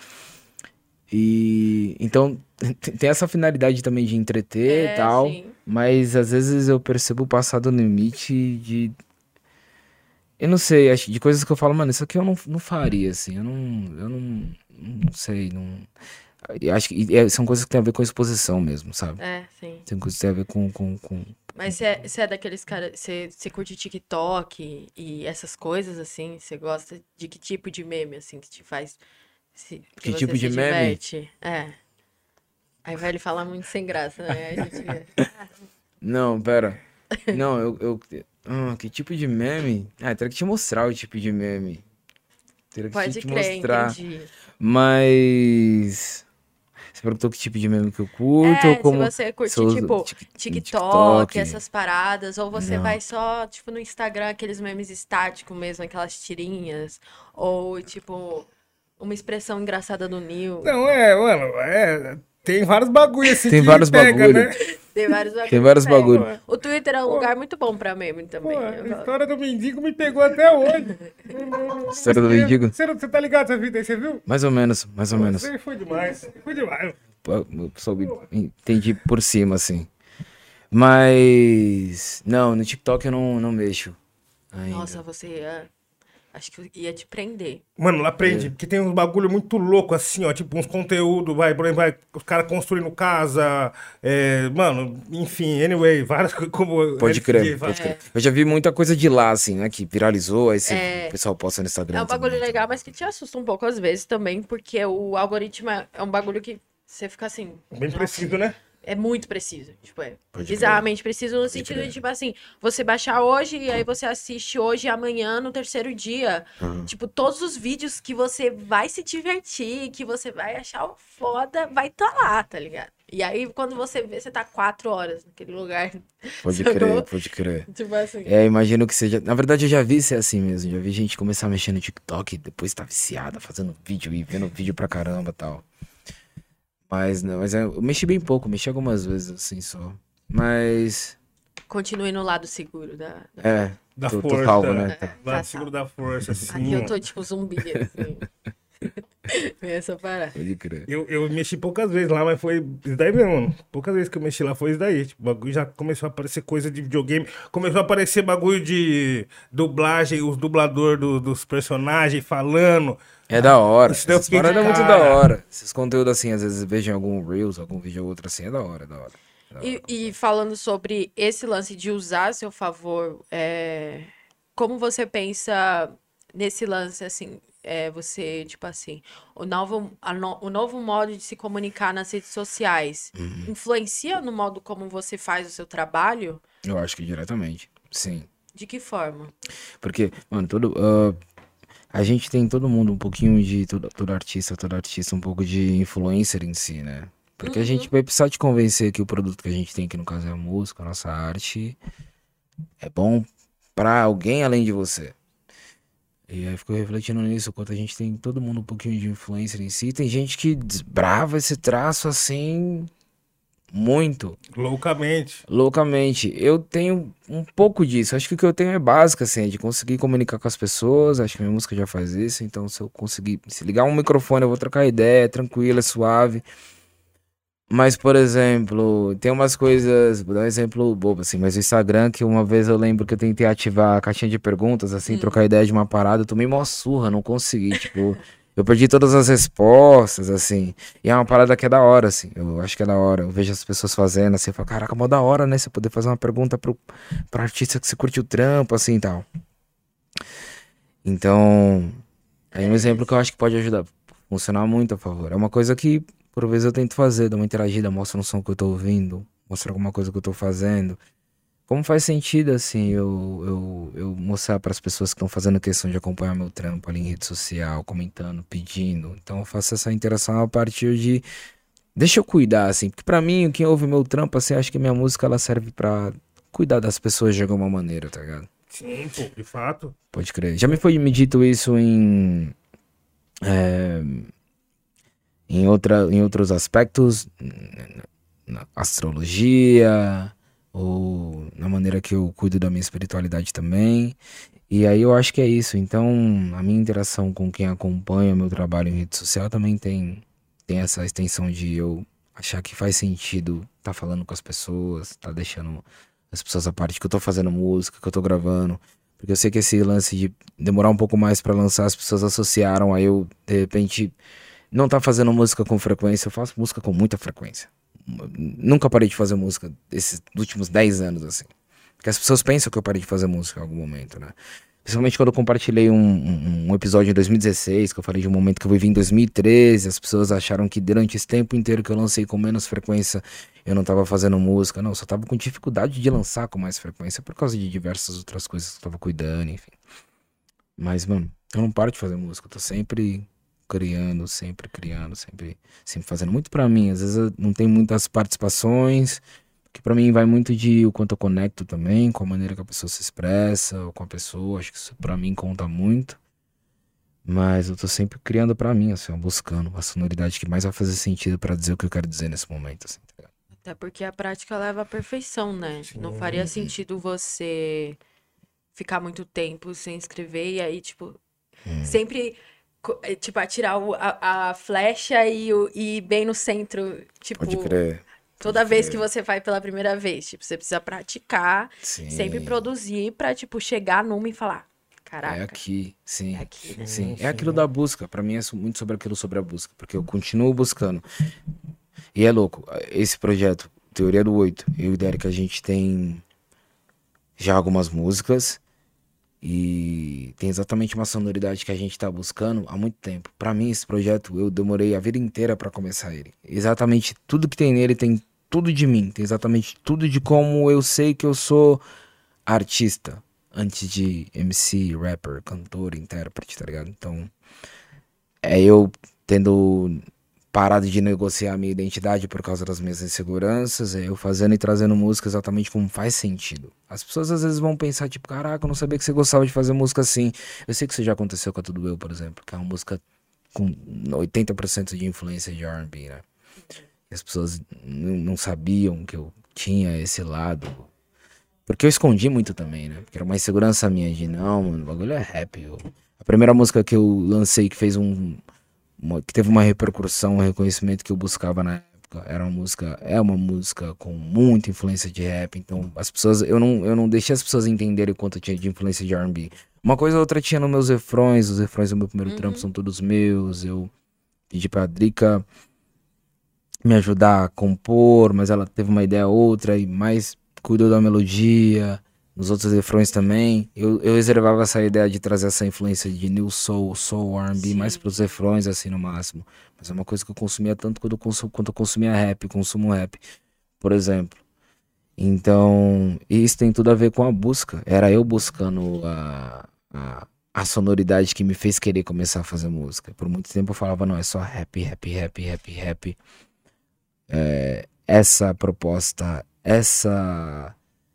E então tem essa finalidade também de entreter e tal. Sim. Mas às vezes eu percebo passar do limite de... Eu não sei, acho de coisas que eu falo, mano, isso aqui eu não faria, assim. Eu não sei, não... Eu acho que são coisas que tem a ver com a exposição mesmo, sabe? Sim. Tem coisas que tem a ver com... Mas você é daqueles caras... Você curte TikTok e essas coisas, assim? Você gosta de que tipo de meme, assim, que te faz... Que tipo de meme? Diverte? Aí vai ele falar muito sem graça, né? A gente... Não, pera. Não, que tipo de meme? Teria que te mostrar o tipo de meme. Teria que Pode te crer, mostrar. entendi. Mas... Você perguntou que tipo de meme que eu curto ou como... se você curte, se eu uso tipo, TikTok, essas paradas, ou você Não. vai só, tipo, no Instagram, aqueles memes estáticos mesmo, aquelas tirinhas, ou, tipo, uma expressão engraçada do Nil. Não, mano, tem vários bagulho assim Tem que vários pega, bagulho. né? Tem vários bagulho. Tem vários que pega. bagulho. O Twitter é um lugar muito bom pra meme também. Pô, a história do mendigo me pegou até hoje. História do mendigo? Você tá ligado essa vida aí, você viu? Mais ou menos. Você foi demais. Eu entendi por cima, assim. Mas... Não, no TikTok eu não mexo ainda. Nossa, você acho que ia te prender. Mano, lá prende, porque tem uns bagulho muito louco assim, ó, tipo uns conteúdos, por exemplo, os caras construindo casa, mano, enfim, anyway, várias coisas como... Pode crer. Eu já vi muita coisa de lá, assim, né, que viralizou, aí o pessoal posta no Instagram. É um bagulho também. legal, mas que te assusta um pouco às vezes também, porque o algoritmo é um bagulho que você fica assim... Bem preciso, né? É muito preciso, tipo, Pode bizarramente preciso no sentido crer. de, tipo assim, você baixar hoje e aí você assiste hoje e amanhã no terceiro dia. Tipo, todos os vídeos que você vai se divertir, que você vai achar foda, vai estar lá, tá ligado? E aí, quando você vê, você tá 4 horas naquele lugar. Pode Sacou? crer, pode crer. Tipo assim. Imagino que seja. Na verdade, eu já vi ser assim mesmo. Já vi gente começar a mexer no TikTok, depois tá viciada, fazendo vídeo e vendo vídeo pra caramba e tal. Mas não, eu mexi bem pouco, mexi algumas vezes assim só. Mas. Continue no lado seguro da. Da tô força. salvo, né? Tá. Lado seguro da força, assim. Aqui eu tô tipo zumbi, assim. Vem essa parada. Pode crer. Eu mexi poucas vezes lá, mas foi isso daí mesmo, mano. Poucas vezes que eu mexi lá foi isso daí. Tipo, o bagulho já começou a aparecer coisa de videogame. Começou a aparecer bagulho de dublagem, os dubladores dos personagens falando. É da hora. Isso daí eu Essas fiquei de paradas é muito cara. da hora. Esses conteúdos assim, às vezes vejo em algum Reels, algum vídeo ou outro assim, é da hora, é da hora. É da hora. E falando sobre esse lance de usar a seu favor, como você pensa nesse lance, assim, você, tipo assim, o novo modo de se comunicar nas redes sociais influencia no modo como você faz o seu trabalho? Eu acho que diretamente. Sim. De que forma? Porque, mano, a gente tem todo mundo um pouquinho de. Todo artista, um pouco de influencer em si, né? Porque a gente vai precisar te convencer que o produto que a gente tem, que no caso é a música, a nossa arte, é bom pra alguém além de você. E aí ficou refletindo nisso, quanto a gente tem todo mundo um pouquinho de influencer em si. Tem gente que desbrava esse traço assim, muito. Loucamente. Eu tenho um pouco disso. Acho que o que eu tenho é básico, assim, é de conseguir comunicar com as pessoas. Acho que minha música já faz isso. Então, se eu conseguir, se ligar um microfone, eu vou trocar ideia, é tranquilo, é suave. Mas, por exemplo, tem umas coisas, vou dar um exemplo bobo, assim, mas o Instagram, que uma vez eu lembro que eu tentei ativar a caixinha de perguntas, assim, trocar ideia de uma parada, eu tomei mó surra, não consegui, tipo, eu perdi todas as respostas, assim, e é uma parada que é da hora, assim, eu acho que é da hora, eu vejo as pessoas fazendo, assim, eu falo, caraca, mó da hora, né, você poder fazer uma pergunta pro artista que você curte o trampo, assim, e tal. Então, é um exemplo que eu acho que pode ajudar, funcionar muito a favor, é uma coisa que por vezes eu tento fazer, dar uma interagida, mostro no som que eu tô ouvindo, mostrar alguma coisa que eu tô fazendo. Como faz sentido, assim, eu mostrar para as pessoas que estão fazendo questão de acompanhar meu trampo ali em rede social, comentando, pedindo. Então eu faço essa interação a partir de... Deixa eu cuidar, assim, porque pra mim, quem ouve meu trampo, assim, acho que minha música, ela serve pra cuidar das pessoas de alguma maneira, tá ligado? Sim, pô, de fato. Pode crer. Já me foi me dito isso em outros aspectos, na astrologia, ou na maneira que eu cuido da minha espiritualidade também. E aí eu acho que é isso. Então, a minha interação com quem acompanha o meu trabalho em rede social também tem essa extensão de eu achar que faz sentido tá falando com as pessoas, tá deixando as pessoas a parte que eu tô fazendo música, que eu tô gravando. Porque eu sei que esse lance de demorar um pouco mais pra lançar, as pessoas associaram, aí eu, de repente, não tá fazendo música com frequência. Eu faço música com muita frequência. Nunca parei de fazer música esses últimos 10 anos, assim. Porque as pessoas pensam que eu parei de fazer música em algum momento, né? Principalmente quando eu compartilhei um episódio em 2016, que eu falei de um momento que eu vivi em 2013, as pessoas acharam que durante esse tempo inteiro que eu lancei com menos frequência, eu não tava fazendo música. Não, eu só tava com dificuldade de lançar com mais frequência por causa de diversas outras coisas que eu tava cuidando, enfim. Mas, mano, eu não paro de fazer música, eu tô sempre criando, sempre fazendo muito pra mim. Às vezes eu não tem muitas participações, que pra mim vai muito de o quanto eu conecto também, com a maneira que a pessoa se expressa, ou com a pessoa, acho que isso pra mim conta muito. Mas eu tô sempre criando pra mim, assim, ó, buscando a sonoridade que mais vai fazer sentido pra dizer o que eu quero dizer nesse momento, assim, tá ligado? Até porque a prática leva à perfeição, né? Não faria sentido você ficar muito tempo sem escrever e aí, tipo, sempre, tipo, atirar a flecha e ir bem no centro, tipo... Pode crer. Toda vez que você vai pela primeira vez, tipo, você precisa praticar, Sim. sempre produzir pra, tipo, chegar numa e falar, caraca, É aqui, sim. é aqui. Sim, é aquilo da busca. Pra mim é muito sobre aquilo, sobre a busca. Porque eu continuo buscando. E é louco, esse projeto, Teoria do 8, eu e o Derek, a gente tem já algumas músicas. E tem exatamente uma sonoridade que a gente tá buscando há muito tempo. Pra mim, esse projeto, eu demorei a vida inteira pra começar ele. Exatamente tudo que tem nele tem tudo de mim. Tem exatamente tudo de como eu sei que eu sou artista. Antes de MC, rapper, cantor, intérprete, tá ligado? Então, é eu tendo parado de negociar a minha identidade por causa das minhas inseguranças, eu fazendo e trazendo música exatamente como faz sentido. As pessoas às vezes vão pensar, tipo, caraca, eu não sabia que você gostava de fazer música assim. Eu sei que isso já aconteceu com a Tudo Eu, por exemplo, que é uma música com 80% de influência de R&B, né? E as pessoas não sabiam que eu tinha esse lado. Porque eu escondi muito também, né? Porque era uma insegurança minha de, não, mano, o bagulho é rap. A primeira música que eu lancei que fez que teve uma repercussão, um reconhecimento que eu buscava na época, é uma música com muita influência de rap. Então, as pessoas, eu não deixei as pessoas entenderem o quanto eu tinha de influência de R&B. Uma coisa ou outra tinha nos meus refrões, os refrões do meu primeiro trampo são todos meus. Eu pedi pra Drica me ajudar a compor, mas ela teve uma ideia outra e mais cuidou da melodia, nos outros refrões também. Eu reservava essa ideia de trazer essa influência de New Soul, Soul, R&B, mais pros refrões, assim, no máximo. Mas é uma coisa que eu consumia tanto quanto eu consumia rap, consumo rap, por exemplo. Então, isso tem tudo a ver com a busca. Era eu buscando a sonoridade que me fez querer começar a fazer música. Por muito tempo eu falava, não, é só rap. Essa proposta, essa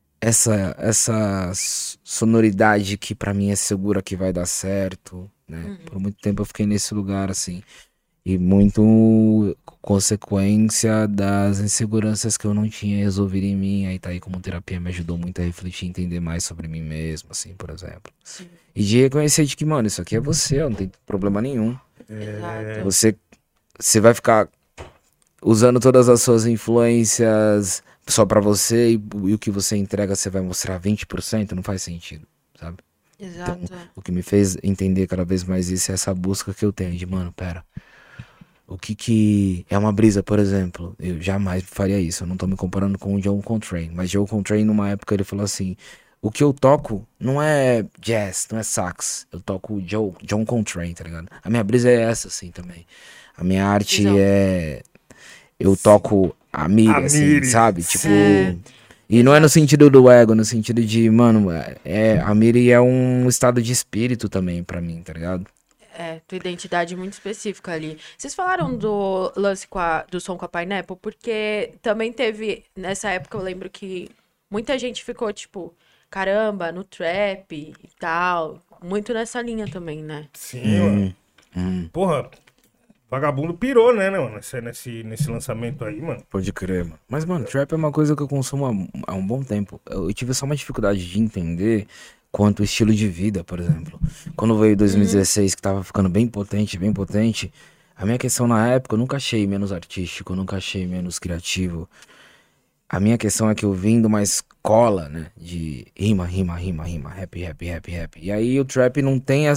sonoridade que pra mim é segura que vai dar certo, né? Por muito tempo eu fiquei nesse lugar, assim. E muito consequência das inseguranças que eu não tinha resolvido em mim. Aí tá aí como terapia me ajudou muito a refletir e entender mais sobre mim mesmo, assim, por exemplo. Sim. E de reconhecer de que, mano, isso aqui é você, não tem problema nenhum. Exato. Você vai ficar usando todas as suas influências só pra você e o que você entrega você vai mostrar 20%, não faz sentido, sabe? Exato. Então, o que me fez entender cada vez mais isso é essa busca que eu tenho de, mano, pera, o que é uma brisa, por exemplo, eu jamais faria isso, eu não tô me comparando com o John Coltrane, mas John Coltrane numa época ele falou assim, o que eu toco não é jazz, não é sax, eu toco John Coltrane, tá ligado? A minha brisa é essa, assim, também. A minha arte Visão. eu toco a mira, assim, mire. sabe? Tipo... É. E não é no Exato. sentido do ego, no sentido de, mano, a mira é um estado de espírito também pra mim, tá ligado? É, tua identidade muito específica ali. Vocês falaram do lance do som com a Pineapple, porque também teve, nessa época eu lembro que muita gente ficou tipo, caramba, no trap e tal. Muito nessa linha também, né? Sim, mano. Porra, vagabundo pirou, né, mano? Nesse lançamento aí, mano. Pode crer, mano. Mas, mano, trap é uma coisa que eu consumo há um bom tempo. Eu tive só uma dificuldade de entender quanto o estilo de vida, por exemplo. Quando veio 2016, que tava ficando bem potente, a minha questão na época, eu nunca achei menos artístico, eu nunca achei menos criativo. A minha questão é que eu vim de uma escola, né, de rima, rap. E aí o trap não tem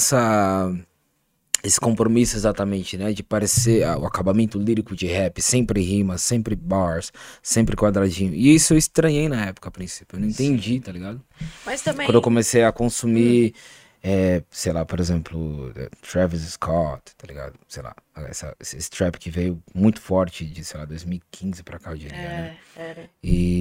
esse compromisso exatamente, né, de parecer o acabamento lírico de rap, sempre rima, sempre bars, sempre quadradinho. E isso eu estranhei na época, a princípio, eu não entendi, tá ligado? Mas também. Quando eu comecei a consumir, sei lá, por exemplo, Travis Scott, tá ligado? Sei lá, esse trap que veio muito forte de, sei lá, 2015 pra cá, eu diria, né? Era.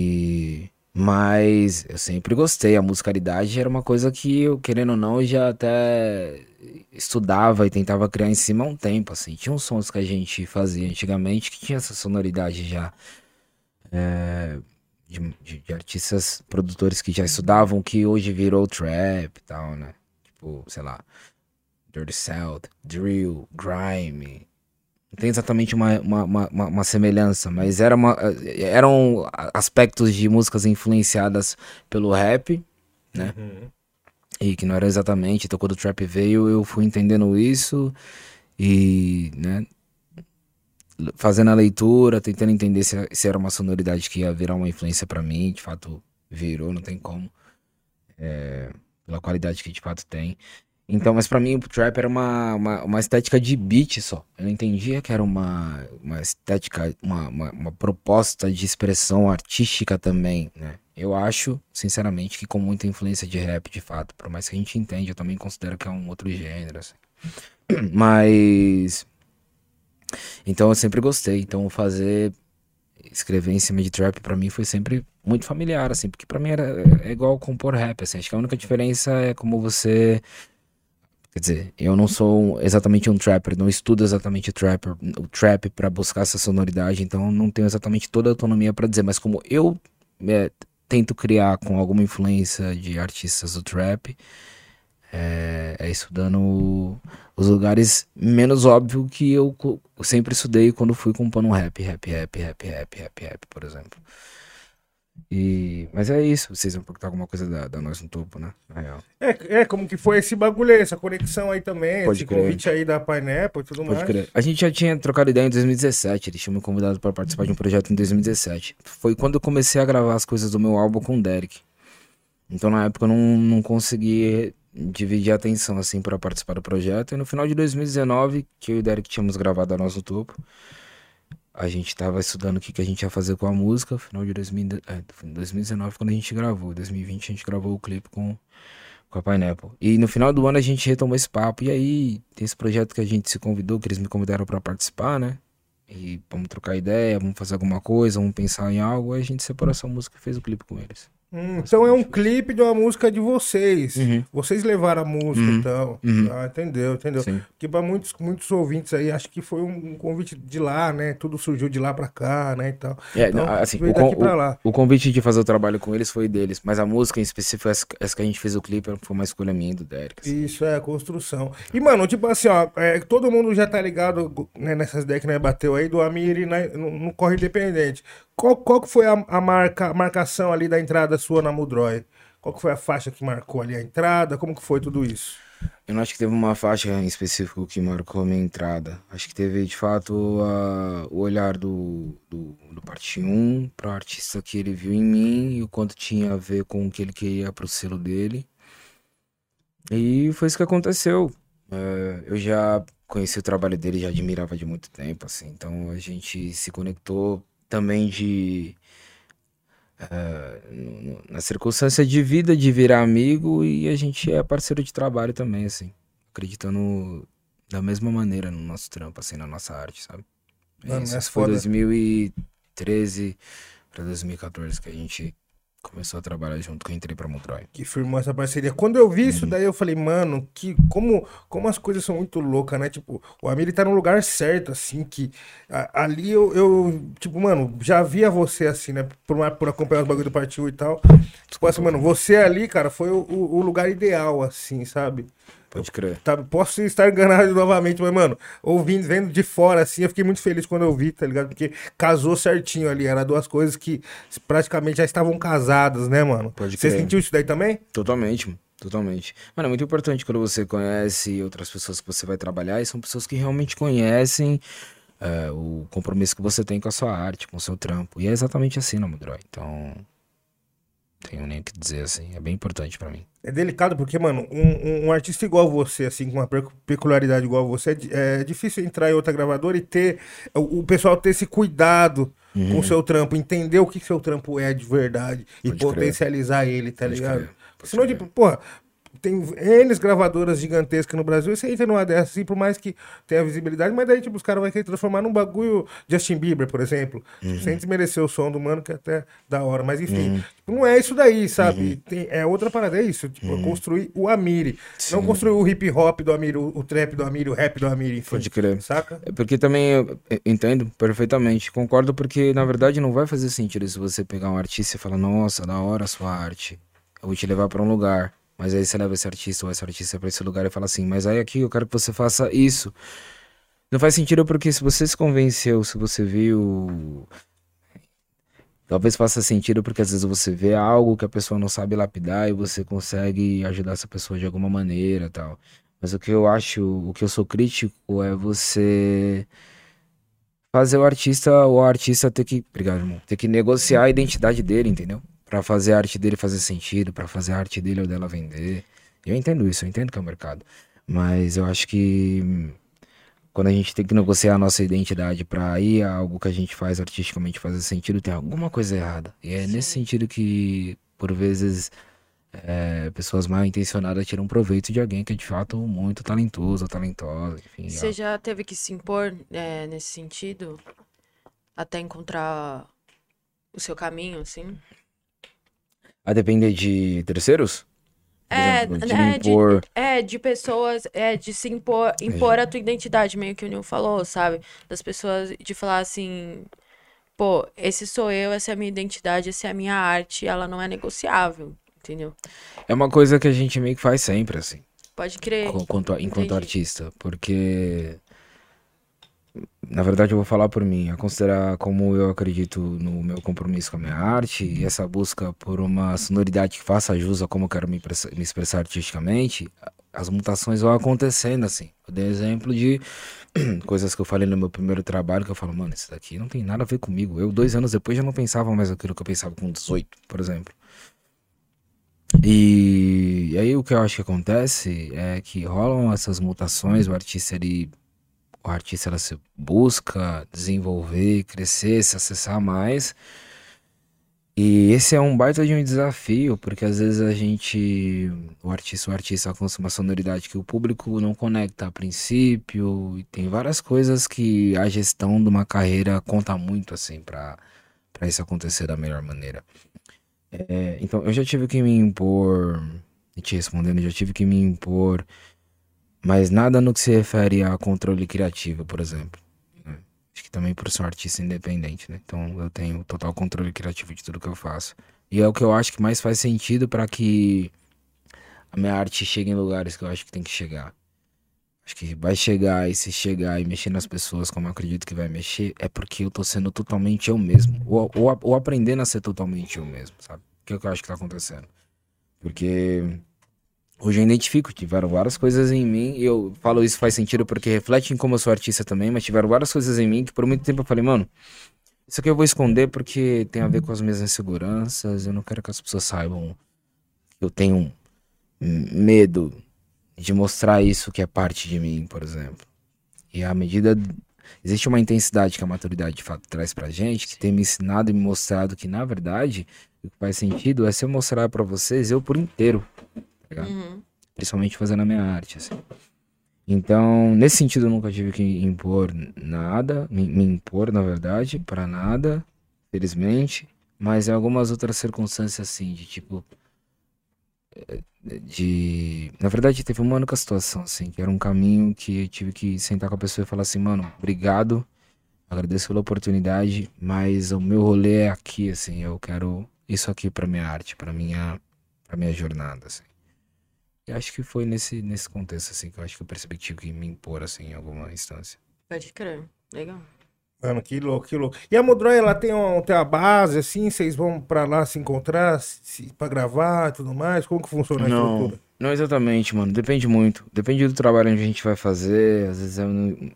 Mas eu sempre gostei, a musicalidade era uma coisa que eu, querendo ou não, eu já até estudava e tentava criar em cima há um tempo, assim. Tinha uns sons que a gente fazia antigamente que tinha essa sonoridade já de artistas, produtores que já estudavam, que hoje virou trap e tal, né? Tipo, sei lá, Dirty South, Drill, Grime. Não tem exatamente uma semelhança, mas eram aspectos de músicas influenciadas pelo rap, né? E que não era exatamente. Então, quando o trap veio, eu fui entendendo isso e, né, fazendo a leitura, tentando entender se era uma sonoridade que ia virar uma influência pra mim. De fato, virou, não tem como. Pela qualidade que de fato tem. Então, mas pra mim o trap era uma estética de beat só. Eu não entendia que era uma estética, uma proposta de expressão artística também, né? Eu acho, sinceramente, que com muita influência de rap, de fato. Por mais que a gente entenda, eu também considero que é um outro gênero, assim. Mas... Então eu sempre gostei. Então escrever em cima de trap pra mim foi sempre muito familiar, assim. Porque pra mim é igual compor rap, assim. Acho que a única diferença é como você... Quer dizer, eu não sou exatamente um trapper, não estudo exatamente o trap pra buscar essa sonoridade, então não tenho exatamente toda a autonomia pra dizer, mas como eu tento criar com alguma influência de artistas do trap, é estudando os lugares menos óbvios que eu sempre estudei quando fui compondo um rap, por exemplo. Mas é isso, vocês vão perguntar alguma coisa da Nós no Topo, né? Na real. Como que foi esse bagulho aí, essa conexão aí também, Pode esse crer. convite aí da Pineapple e tudo Pode mais. crer. A gente já tinha trocado ideia em 2017. Eles tinham me convidado para participar de um projeto em 2017. Foi quando eu comecei a gravar as coisas do meu álbum com o Derek. Então na época eu não consegui dividir a atenção assim para participar do projeto. E no final de 2019, que eu e o Derek tínhamos gravado a Nós no Topo, a gente tava estudando o que a gente ia fazer com a música. Final de 2019 quando a gente gravou. Em 2020 a gente gravou o clipe com a Pineapple. E no final do ano a gente retomou esse papo. E aí, tem esse projeto que a gente se convidou, que eles me convidaram pra participar, né? E vamos trocar ideia, vamos fazer alguma coisa, vamos pensar em algo. Aí a gente separou essa música e fez o clipe com eles. Então é um clipe de uma música de vocês. Uhum. Vocês levaram a música, Uhum. então. Uhum. Ah, entendeu. Sim. Porque para muitos ouvintes aí, acho que foi um convite de lá, né? Tudo surgiu de lá pra cá, né? E tal. Então, Assim, veio daqui pra lá. o convite de fazer o trabalho com eles foi deles, mas a música em específico, essa que a gente fez o clipe, foi uma escolha minha e do Derek. Assim. Isso é a construção. E, mano, tipo assim, ó, todo mundo já tá ligado, né, nessas ideias que nós bateu aí do Amiri, né, no Corre Independente. Qual que foi a marcação ali da entrada sua na Mudroy? Qual que foi a faixa que marcou ali a entrada? Como que foi tudo isso? Eu não acho que teve uma faixa em específico que marcou a minha entrada. Acho que teve, de fato, o olhar do parte 1 para o artista que ele viu em mim e o quanto tinha a ver com o que ele queria pro selo dele. E foi isso que aconteceu. Eu já conheci o trabalho dele, já admirava de muito tempo, assim. Então a gente se conectou também na circunstância de vida, de virar amigo, e a gente é parceiro de trabalho também, assim. Acreditando da mesma maneira no nosso trampo, assim, na nossa arte, sabe? Mano, Isso é foi foda. 2013 pra 2014 que a gente começou a trabalhar junto, que eu entrei pra Mudroy. Que firmou essa parceria. Quando eu vi isso daí, eu falei, mano, como as coisas são muito loucas, né? Tipo, o Amiri tá no lugar certo, assim, que ali tipo, mano, já via você assim, né? Por acompanhar os bagulho do Partiu e tal. Tipo assim, mano, você ali, cara, foi o lugar ideal, assim, sabe? Pode crer. Tá, posso estar enganado novamente, mas, mano, vendo de fora, assim, eu fiquei muito feliz quando eu vi, tá ligado? Porque casou certinho ali, era duas coisas que praticamente já estavam casadas, né, mano? Pode Você crer. sentiu isso daí também? Totalmente, mano. Totalmente. Mano, é muito importante quando você conhece outras pessoas que você vai trabalhar e são pessoas que realmente conhecem o compromisso que você tem com a sua arte, com o seu trampo. E é exatamente assim na Mudroy. Então, não tenho nem o que dizer, assim. É bem importante pra mim. É delicado porque, mano, um artista igual você, assim, com uma peculiaridade igual você, é difícil entrar em outra gravadora e ter o pessoal ter esse cuidado com o seu trampo, entender o que seu trampo é de verdade e Pode crer. potencializar ele, tá Pode ligado? crer, pode Senão, crer. tipo, porra, tem N gravadoras gigantescas no Brasil, e você entra numa dessas, assim, por mais que tenha visibilidade, mas daí, tipo, os caras vão querer transformar num bagulho Justin Bieber, por exemplo. Tipo, sem desmerecer o som do mano, que é até da hora, mas enfim, tipo, não é isso daí, sabe? É outra parada, é isso, tipo, é construir o Amiri, não construir o hip hop do Amiri, o trap do Amiri, o rap do Amiri, enfim, Pode crer. saca? É porque também eu entendo perfeitamente. Concordo porque, na verdade, não vai fazer sentido se você pegar um artista e falar, nossa, da hora a sua arte. Eu vou te levar pra um lugar. Mas aí você leva esse artista ou essa artista pra esse lugar e fala assim, mas aí aqui eu quero que você faça isso. Não faz sentido porque se você se convenceu, se você viu... Talvez faça sentido porque às vezes você vê algo que a pessoa não sabe lapidar e você consegue ajudar essa pessoa de alguma maneira e tal. Mas o que eu acho, o que eu sou crítico é você fazer o artista ter que, obrigado, irmão, ter que negociar a identidade dele, entendeu? Pra fazer a arte dele fazer sentido, pra fazer a arte dele ou dela vender. Eu entendo isso, eu entendo que é o mercado. Mas eu acho que quando a gente tem que negociar a nossa identidade pra aí algo que a gente faz artisticamente fazer sentido, tem alguma coisa errada. E é nesse sentido que, por vezes, pessoas mal intencionadas tiram proveito de alguém que é de fato muito talentoso ou talentosa, enfim. Você já teve que se impor nesse sentido? Até encontrar o seu caminho, assim? A depender de terceiros? Por É, exemplo, de me né, impor. de pessoas, de se impor a tua identidade, meio que o Nil falou, sabe? Das pessoas, de falar assim, pô, esse sou eu, essa é a minha identidade, essa é a minha arte, ela não é negociável, entendeu? É uma coisa que a gente meio que faz sempre, assim, Pode crer. enquanto Entendi. artista. Porque, na verdade, eu vou falar por mim. A considerar como eu acredito no meu compromisso com a minha arte e essa busca por uma sonoridade que faça jus a como eu quero me expressar artisticamente, as mutações vão acontecendo, assim. Eu dei exemplo de coisas que eu falei no meu primeiro trabalho, que eu falo, mano, isso daqui não tem nada a ver comigo. Eu, 2 anos depois, já não pensava mais aquilo que eu pensava com 18, por exemplo. E aí o que eu acho que acontece é que rolam essas mutações, o artista ela se busca desenvolver, crescer, se acessar mais. E esse é um baita de um desafio, porque às vezes o artista alcança uma sonoridade que o público não conecta a princípio, e tem várias coisas que a gestão de uma carreira conta muito, assim, pra isso acontecer da melhor maneira. Então, eu já tive que me impor, e te respondendo, eu já tive que me impor, mas nada no que se refere a controle criativo, por exemplo. Né? Acho que também por ser um artista independente, né? Então eu tenho total controle criativo de tudo que eu faço. E é o que eu acho que mais faz sentido para que a minha arte chegue em lugares que eu acho que tem que chegar. Acho que vai chegar, e se chegar e mexer nas pessoas como eu acredito que vai mexer, é porque eu tô sendo totalmente eu mesmo. Ou aprendendo a ser totalmente eu mesmo, sabe? Que é o que eu acho que tá acontecendo. Porque hoje eu identifico, tiveram várias coisas em mim, e eu falo isso faz sentido porque reflete em como eu sou artista também, mas tiveram várias coisas em mim que por muito tempo eu falei, mano, isso aqui eu vou esconder porque tem a ver com as minhas inseguranças, eu não quero que as pessoas saibam que eu tenho medo de mostrar isso que é parte de mim, por exemplo. E à medida... Existe uma intensidade que a maturidade de fato traz pra gente, que tem me ensinado e me mostrado que, na verdade, o que faz sentido é se eu mostrar pra vocês eu por inteiro, tá ligado? Uhum. Principalmente fazendo a minha arte, assim. Então, nesse sentido, eu nunca tive que impor nada, me impor, na verdade, pra nada, felizmente. Mas em algumas outras circunstâncias, assim, de tipo... Na verdade, teve uma única situação, assim, que era um caminho que eu tive que sentar com a pessoa e falar assim, mano, obrigado, agradeço pela oportunidade, mas o meu rolê é aqui, assim, eu quero isso aqui pra minha arte, pra minha jornada, assim. E acho que foi nesse contexto, assim, que eu acho que eu percebi que tive que me impor, assim, em alguma instância. Pode crer. Legal. Mano, que louco, que louco. E a Modroy, ela tem uma base, assim, vocês vão pra lá se encontrar, pra gravar e tudo mais? Como que funciona a estrutura? Não exatamente, mano, depende muito. Depende do trabalho onde a gente vai fazer, às vezes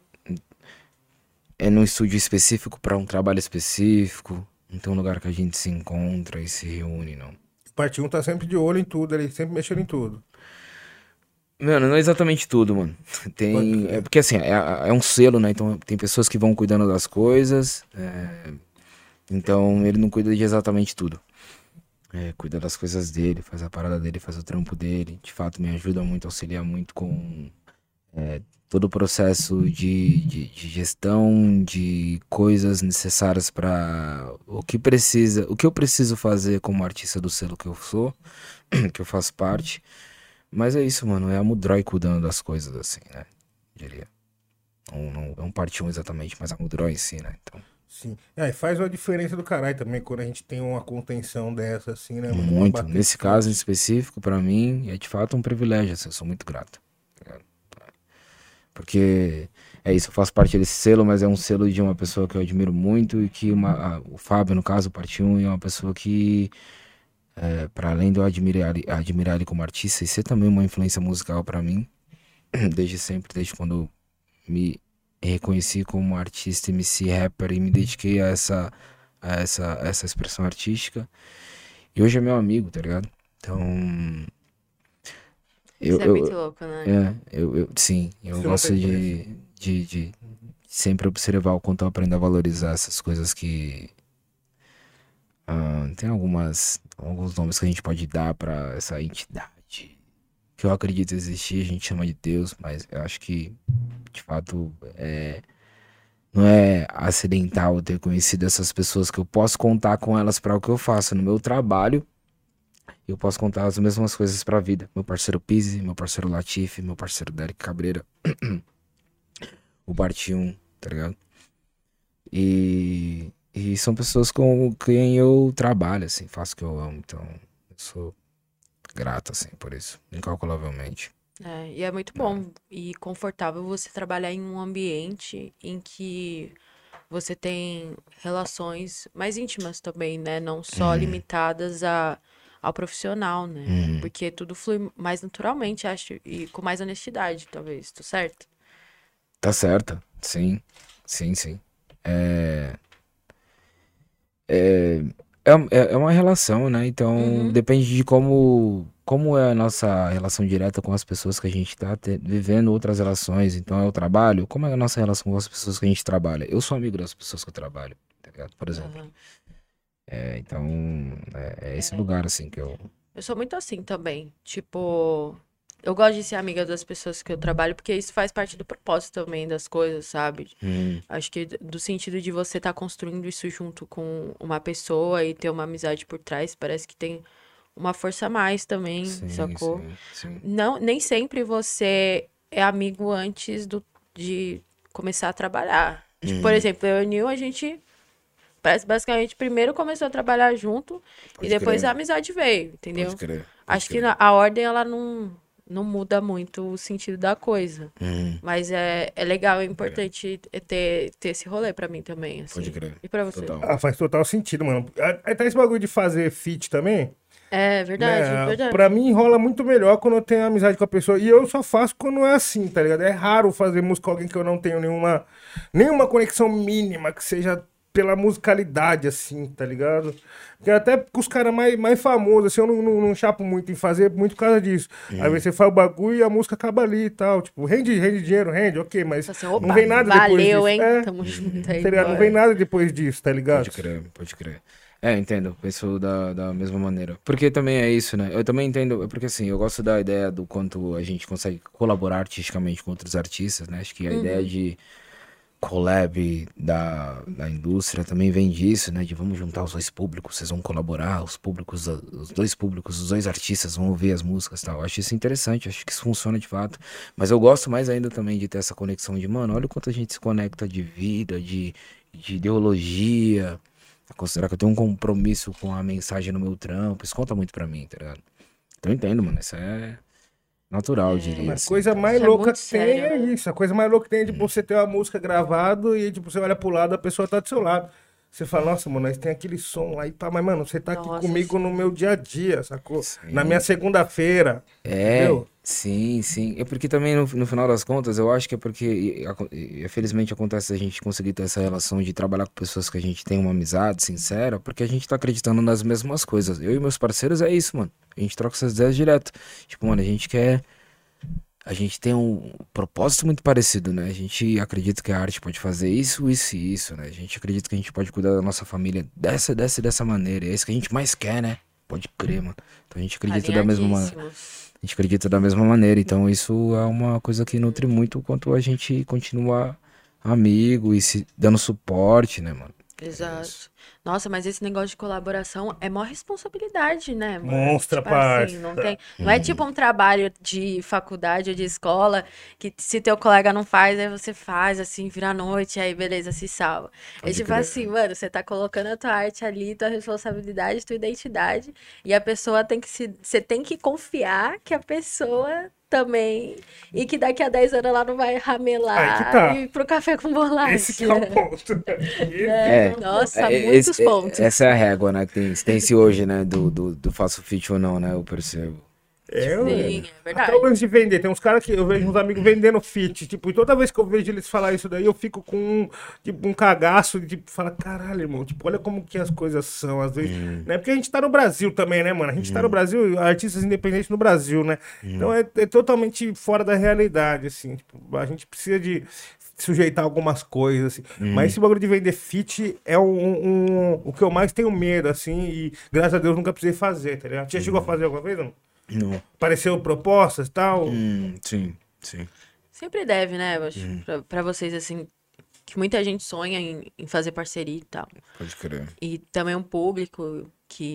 é num estúdio específico pra um trabalho específico, não tem um lugar que a gente se encontra e se reúne, não. Parte 1 tá sempre de olho em tudo, ele sempre mexendo em tudo. Mano, não é exatamente tudo, mano. É porque assim, é um selo, né? Então tem pessoas que vão cuidando das coisas. Então ele não cuida de exatamente tudo. Cuida das coisas dele, faz a parada dele, faz o trampo dele. De fato, me ajuda muito, auxilia muito com todo o processo de gestão, de coisas necessárias pra o que eu preciso fazer como artista do selo que eu sou, que eu faço parte. Mas é isso, mano. É a Mudroy cuidando das coisas, assim, né? Diria. Não é um parte 1 exatamente, mas a Mudroy em si, né? Então, Sim. E faz uma diferença do caralho também quando a gente tem uma contenção dessa, assim, né? mano? muito. Bater Nesse forte. caso em específico, pra mim, é de fato um privilégio, assim. Eu sou muito grato. Tá ligado? Porque é isso, eu faço parte desse selo, mas é um selo de uma pessoa que eu admiro muito e que o Fábio, no caso, parte 1, é uma pessoa que... para além de eu admirar ele como artista e ser também uma influência musical pra mim, desde sempre, desde quando me reconheci como artista, MC, rapper e me dediquei a essa expressão artística. E hoje é meu amigo, tá ligado? Então, Isso é muito louco, né? sim, eu Isso não gosto tem de sempre observar o quanto eu aprendo a valorizar essas coisas que tem alguns nomes que a gente pode dar pra essa entidade que eu acredito existir, a gente chama de Deus, mas eu acho que, de fato, não é acidental ter conhecido essas pessoas que eu posso contar com elas para o que eu faço no meu trabalho Eu posso contar as mesmas coisas pra vida. Meu parceiro Pizzi, meu parceiro Latifi, meu parceiro Derek Cabreira, o Bartinho, tá ligado? E são pessoas com quem eu trabalho, assim, faço o que eu amo. Então, eu sou grato, assim, por isso, incalculavelmente. E é muito bom e confortável você trabalhar em um ambiente em que você tem relações mais íntimas também, né? Não só limitadas ao profissional, né? Porque tudo flui mais naturalmente, acho, e com mais honestidade, talvez, tô certo? Tá certo, sim, sim, sim. É, é, é uma relação, né? Então, Uhum. depende de como é a nossa relação direta com as pessoas que a gente tá vivendo outras relações. Então, é o trabalho, como é a nossa relação com as pessoas que a gente trabalha? Eu sou amigo das pessoas que eu trabalho, tá ligado? Por exemplo. Aham. Então, é esse lugar, assim, que eu... Eu sou muito assim também. Tipo, eu gosto de ser amiga das pessoas que eu trabalho, porque isso faz parte do propósito também das coisas, sabe? Hum, Acho que do sentido de você estar construindo isso junto com uma pessoa e ter uma amizade por trás, parece que tem uma força a mais também, sim, sacou? sim, sim. Não, nem sempre você é amigo antes de começar a trabalhar. Tipo, por exemplo, eu e o Nil, a gente basicamente primeiro começou a trabalhar junto e Pode depois crer, a amizade veio, pode entendeu? crer, pode Acho que crer. a ordem, ela não muda muito o sentido da coisa. Mas é legal, é importante ter esse rolê pra mim também, Pode assim. crer. E pra você? Total. Ah, faz total sentido, mano. Aí tá esse bagulho de fazer feat também, É verdade, né? Pra verdade. mim rola muito melhor quando eu tenho amizade com a pessoa. E eu só faço quando é assim, tá ligado? É raro fazer música com alguém que eu não tenho nenhuma conexão mínima, que seja pela musicalidade, assim, tá ligado? Porque até com os caras mais famosos, assim, eu não chapo muito em fazer, muito por causa disso. Aí você faz o bagulho e a música acaba ali e tal. Tipo, rende dinheiro, rende, ok, mas Fala assim, não opa, vem nada depois valeu, disso. hein? É, Tamo junto aí, tá ligado? Não vem bora. nada depois disso, tá ligado? Pode crer, pode crer. É, entendo, penso da mesma maneira. Porque também é isso, né? Eu também entendo, porque assim, eu gosto da ideia do quanto a gente consegue colaborar artisticamente com outros artistas, né? Acho que a ideia de collab da indústria também vem disso, né? De vamos juntar os dois públicos, vocês vão colaborar, os públicos, os dois públicos, os dois artistas vão ouvir as músicas e tal. Eu acho isso interessante, acho que isso funciona de fato. Mas eu gosto mais ainda também de ter essa conexão de, mano, olha o quanto a gente se conecta de vida, de ideologia, a considerar que eu tenho um compromisso com a mensagem no meu trampo, isso conta muito pra mim, tá ligado? Então eu entendo, mano, isso é natural, eu diria, A assim, coisa tá mais Isso é louca muito que tem sério, é né? isso. A coisa mais louca que tem é, tipo, você ter uma música gravada e, tipo, você olha pro lado, a pessoa tá do seu lado. Você fala, nossa, mano, nós tem aquele som lá e pá, mas, mano, você tá aqui Nossa, comigo no sim. meu dia a dia, sacou? Na minha Sim. segunda-feira, É, entendeu? sim, sim. É porque também, no final das contas, eu acho que é porque, felizmente acontece a gente conseguir ter essa relação de trabalhar com pessoas que a gente tem uma amizade sincera, porque a gente tá acreditando nas mesmas coisas. Eu e meus parceiros é isso, mano. A gente troca essas ideias direto. Tipo, mano, a gente tem um propósito muito parecido, né? A gente acredita que a arte pode fazer isso, isso e isso, né? A gente acredita que a gente pode cuidar da nossa família dessa maneira. É isso que a gente mais quer, né? Pode crer, mano. Então a gente acredita da mesma maneira. Alinhadíssimos. A gente acredita da mesma maneira, então isso é uma coisa que nutre muito o quanto a gente continua amigo e se dando suporte, né, mano? É isso. Exato. Nossa, mas esse negócio de colaboração é maior responsabilidade, né, mano? Monstra, Tipo assim, parça. não é tipo um trabalho de faculdade ou de escola que se teu colega não faz, aí você faz, assim, vira a noite, aí beleza, se salva. É Pode tipo crer. assim, mano, você tá colocando a tua arte ali, tua responsabilidade, tua identidade, e a pessoa tem que você tem que confiar que a pessoa também, e que daqui a 10 anos ela não vai Aí que ramelar tá. e ir pro café com Esse que é o bolacha. ponto. É, Nossa, muitos pontos. essa é a régua, né, que tem-se hoje, né, do faço feat ou não, né, eu percebo. Sim, é Até o verdade. lance de vender. Tem uns caras que eu vejo uns amigos vendendo fit. Tipo, e toda vez que eu vejo eles falar isso daí, eu fico com um cagaço de tipo, falar, caralho, irmão, tipo, olha como que as coisas são, às vezes. Né? Porque a gente tá no Brasil também, né, mano? A gente tá no Brasil, artistas independentes no Brasil, né? Então é totalmente fora da realidade, assim. Tipo, a gente precisa de sujeitar algumas coisas, assim. Mas esse bagulho de vender fit é o que eu mais tenho medo, assim, e graças a Deus nunca precisei fazer, tá ligado? Você chegou a fazer alguma vez, não? Não. Apareceu propostas e tal? Sim, sim. Sempre deve, né? Eu acho, pra vocês, assim, que muita gente sonha em fazer parceria e tal. Pode crer. E também um público que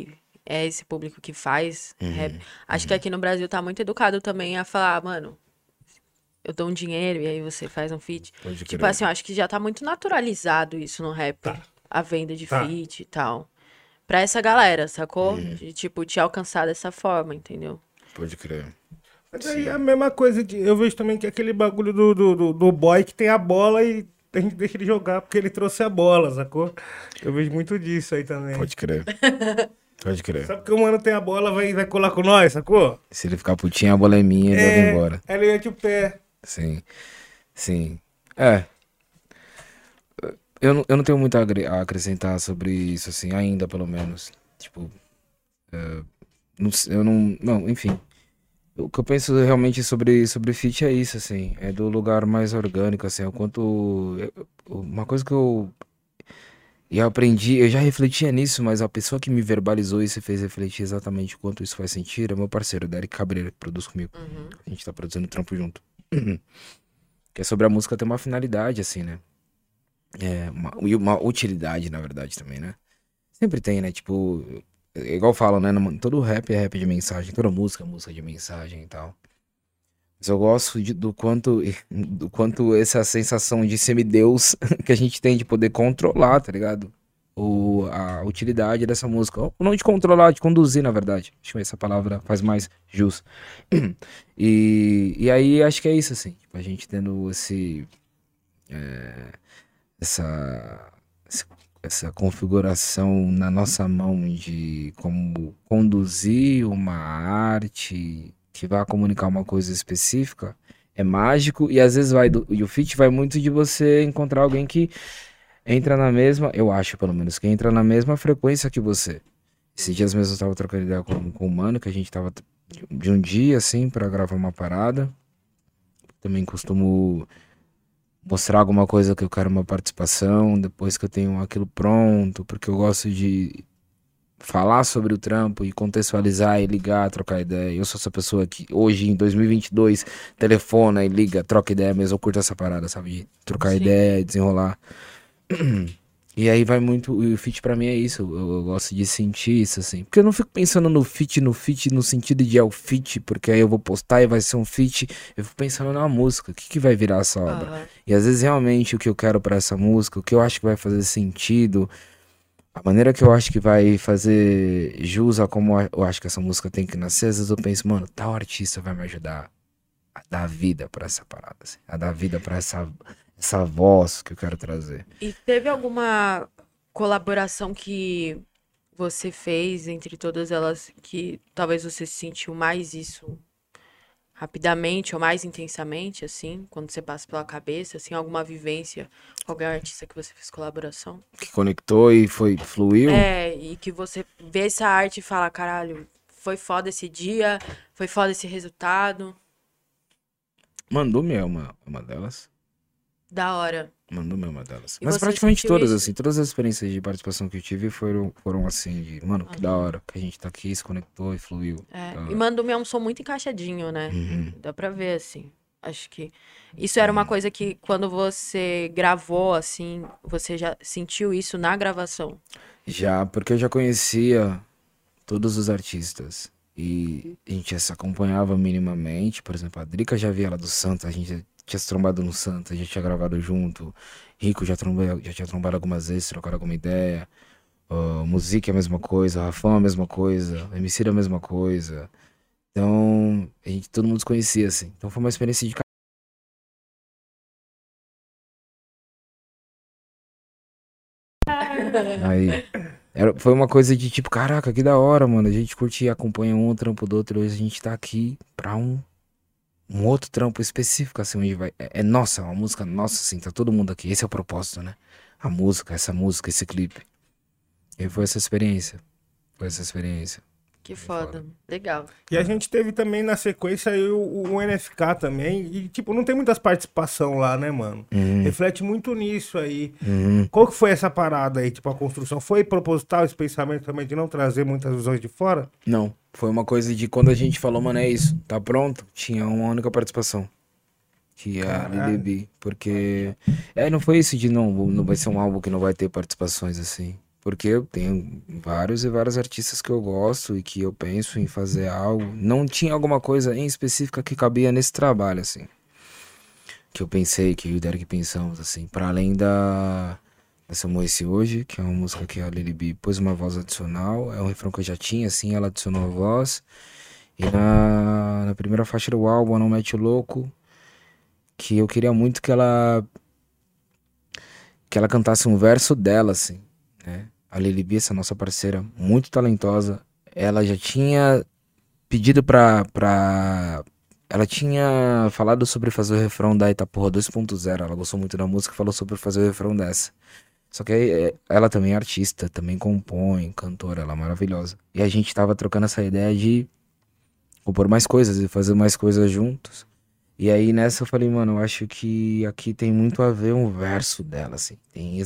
é esse público que faz rap. Acho que aqui no Brasil tá muito educado também a falar, mano, eu dou um dinheiro e aí você faz um feat. Pode Tipo crer. assim, eu acho que já tá muito naturalizado isso no rap. A venda de Tá. feat e tal. Pra essa galera, sacou? De, tipo, te alcançar dessa forma, entendeu? Pode crer. Mas aí é a mesma coisa, eu vejo também que é aquele bagulho do boy que tem a bola e a gente deixa ele jogar porque ele trouxe a bola, sacou? Eu vejo muito disso aí também. Pode crer. Pode crer. Só porque o mano tem a bola, vai colar com nós, sacou? Se ele ficar putinho, a bola é minha, ele vai embora. Aí ele mete o pé. Sim. Sim. É. Eu não tenho muito a acrescentar sobre isso, assim, ainda, pelo menos. Tipo. Não, eu não. Não, enfim. O que eu penso realmente sobre feat é isso, assim. É do lugar mais orgânico, assim. O quanto. Uma coisa que eu aprendi, eu já refletia nisso, mas a pessoa que me verbalizou isso e fez refletir exatamente o quanto isso faz sentido é meu parceiro, Derek Cabreira, que produz comigo. A gente tá produzindo trampo junto. Que é sobre a música ter uma finalidade, assim, né? E uma utilidade, na verdade, também, né? Sempre tem, né? Tipo, igual falam, né? Todo rap é rap de mensagem, toda música é música de mensagem e tal. Mas eu gosto do quanto essa sensação de semideus que a gente tem de poder controlar, tá ligado? A utilidade dessa música. Ou não de controlar, de conduzir, na verdade. Acho que essa palavra faz mais jus. E aí acho que é isso, assim. Tipo, a gente tendo essa configuração na nossa mão de como conduzir uma arte que vai comunicar uma coisa específica, é mágico, e às vezes e o feat vai muito de você encontrar alguém que entra na mesma, eu acho pelo menos, que entra na mesma frequência que você. Esses dias mesmo eu tava trocando ideia com o mano, que a gente tava de um dia assim pra gravar uma parada. Também costumo mostrar alguma coisa que eu quero uma participação, depois que eu tenho aquilo pronto, porque eu gosto de falar sobre o trampo e contextualizar e ligar, trocar ideia. Eu sou essa pessoa que hoje, em 2022, telefona e liga, troca ideia mesmo. Eu curto essa parada, sabe? De trocar Sim. ideia, desenrolar. E aí vai muito. E o feat pra mim é isso. Eu gosto de sentir isso, assim. Porque eu não fico pensando no feat, no sentido de é o feat, porque aí eu vou postar e vai ser um feat. Eu fico pensando na música. O que vai virar essa obra? Aham. E às vezes realmente o que eu quero pra essa música, o que eu acho que vai fazer sentido, a maneira que eu acho que vai fazer jus a como eu acho que essa música tem que nascer, às vezes eu penso, mano, tal artista vai me ajudar a dar vida pra essa parada, assim, a dar vida pra essa voz que eu quero trazer. E teve alguma colaboração que você fez entre todas elas que talvez você sentiu mais isso rapidamente ou mais intensamente, assim, quando você passa pela cabeça, assim, alguma vivência com algum artista que você fez colaboração? Que conectou e fluiu. E que você vê essa arte e fala, caralho, foi foda esse dia, foi foda esse resultado, Mandume é uma delas. da hora. Mandume é uma delas. E Mas você praticamente sentiu todas, isso? assim, todas as experiências de participação que eu tive foram assim, de, mano, que da hora, que a gente tá aqui, se conectou e fluiu. Da hora. E Mandume é um som muito encaixadinho, né? Uhum. Dá pra ver, assim. Acho que isso era uma coisa que, quando você gravou, assim, você já sentiu isso na gravação? Já, porque eu já conhecia todos os artistas e a gente já se acompanhava minimamente. Por exemplo, a Drica já via ela do Santos, a gente já tinha se trombado no Santos, a gente tinha gravado junto. Rico já tinha trombado algumas vezes, trocado alguma ideia. Music é a mesma coisa, Rafão é a mesma coisa, MC é a mesma coisa. Então, todo mundo se conhecia, assim. Então foi uma experiência de Aí, foi uma coisa de tipo, caraca, que da hora, mano. A gente curte e acompanha um trampo do outro. Hoje a gente tá aqui pra um outro trampo específico, assim, onde vai. É nossa, uma música nossa, assim, tá todo mundo aqui. Esse é o propósito, né? A música, essa música, esse clipe. E foi essa experiência. Foi essa experiência. Que foda. Legal. E a gente teve também na sequência aí o NFK também. E, tipo, não tem muitas participação lá, né, mano? Reflete muito nisso aí. Qual que foi essa parada aí? Tipo, a construção foi proposital esse pensamento também de não trazer muitas visões de fora? Não, foi uma coisa de quando a gente falou, mano, é isso, tá pronto? Tinha uma única participação. Que é a Lily B. Porque. Não foi isso de não vai ser um álbum que não vai ter participações assim. Porque eu tenho vários e vários artistas que eu gosto e que eu penso em fazer algo. Não tinha alguma coisa em específica que cabia nesse trabalho, assim. Que eu pensei, que eu e o Derek pensamos, assim. Pra além dessa Amor Esse Hoje, que é uma música que a Lili B pôs uma voz adicional. É um refrão que eu já tinha, assim, ela adicionou a voz. E na primeira faixa do álbum, Não Mete o Louco, que eu queria muito que ela cantasse um verso dela, assim, né? A Lili B, essa nossa parceira, muito talentosa, ela já tinha pedido ela tinha falado sobre fazer o refrão da Itaporra 2.0, ela gostou muito da música e falou sobre fazer o refrão dessa. Só que ela também é artista, também compõe, cantora, ela é maravilhosa. E a gente tava trocando essa ideia de compor mais coisas e fazer mais coisas juntos. E aí nessa eu falei, mano, eu acho que aqui tem muito a ver um verso dela, assim.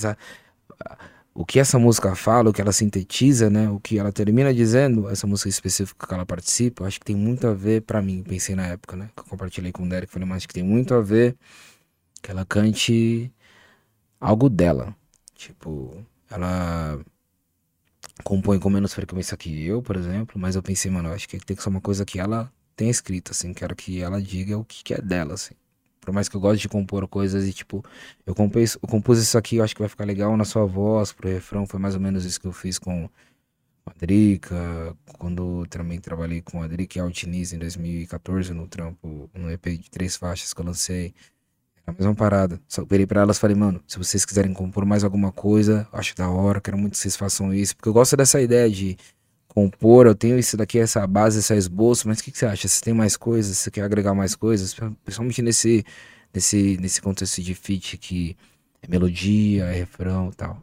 O que essa música fala, o que ela sintetiza, né? O que ela termina dizendo, essa música específica que ela participa, eu acho que tem muito a ver pra mim. Pensei na época, né? Que eu compartilhei com o Derek, falei, mas acho que tem muito a ver que ela cante algo dela. Tipo, ela compõe com menos frequência que eu, por exemplo, mas eu pensei, mano, eu acho que tem que ser uma coisa que ela tenha escrito, assim, quero que ela diga o que é dela, assim. Por mais que eu goste de compor coisas e, tipo, eu compus isso aqui, eu acho que vai ficar legal na sua voz, pro refrão, foi mais ou menos isso que eu fiz com a Drica, quando também trabalhei com a Drica e a Altiniz em 2014 no trampo, no EP de 3 faixas que eu lancei. É a mesma parada. Só virei pra elas e falei, mano, se vocês quiserem compor mais alguma coisa, acho da hora, quero muito que vocês façam isso. Porque eu gosto dessa ideia de compor, eu tenho isso daqui, essa base, esse esboço, mas o que você acha? Você tem mais coisas? Você quer agregar mais coisas? Principalmente nesse contexto de feat que é melodia, é refrão e tal.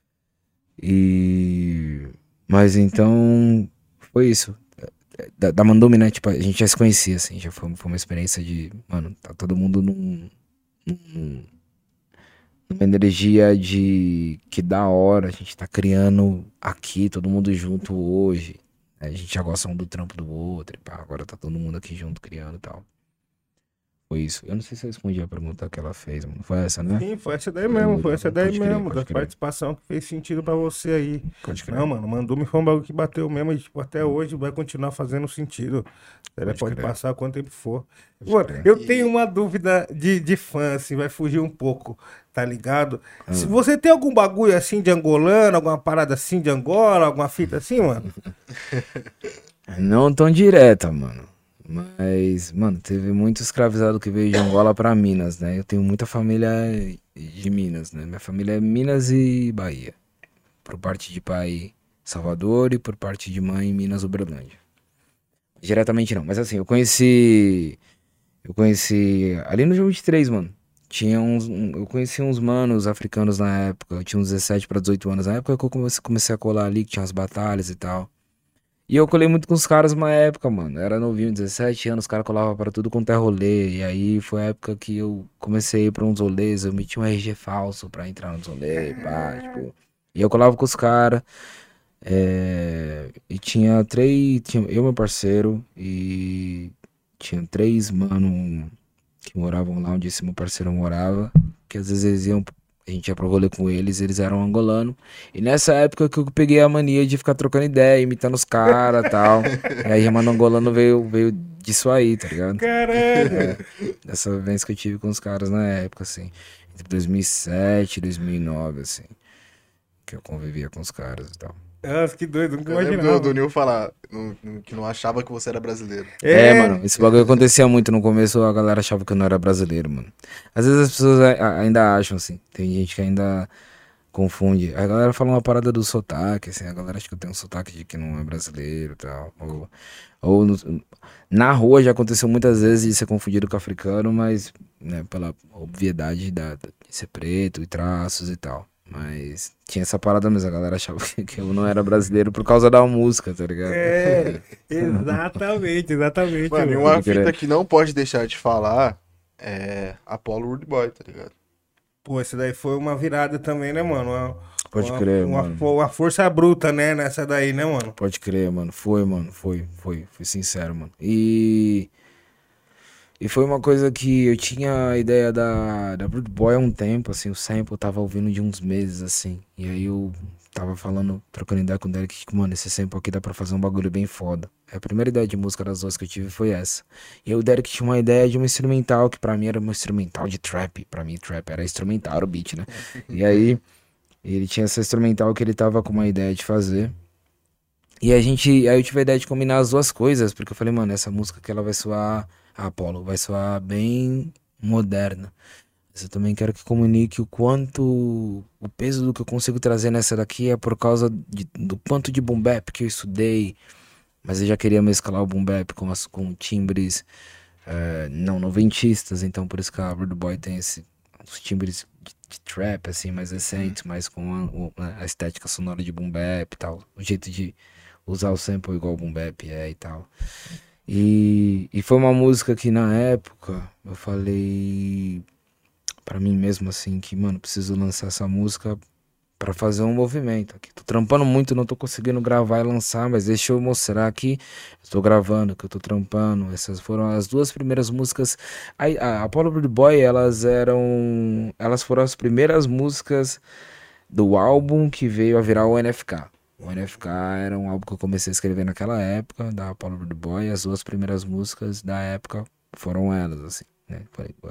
Mas então, foi isso. Da Mandume, né? Tipo, a gente já se conhecia, assim, já foi uma experiência de, mano, tá todo mundo numa energia de que da hora, a gente tá criando aqui, todo mundo junto hoje. A gente já gosta um do trampo do outro, e pá, agora tá todo mundo aqui junto criando e tal. Foi isso. Eu não sei se eu respondi a pergunta que ela fez, mano. Foi essa, né? Sim, foi essa daí mesmo, foi essa daí Pode crer, mesmo, pode da crer. participação que fez sentido pra você aí. Pode crer. Não, mano, Mandume foi um bagulho que bateu mesmo e, tipo, até hoje vai continuar fazendo sentido. Pode crer. passar quanto tempo for. Pode Mano, crer. eu tenho uma dúvida de fã, assim, vai fugir um pouco, tá ligado? Ah. Se você tem algum bagulho assim de angolano, alguma parada assim de Angola, alguma fita assim, mano? Não tão direta, mano. Mas, mano, teve muito escravizado que veio de Angola pra Minas, né? Eu tenho muita família de Minas, né? Minha família é Minas e Bahia. Por parte de pai, Salvador, e por parte de mãe, Minas, Uberlândia. Diretamente não, mas assim, eu conheci ali no Jogo 23, mano. Eu conheci uns manos africanos na época, eu tinha uns 17 pra 18 anos, na época que eu comecei a colar ali, que tinha as batalhas e tal. E eu colei muito com os caras uma época, mano. Era novinho, 17 anos, os caras colavam pra tudo quanto é rolê. E aí foi a época que eu comecei a ir pra uns rolês, eu meti um RG falso pra entrar nos rolês, pá, tipo. E eu colava com os caras. E tinha eu, meu parceiro, e tinha 3 mano que moravam lá onde esse meu parceiro morava. Que às vezes a gente ia pro rolê com eles eram angolanos. E nessa época que eu peguei a mania de ficar trocando ideia, imitando os caras e tal. E aí, mano, angolano veio disso aí, tá ligado? Caralho! Dessa vez que eu tive com os caras na época, assim. Entre 2007 e 2009, assim. Que eu convivia com os caras e tal. Nossa, que doido, nunca Eu lembro imaginava. do Nil falar que não achava que você era brasileiro. Mano, esse bagulho acontecia muito. No começo a galera achava que eu não era brasileiro, mano. Às vezes as pessoas ainda acham, assim. Tem gente que ainda confunde. A galera fala uma parada do sotaque, assim. A galera acha que eu tenho um sotaque de que não é brasileiro e tal. Na rua já aconteceu muitas vezes de ser confundido com africano, mas, né, pela obviedade de ser preto e traços e tal. Mas tinha essa parada mesmo, a galera achava que eu não era brasileiro por causa da música, tá ligado? Exatamente. Mano, e Mano. uma Pode crer. fita que não pode deixar de falar é Apollo Rude Boy, tá ligado? Pô, esse daí foi uma virada também, né, mano? Pode crer, uma, mano. uma força bruta, né, nessa daí, né, mano? Pode crer, mano. Foi, mano. Foi sincero, mano. E foi uma coisa que eu tinha a ideia da Rude Boy há um tempo, assim. O sample eu tava ouvindo de uns meses, assim. E aí eu tava trocando ideia com o Derek, que, mano, esse sample aqui dá pra fazer um bagulho bem foda. A primeira ideia de música das duas que eu tive foi essa. E o Derek tinha uma ideia de uma instrumental, que pra mim era uma instrumental de trap. Pra mim, trap era instrumental, era o beat, né? E aí, ele tinha essa instrumental que ele tava com uma ideia de fazer. E aí eu tive a ideia de combinar as duas coisas, porque eu falei, mano, essa música que ela vai soar, a Apollo, vai soar bem moderna. Mas eu também quero que comunique o peso do que eu consigo trazer nessa daqui é por causa do quanto de boom bap que eu estudei. Mas eu já queria mesclar o boom bap com timbres não noventistas, então por isso que a Rude Boy tem os timbres de trap, assim, mais recentes, mais com a estética sonora de boom bap e tal. O jeito de usar o sample igual o boom bap e tal. E foi uma música que na época eu falei pra mim mesmo assim que, mano, preciso lançar essa música pra fazer um movimento aqui. Tô trampando muito, não tô conseguindo gravar e lançar, mas deixa eu mostrar aqui. Eu tô gravando, que eu tô trampando. Essas foram as duas primeiras músicas. A Apollo Rude Boy, elas foram as primeiras músicas do álbum que veio a virar o NFK. O NFK era um álbum que eu comecei a escrever naquela época, da Apollo Rude Boy. As duas primeiras músicas da época foram elas, assim, né?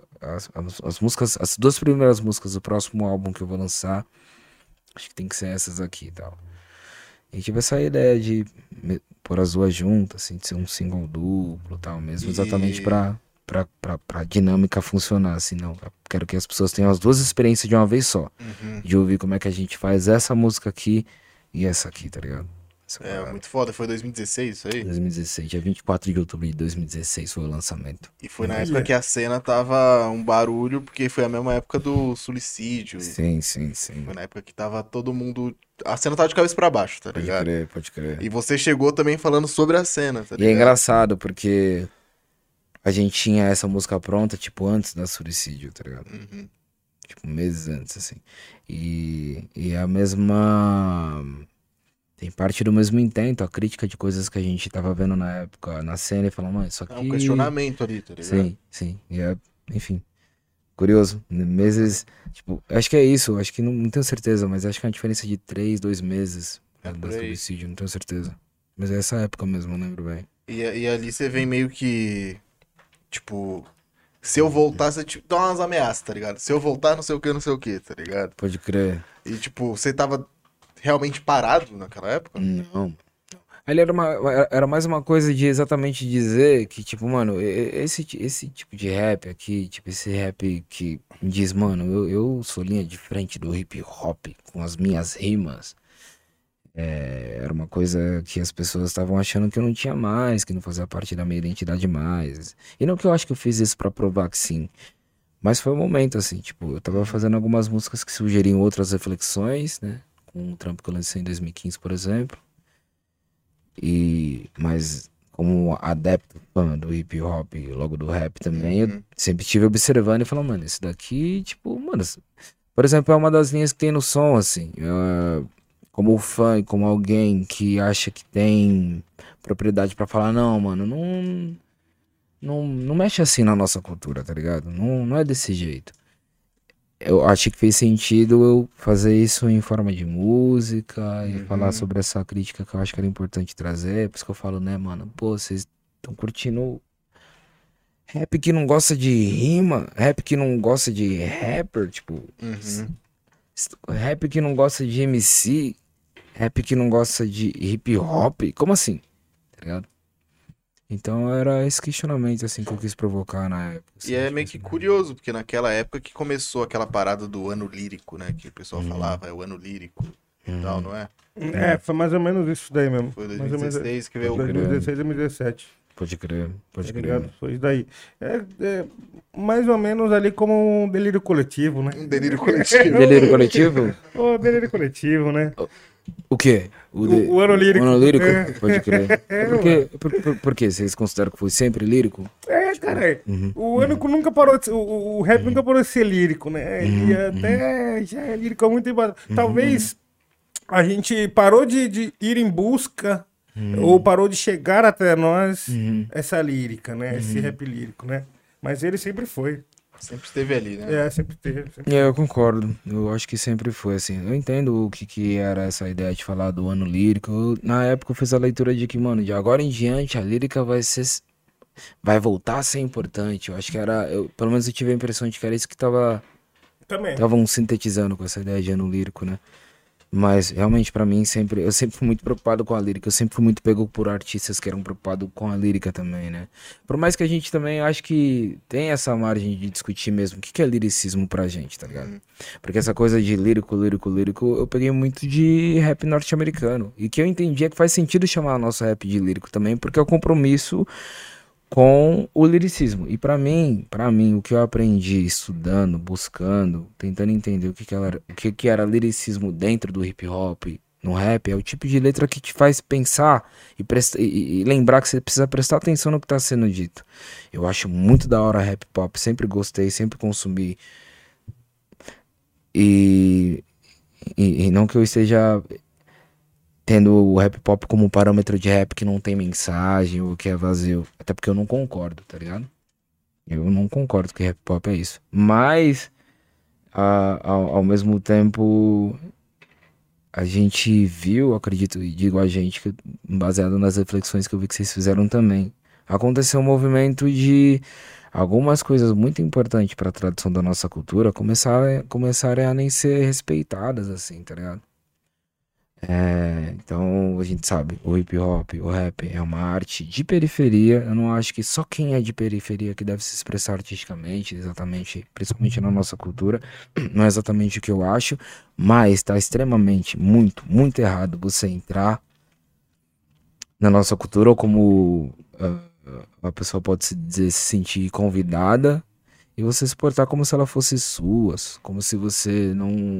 As duas primeiras músicas do próximo álbum que eu vou lançar, acho que tem que ser essas aqui e tal. E tive essa ideia de pôr as duas juntas, assim, de ser um single duplo e tal, mesmo, exatamente pra dinâmica funcionar, assim, não. Eu quero que as pessoas tenham as duas experiências de uma vez só. De ouvir como é que a gente faz essa música aqui e essa aqui, tá ligado? Muito foda. Foi 2016 isso aí? 2016, dia 24 de outubro de 2016 foi o lançamento. E foi na época que a cena tava um barulho, porque foi a mesma época do suicídio. Sim. Foi na época que tava todo mundo... A cena tava de cabeça pra baixo, tá ligado? Pode crer. E você chegou também falando sobre a cena, tá ligado? E é engraçado, porque a gente tinha essa música pronta, tipo, antes da suicídio, tá ligado? Tipo, meses antes, assim. E a mesma... Tem parte do mesmo intento, a crítica de coisas que a gente tava vendo na época, na cena, e falando, mano, isso aqui... É um questionamento ali, tá ligado? Sim. E enfim, curioso. Meses, tipo, acho que é isso, acho que não tenho certeza, mas acho que é uma diferença de 2 meses do suicídio, não tenho certeza. Mas é essa época mesmo, eu lembro bem. E ali você vem meio que, tipo, se eu voltar, você tipo, dá umas ameaças, tá ligado? Se eu voltar, não sei o que, tá ligado? Pode crer. E tipo, você tava realmente parado naquela época? Não. Ali era mais uma coisa de exatamente dizer que, tipo, mano, esse tipo de rap aqui, tipo, esse rap que diz, mano, eu sou linha de frente do hip hop com as minhas rimas. Era uma coisa que as pessoas estavam achando que eu não tinha mais, que não fazia parte da minha identidade mais. E não que eu acho que eu fiz isso pra provar que sim. Mas foi um momento, assim, tipo, eu tava fazendo algumas músicas que sugeriam outras reflexões, né? Com um trampo que eu lancei em 2015, por exemplo. Mas como adepto fã do hip hop e logo do rap também, eu sempre estive observando e falando, mano, esse daqui, tipo, mano, por exemplo, é uma das linhas que tem no som, assim. Como fã e como alguém que acha que tem propriedade pra falar, não, mano, não mexe assim na nossa cultura, tá ligado? Não é desse jeito. Eu achei que fez sentido eu fazer isso em forma de música e falar sobre essa crítica que eu acho que era importante trazer. Por isso que eu falo, né, mano? Pô, vocês estão curtindo rap que não gosta de rima, rap que não gosta de rapper, tipo, rap que não gosta de MC, rap que não gosta de hip hop. Como assim? Tá ligado? Então era esse questionamento assim que eu quis provocar na época. Assim, e é meio que curioso, porque naquela época que começou aquela parada do ano lírico, né? Que o pessoal falava, é o ano lírico e tal, não é? Foi mais ou menos isso daí mesmo. Foi 2016 que veio o... 2016 e 2017. Pode crer. Tá ligado? Foi isso daí. Mais ou menos ali como um delírio coletivo, né? Um delírio coletivo. Delírio coletivo? Delírio coletivo, né? O quê? O ano lírico. O ano lírico? Pode crer. Por quê? Vocês consideram que foi sempre lírico? Cara, o ano nunca parou de ser, o rap nunca parou de ser lírico, né? Ele até já é lírico há muito tempo. Talvez a gente parou de ir em busca ou parou de chegar até nós essa lírica, né? Esse rap lírico, né? Mas ele sempre foi. Sempre esteve ali, né? Sempre teve. Eu concordo. Eu acho que sempre foi assim. Eu entendo o que era essa ideia de falar do ano lírico. Na época eu fiz a leitura de que, mano, de agora em diante a lírica vai voltar a ser importante. Eu acho que era, pelo menos eu tive a impressão de que era isso que Também. estavam sintetizando com essa ideia de ano lírico, né? Mas realmente pra mim eu sempre fui muito preocupado com a lírica. Eu sempre fui muito pego por artistas que eram preocupados com a lírica também, né? Por mais que a gente também acho que tem essa margem de discutir mesmo o que é liricismo pra gente, tá ligado? Porque essa coisa de lírico, eu peguei muito de rap norte-americano. E que eu entendi é que faz sentido chamar o nosso rap de lírico também, porque é o compromisso com o liricismo. E pra mim, o que eu aprendi estudando, buscando, tentando entender o que era liricismo dentro do hip hop, no rap, é o tipo de letra que te faz pensar e lembrar que você precisa prestar atenção no que tá sendo dito. Eu acho muito da hora rap pop, sempre gostei, sempre consumi. E não que eu esteja tendo o rap pop como parâmetro de rap que não tem mensagem ou que é vazio. Até porque eu não concordo, tá ligado? Eu não concordo que rap pop é isso. Mas, ao mesmo tempo, a gente viu, acredito, e digo a gente, baseado nas reflexões que eu vi que vocês fizeram também, aconteceu um movimento de algumas coisas muito importantes para a tradução da nossa cultura começarem a nem ser respeitadas, assim, tá ligado? Então a gente sabe, o hip hop, o rap é uma arte de periferia. Eu não acho que só quem é de periferia que deve se expressar artisticamente, exatamente, principalmente na nossa cultura. Não é exatamente o que eu acho, mas está extremamente, muito, muito errado você entrar na nossa cultura ou como a pessoa pode se dizer, se sentir convidada e você se portar como se ela fosse sua, como se você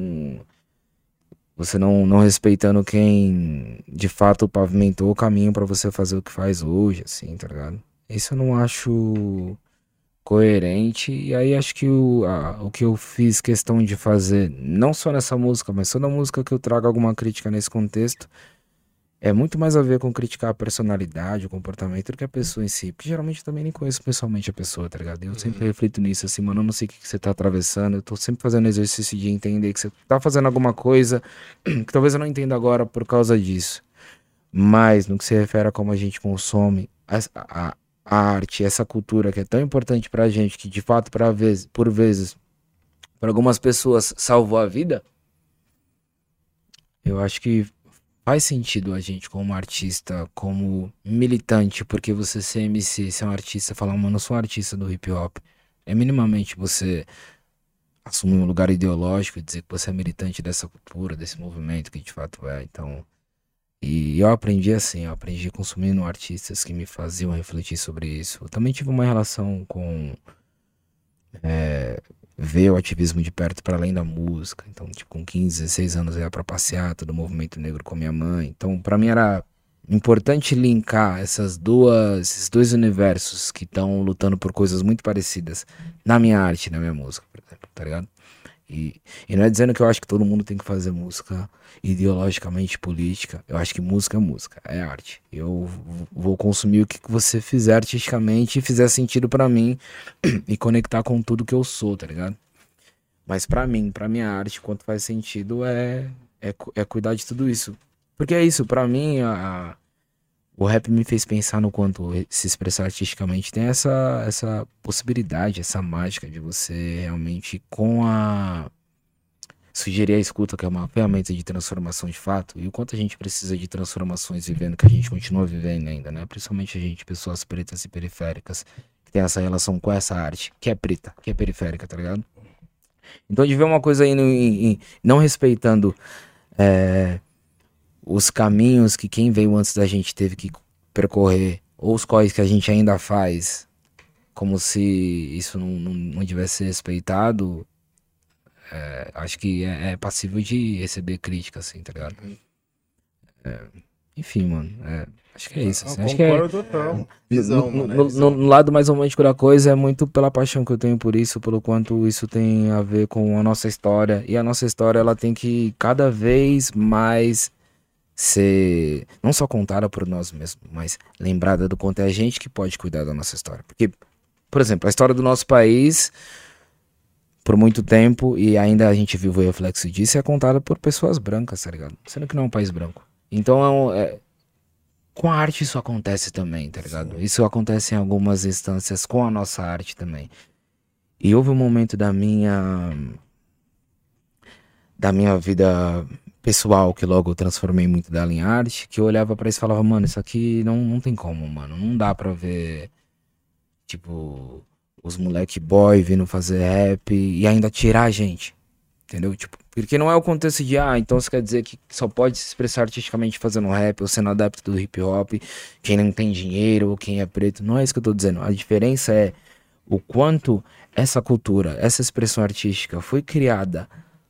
não respeitando quem de fato pavimentou o caminho pra você fazer o que faz hoje, assim, tá ligado? Isso eu não acho coerente. E aí acho que o que eu fiz questão de fazer, não só nessa música, mas toda música que eu trago alguma crítica nesse contexto, é muito mais a ver com criticar a personalidade, o comportamento do que a pessoa em si. Porque geralmente eu também nem conheço pessoalmente a pessoa, tá ligado? Eu sempre reflito nisso, assim, mano, eu não sei o que você tá atravessando. Eu tô sempre fazendo exercício de entender que você tá fazendo alguma coisa que talvez eu não entenda agora por causa disso. Mas no que se refere a como a gente consome a arte, essa cultura que é tão importante pra gente, que de fato, por vezes, para algumas pessoas salvou a vida, eu acho que faz sentido a gente como artista, como militante, porque você ser MC, ser um artista, falar, mano, eu sou um artista do hip hop, é minimamente você assumir um lugar ideológico e dizer que você é militante dessa cultura, desse movimento que de fato é. Então, e eu aprendi assim, eu aprendi consumindo artistas que me faziam refletir sobre isso. Eu também tive uma relação com ver o ativismo de perto para além da música. Então, tipo, com 15, 16 anos eu ia pra passeata do movimento negro com minha mãe. Então, pra mim era importante linkar esses dois universos que estão lutando por coisas muito parecidas na minha arte, na minha música, por exemplo, tá ligado? E não é dizendo que eu acho que todo mundo tem que fazer música ideologicamente política. Eu acho que música é música, é arte. Eu vou consumir o que você fizer artisticamente e fizer sentido pra mim e conectar com tudo que eu sou, tá ligado? Mas pra mim, pra minha arte, quanto faz sentido é cuidar de tudo isso. Porque é isso, pra mim, o rap me fez pensar no quanto se expressar artisticamente tem essa possibilidade, essa mágica de você realmente sugerir a escuta, que é uma ferramenta de transformação de fato, e o quanto a gente precisa de transformações vivendo, que a gente continua vivendo ainda, né? Principalmente a gente, pessoas pretas e periféricas, que tem essa relação com essa arte, que é preta, que é periférica, tá ligado? Então de ver uma coisa aí não respeitando os caminhos que quem veio antes da gente teve que percorrer, ou os quais que a gente ainda faz, como se isso não tivesse respeitado, acho que é passível de receber crítica, assim, tá ligado? Enfim, mano, acho que é isso. Assim, acho que total. Visão, mano, no lado mais romântico da coisa é muito pela paixão que eu tenho por isso, pelo quanto isso tem a ver com a nossa história, e a nossa história ela tem que cada vez mais ser não só contada por nós mesmos, mas lembrada do quanto é a gente que pode cuidar da nossa história. Porque, por exemplo, a história do nosso país por muito tempo, e ainda a gente vive o reflexo disso, é contada por pessoas brancas, tá ligado? Sendo que não é um país branco. Então, com a arte isso acontece também, tá ligado? Isso acontece em algumas instâncias com a nossa arte também. E houve um momento da minha vida pessoal, que logo eu transformei muito dela em arte, que eu olhava pra isso e falava, mano, isso aqui não tem como, mano. Não dá pra ver, tipo, os moleque boy vindo fazer rap e ainda tirar a gente, entendeu? Tipo, porque não é o contexto de, então você quer dizer que só pode se expressar artisticamente fazendo rap ou sendo adepto do hip hop, quem não tem dinheiro ou quem é preto. Não é isso que eu tô dizendo. A diferença é o quanto essa cultura, essa expressão artística foi criada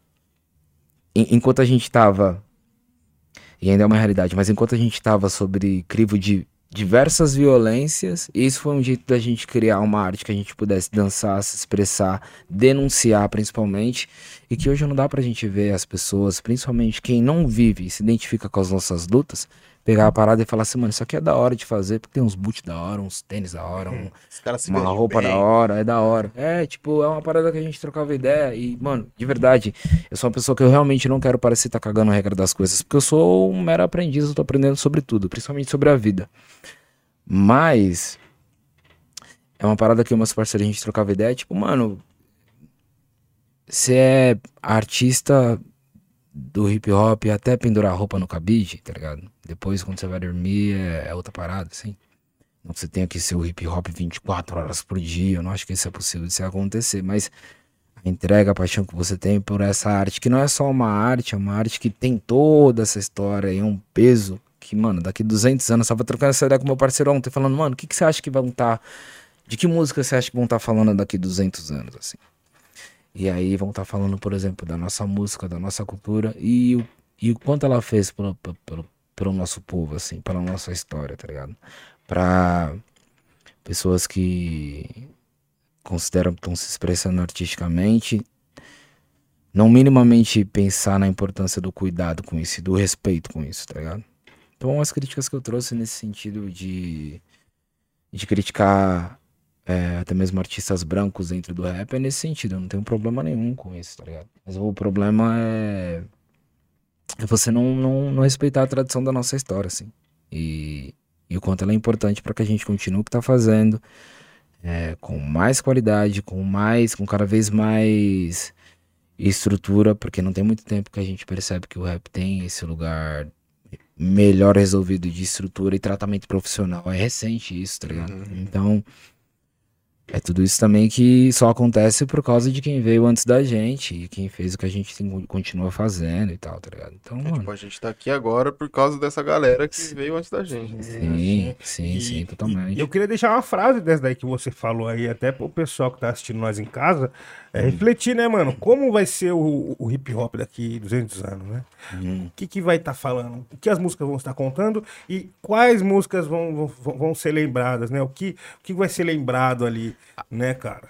enquanto a gente tava, e ainda é uma realidade, mas enquanto a gente tava sobre crivo de diversas violências, isso foi um jeito da gente criar uma arte que a gente pudesse dançar, se expressar, denunciar principalmente, e que hoje não dá pra gente ver as pessoas, principalmente quem não vive e se identifica com as nossas lutas, pegar a parada e falar assim, mano, isso aqui é da hora de fazer, porque tem uns boot da hora, uns tênis da hora, Os caras se uma vestem roupa bem. da hora, é da hora. É, tipo, é uma parada que a gente trocava ideia e, mano, de verdade, eu sou uma pessoa que eu realmente não quero parecer estar cagando a regra das coisas, porque eu sou um mero aprendiz, eu tô aprendendo sobre tudo, principalmente sobre a vida. Mas é uma parada que meus parceiros a gente trocava ideia, tipo, mano, você é artista do hip hop até pendurar roupa no cabide, tá ligado? Depois, quando você vai dormir, é outra parada, assim. Não que você tenha que ser o hip hop 24 horas por dia, eu não acho que isso é possível de se acontecer, mas a entrega, a paixão que você tem por essa arte, que não é só uma arte, é uma arte que tem toda essa história e é um peso que, mano, daqui 200 anos, eu tava trocando essa ideia com meu parceiro ontem, falando, mano, o que você acha que vão estar, de que música você acha que vão estar falando daqui 200 anos, assim? E aí vão estar falando, por exemplo, da nossa música, da nossa cultura e o quanto ela fez pelo nosso povo, assim, pela nossa história, tá ligado? Pra pessoas que consideram que estão se expressando artisticamente, não minimamente pensar na importância do cuidado com isso e do respeito com isso, tá ligado? Então as críticas que eu trouxe nesse sentido de criticar até mesmo artistas brancos dentro do rap é nesse sentido, eu não tenho problema nenhum com isso, tá ligado? Mas o problema é você não respeitar a tradição da nossa história, assim. E o quanto ela é importante para que a gente continue o que tá fazendo, com mais qualidade, com cada vez mais estrutura, porque não tem muito tempo que a gente percebe que o rap tem esse lugar melhor resolvido de estrutura e tratamento profissional. É recente isso, tá ligado? Então, é tudo isso também que só acontece por causa de quem veio antes da gente e quem fez o que a gente continua fazendo e tal, tá ligado? Então, mano. Tipo, a gente tá aqui agora por causa dessa galera que veio antes da gente. Sim, totalmente. E eu queria deixar uma frase dessa daí que você falou aí, até pro pessoal que tá assistindo nós em casa, refletir, né, mano? Como vai ser o hip hop daqui 200 anos, né? O que vai estar falando? O que as músicas vão estar contando e quais músicas vão ser lembradas, né? O que vai ser lembrado ali, né, cara?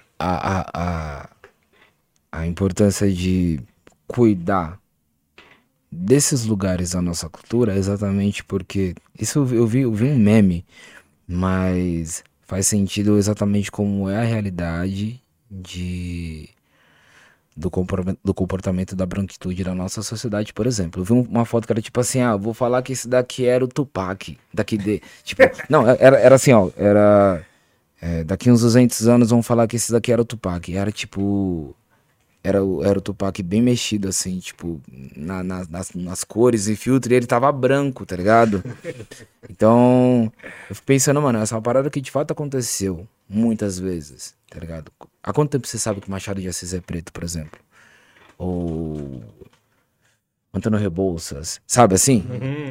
A importância de cuidar desses lugares da nossa cultura é exatamente porque isso eu vi um meme, mas faz sentido exatamente como é a realidade do comportamento da branquitude da nossa sociedade, por exemplo. Eu vi uma foto que era tipo assim, eu vou falar que esse daqui era o Tupac, tipo, não, era assim, daqui uns 200 anos vão falar que esse daqui era o Tupac. Era tipo, era o Tupac bem mexido, assim, tipo, nas cores e filtro, e ele tava branco, tá ligado? Então, eu fico pensando, mano, essa é uma parada que de fato aconteceu muitas vezes, tá ligado? Há quanto tempo você sabe que Machado de Assis é preto, por exemplo? Ou Antônio Rebouças, sabe assim?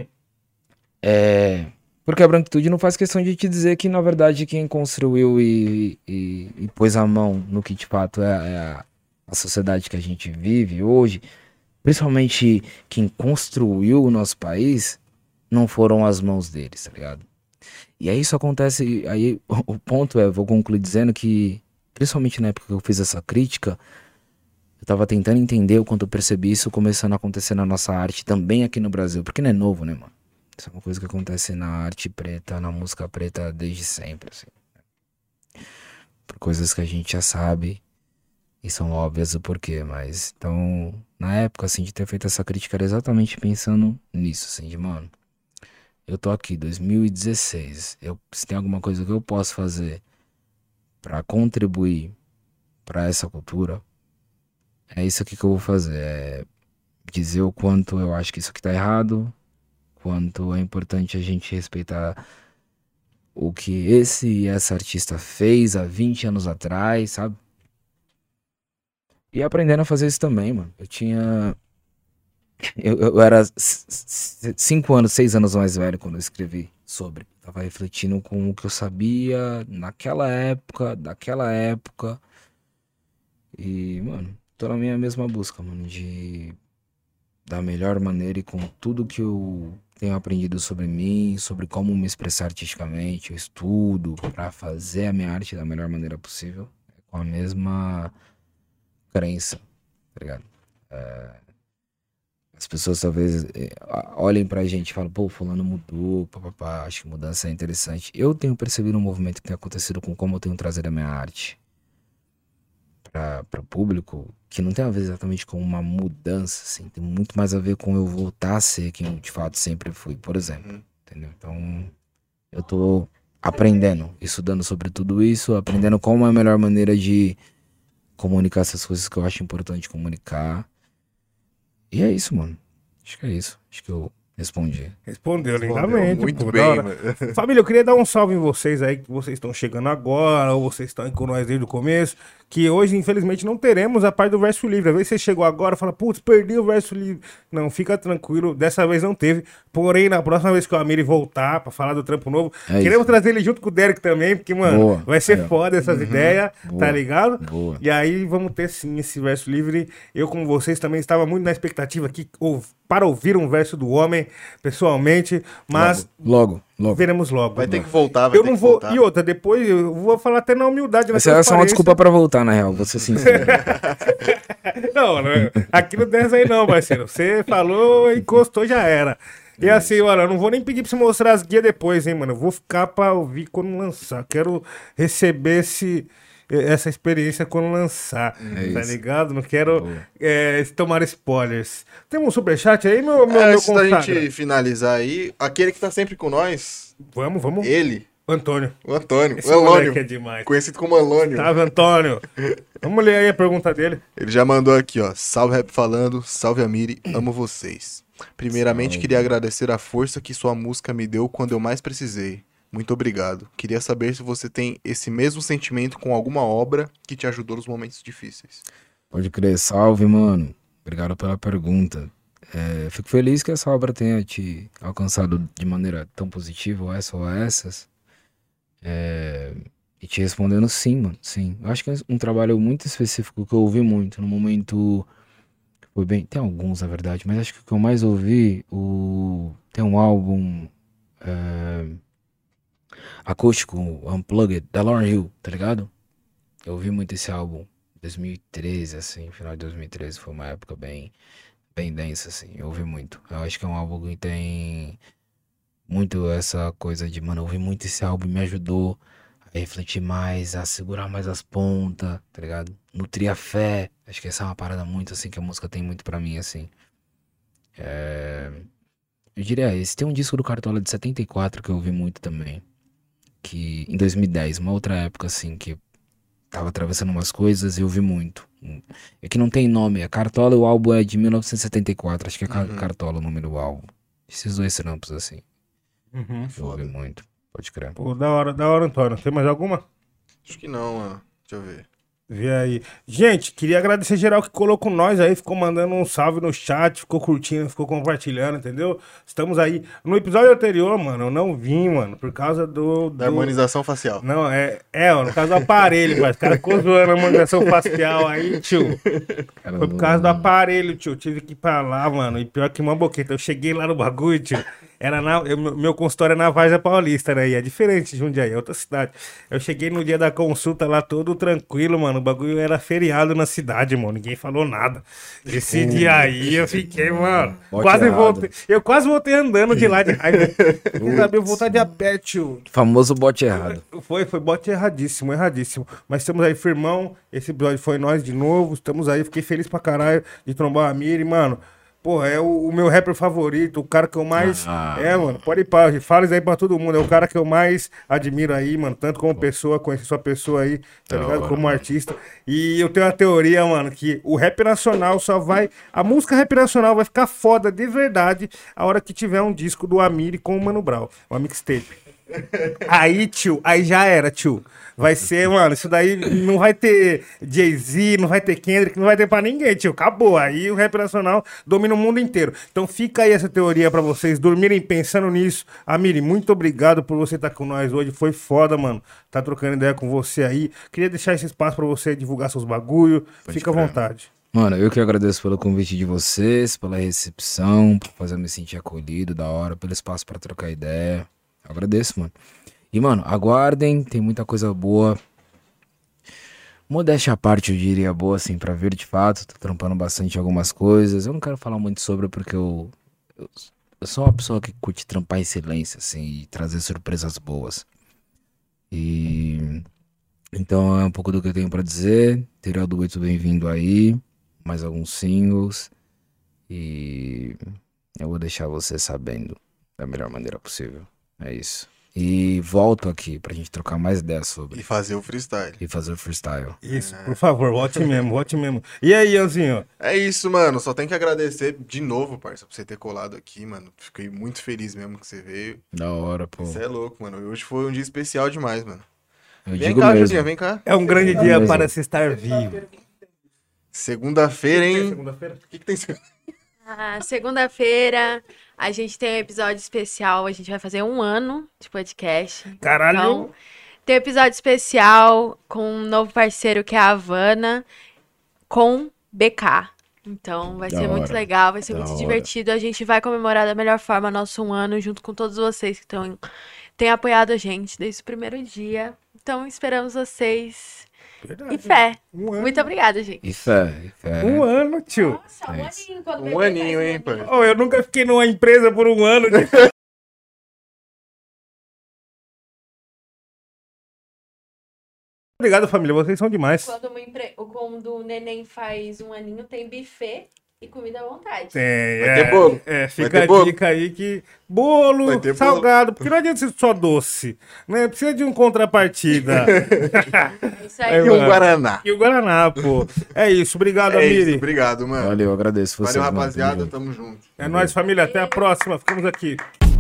Porque a branquitude não faz questão de te dizer que, na verdade, quem construiu e pôs a mão no que de fato é a sociedade que a gente vive hoje, principalmente quem construiu o nosso país, não foram as mãos deles, tá ligado? E aí isso acontece, aí o ponto vou concluir dizendo que, principalmente na época que eu fiz essa crítica, eu tava tentando entender o quanto eu percebi isso começando a acontecer na nossa arte, também aqui no Brasil, porque não é novo, né, mano? Isso é uma coisa que acontece na arte preta, na música preta desde sempre, assim. Por coisas que a gente já sabe. E são óbvias o porquê, mas... Então, na época, assim, de ter feito essa crítica, era exatamente pensando nisso, assim, de, mano... Eu tô aqui, 2016. Se tem alguma coisa que eu posso fazer pra contribuir pra essa cultura, é isso aqui que eu vou fazer. É dizer o quanto eu acho que isso aqui tá errado, quanto é importante a gente respeitar o que esse e essa artista fez há 20 anos atrás, sabe? E aprendendo a fazer isso também, mano. Eu era 5 anos, 6 anos mais velho quando eu escrevi sobre. Tava refletindo com o que eu sabia daquela época. E, mano, tô na minha mesma busca, mano, de da melhor maneira e com tudo que eu tenho aprendido sobre mim, sobre como me expressar artisticamente, eu estudo pra fazer a minha arte da melhor maneira possível, com a mesma crença, tá ligado? As pessoas talvez olhem pra gente e falem, pô, fulano mudou, papapá, acho que mudança é interessante. Eu tenho percebido um movimento que tem acontecido com como eu tenho trazido a minha arte para o público, que não tem a ver exatamente com uma mudança, assim, tem muito mais a ver com eu voltar a ser quem eu de fato sempre fui, por exemplo, entendeu? Então, eu tô aprendendo, estudando sobre tudo isso, aprendendo qual é a melhor maneira de comunicar essas coisas que eu acho importante comunicar. E é isso, mano. Acho que é isso. Acho que eu respondi. Respondeu lindamente. Muito pô, da bem, hora. mano. Família, eu queria dar um salve em vocês aí, que vocês estão chegando agora, ou vocês estão aí com nós desde o começo, que hoje, infelizmente, não teremos a parte do verso livre. Às vezes você chegou agora e fala, putz, perdi o verso livre. Não, fica tranquilo, dessa vez não teve. Porém, na próxima vez que o Amiri voltar pra falar do trampo novo, É queremos isso. trazer ele junto com o Derek também, porque, mano, Boa. vai ser Aí, ó. foda essas ideias, tá Boa. ligado? Boa. E aí vamos ter sim esse verso livre. Eu, como vocês, também estava muito na expectativa aqui para ouvir um verso do homem, pessoalmente, mas Logo. veremos logo. Vai ter mano. que voltar, vai Eu ter não que vou. voltar. E outra, depois eu vou falar até na humildade. Na Essa é só uma transparência. desculpa pra voltar, na real, vou ser sincero. Não, aqui não tem essa aí não, parceiro. Você falou, encostou, já era. E assim, olha, eu não vou nem pedir pra você mostrar as guias depois, hein, mano. Eu vou ficar pra ouvir quando lançar. Quero receber essa experiência quando lançar, tá isso. ligado? Não quero Boa. tomar spoilers. Tem um superchat aí, meu Antes da consagra? gente finalizar aí, aquele que tá sempre com nós, Vamos. ele, Antônio. o Antônio, Esse o Elônio, moleque é demais. conhecido como Elônio. Salve, Antônio. Vamos ler aí a pergunta dele. Ele já mandou aqui, ó. Salve Rap Falando, salve Amiri, amo vocês. Primeiramente, Salve. queria agradecer a força que sua música me deu quando eu mais precisei. Muito obrigado. Queria saber se você tem esse mesmo sentimento com alguma obra que te ajudou nos momentos difíceis. Pode crer, salve, mano. Obrigado pela pergunta. Fico feliz que essa obra tenha te alcançado de maneira tão positiva, ou essa ou essas. E te respondendo sim, mano, sim. Eu acho que é um trabalho muito específico que eu ouvi muito no momento. Foi bem. Tem alguns, na verdade, mas acho que o que eu mais ouvi, tem um álbum acústico, Unplugged, da Lauryn Hill, tá ligado? Eu ouvi muito esse álbum, 2013, assim, final de 2013, foi uma época bem densa, assim, eu ouvi muito. Eu acho que é um álbum que tem muito essa coisa de, mano, eu ouvi muito esse álbum, me ajudou a refletir mais, a segurar mais as pontas, tá ligado? Nutrir a fé, acho que essa é uma parada muito, assim, que a música tem muito pra mim, assim. Eu diria esse. Tem um disco do Cartola de 74 que eu ouvi muito também, que em 2010, uma outra época, assim, que tava atravessando umas coisas e eu ouvi muito. É que não tem nome, é Cartola e o álbum é de 1974, acho que é Cartola o nome do álbum. Esses dois trampos, assim, eu ouvi muito, pode crer. Pô, da hora, Antônio. Tem mais alguma? Acho que não, mano. Deixa eu ver. Vê aí. Gente, queria agradecer geral que colou com nós aí, ficou mandando um salve no chat, ficou curtindo, ficou compartilhando, entendeu? Estamos aí. No episódio anterior, mano, eu não vim, mano, por causa Da harmonização facial. Não, no caso do aparelho, mas o cara ficou zoando a harmonização facial aí, tio. Foi por causa do aparelho, tio. Tive que ir pra lá, mano. E pior que uma boqueta. Eu cheguei lá no bagulho, tio. Meu consultório é na Várzea Paulista, né? E é diferente de Jundiaí, é outra cidade. Eu cheguei no dia da consulta lá todo tranquilo, mano. o bagulho era feriado na cidade, mano. Ninguém falou nada. Esse dia aí eu fiquei, mano. Bote Quase errado. voltei. Eu quase voltei andando de lá de raiva. Eu sabia voltar de a pé, tio. Famoso bote errado. Foi bote erradíssimo, erradíssimo. Mas estamos aí, firmão. Esse episódio foi nós de novo. Estamos aí, fiquei feliz pra caralho de trombar o Amiri, mano. Porra, é o meu rapper favorito, o cara que eu mais. Mano, pode ir pra. Fala isso aí pra todo mundo. É o cara que eu mais admiro aí, mano. Tanto como pessoa, conheci sua pessoa aí, tá ligado? Como artista. E eu tenho uma teoria, mano, que o rap nacional só vai. A música rap nacional vai ficar foda de verdade a hora que tiver um disco do Amiri com o Mano Brown. Uma mixtape. Aí, tio, aí já era, tio. Vai ser, mano, isso daí não vai ter Jay-Z, não vai ter Kendrick, não vai ter pra ninguém, tio. Acabou. Aí o rap nacional domina o mundo inteiro. Então fica aí essa teoria pra vocês dormirem pensando nisso. Amiri, muito obrigado por você estar com nós hoje. Foi foda, mano. Tá trocando ideia com você aí. Queria deixar esse espaço pra você divulgar seus bagulho. Fica à vontade. Mano, eu que agradeço pelo convite de vocês, pela recepção, por fazer eu me sentir acolhido, da hora, pelo espaço pra trocar ideia. Eu agradeço, mano. E, mano, aguardem, tem muita coisa boa. Modéstia à parte, eu diria boa, assim, pra ver de fato. Tô trampando bastante algumas coisas. Eu não quero falar muito sobre, porque eu sou uma pessoa que curte trampar em silêncio, assim, e trazer surpresas boas. E... Então é um pouco do que eu tenho pra dizer. Material do 8 bem-vindo aí. Mais alguns singles. E... eu vou deixar você sabendo da melhor maneira possível. É isso. E volto aqui pra gente trocar mais ideias sobre. E fazer o freestyle. E fazer o freestyle. Isso, por favor, volte mesmo, volte mesmo. E aí, Ianzinho? É isso, mano. Só tenho que agradecer de novo, parça, por você ter colado aqui, mano. Fiquei muito feliz mesmo que você veio. Da hora, pô. Você é louco, mano. Hoje foi um dia especial demais, mano. Eu Vem digo cá, mesmo. Julinha, vem cá. É um grande dia mesmo. para se estar vivo. Segunda-feira, hein? Segunda-feira? O que tem segunda? Segunda-feira a gente tem um episódio especial. A gente vai fazer 1 ano de podcast. Caralho. Então, tem um episódio especial com um novo parceiro que é a Havana, com BK. Então vai Da ser muito hora. legal, vai ser Da muito hora. divertido. A gente vai comemorar da melhor forma nosso 1 ano, junto com todos vocês que têm apoiado a gente desde o primeiro dia. Então esperamos vocês. Verdade. E fé. Um ano. Muito obrigada, gente. E fé, e fé. Um ano, tio. Nossa, É isso. aninho. Quando Um bebê aninho, faz hein, um pai? aninho. Oh, eu nunca fiquei numa empresa por 1 ano. Obrigado, família. Vocês são demais. Quando o neném faz 1 aninho, tem buffet e comida à vontade. Vai ter bolo. Fica ter a bolo. dica aí que bolo, Vai ter salgado, porque não adianta ser só doce, né? Precisa de um contrapartida. É isso aí. Aí, E um mano. Guaraná. E o Guaraná, pô. É isso. Obrigado, É isso, Amiri. obrigado, mano. Valeu, agradeço vocês. Valeu, mano. Tamo rapaziada. junto. Tamo junto. É nóis, família. Até a próxima. Ficamos aqui.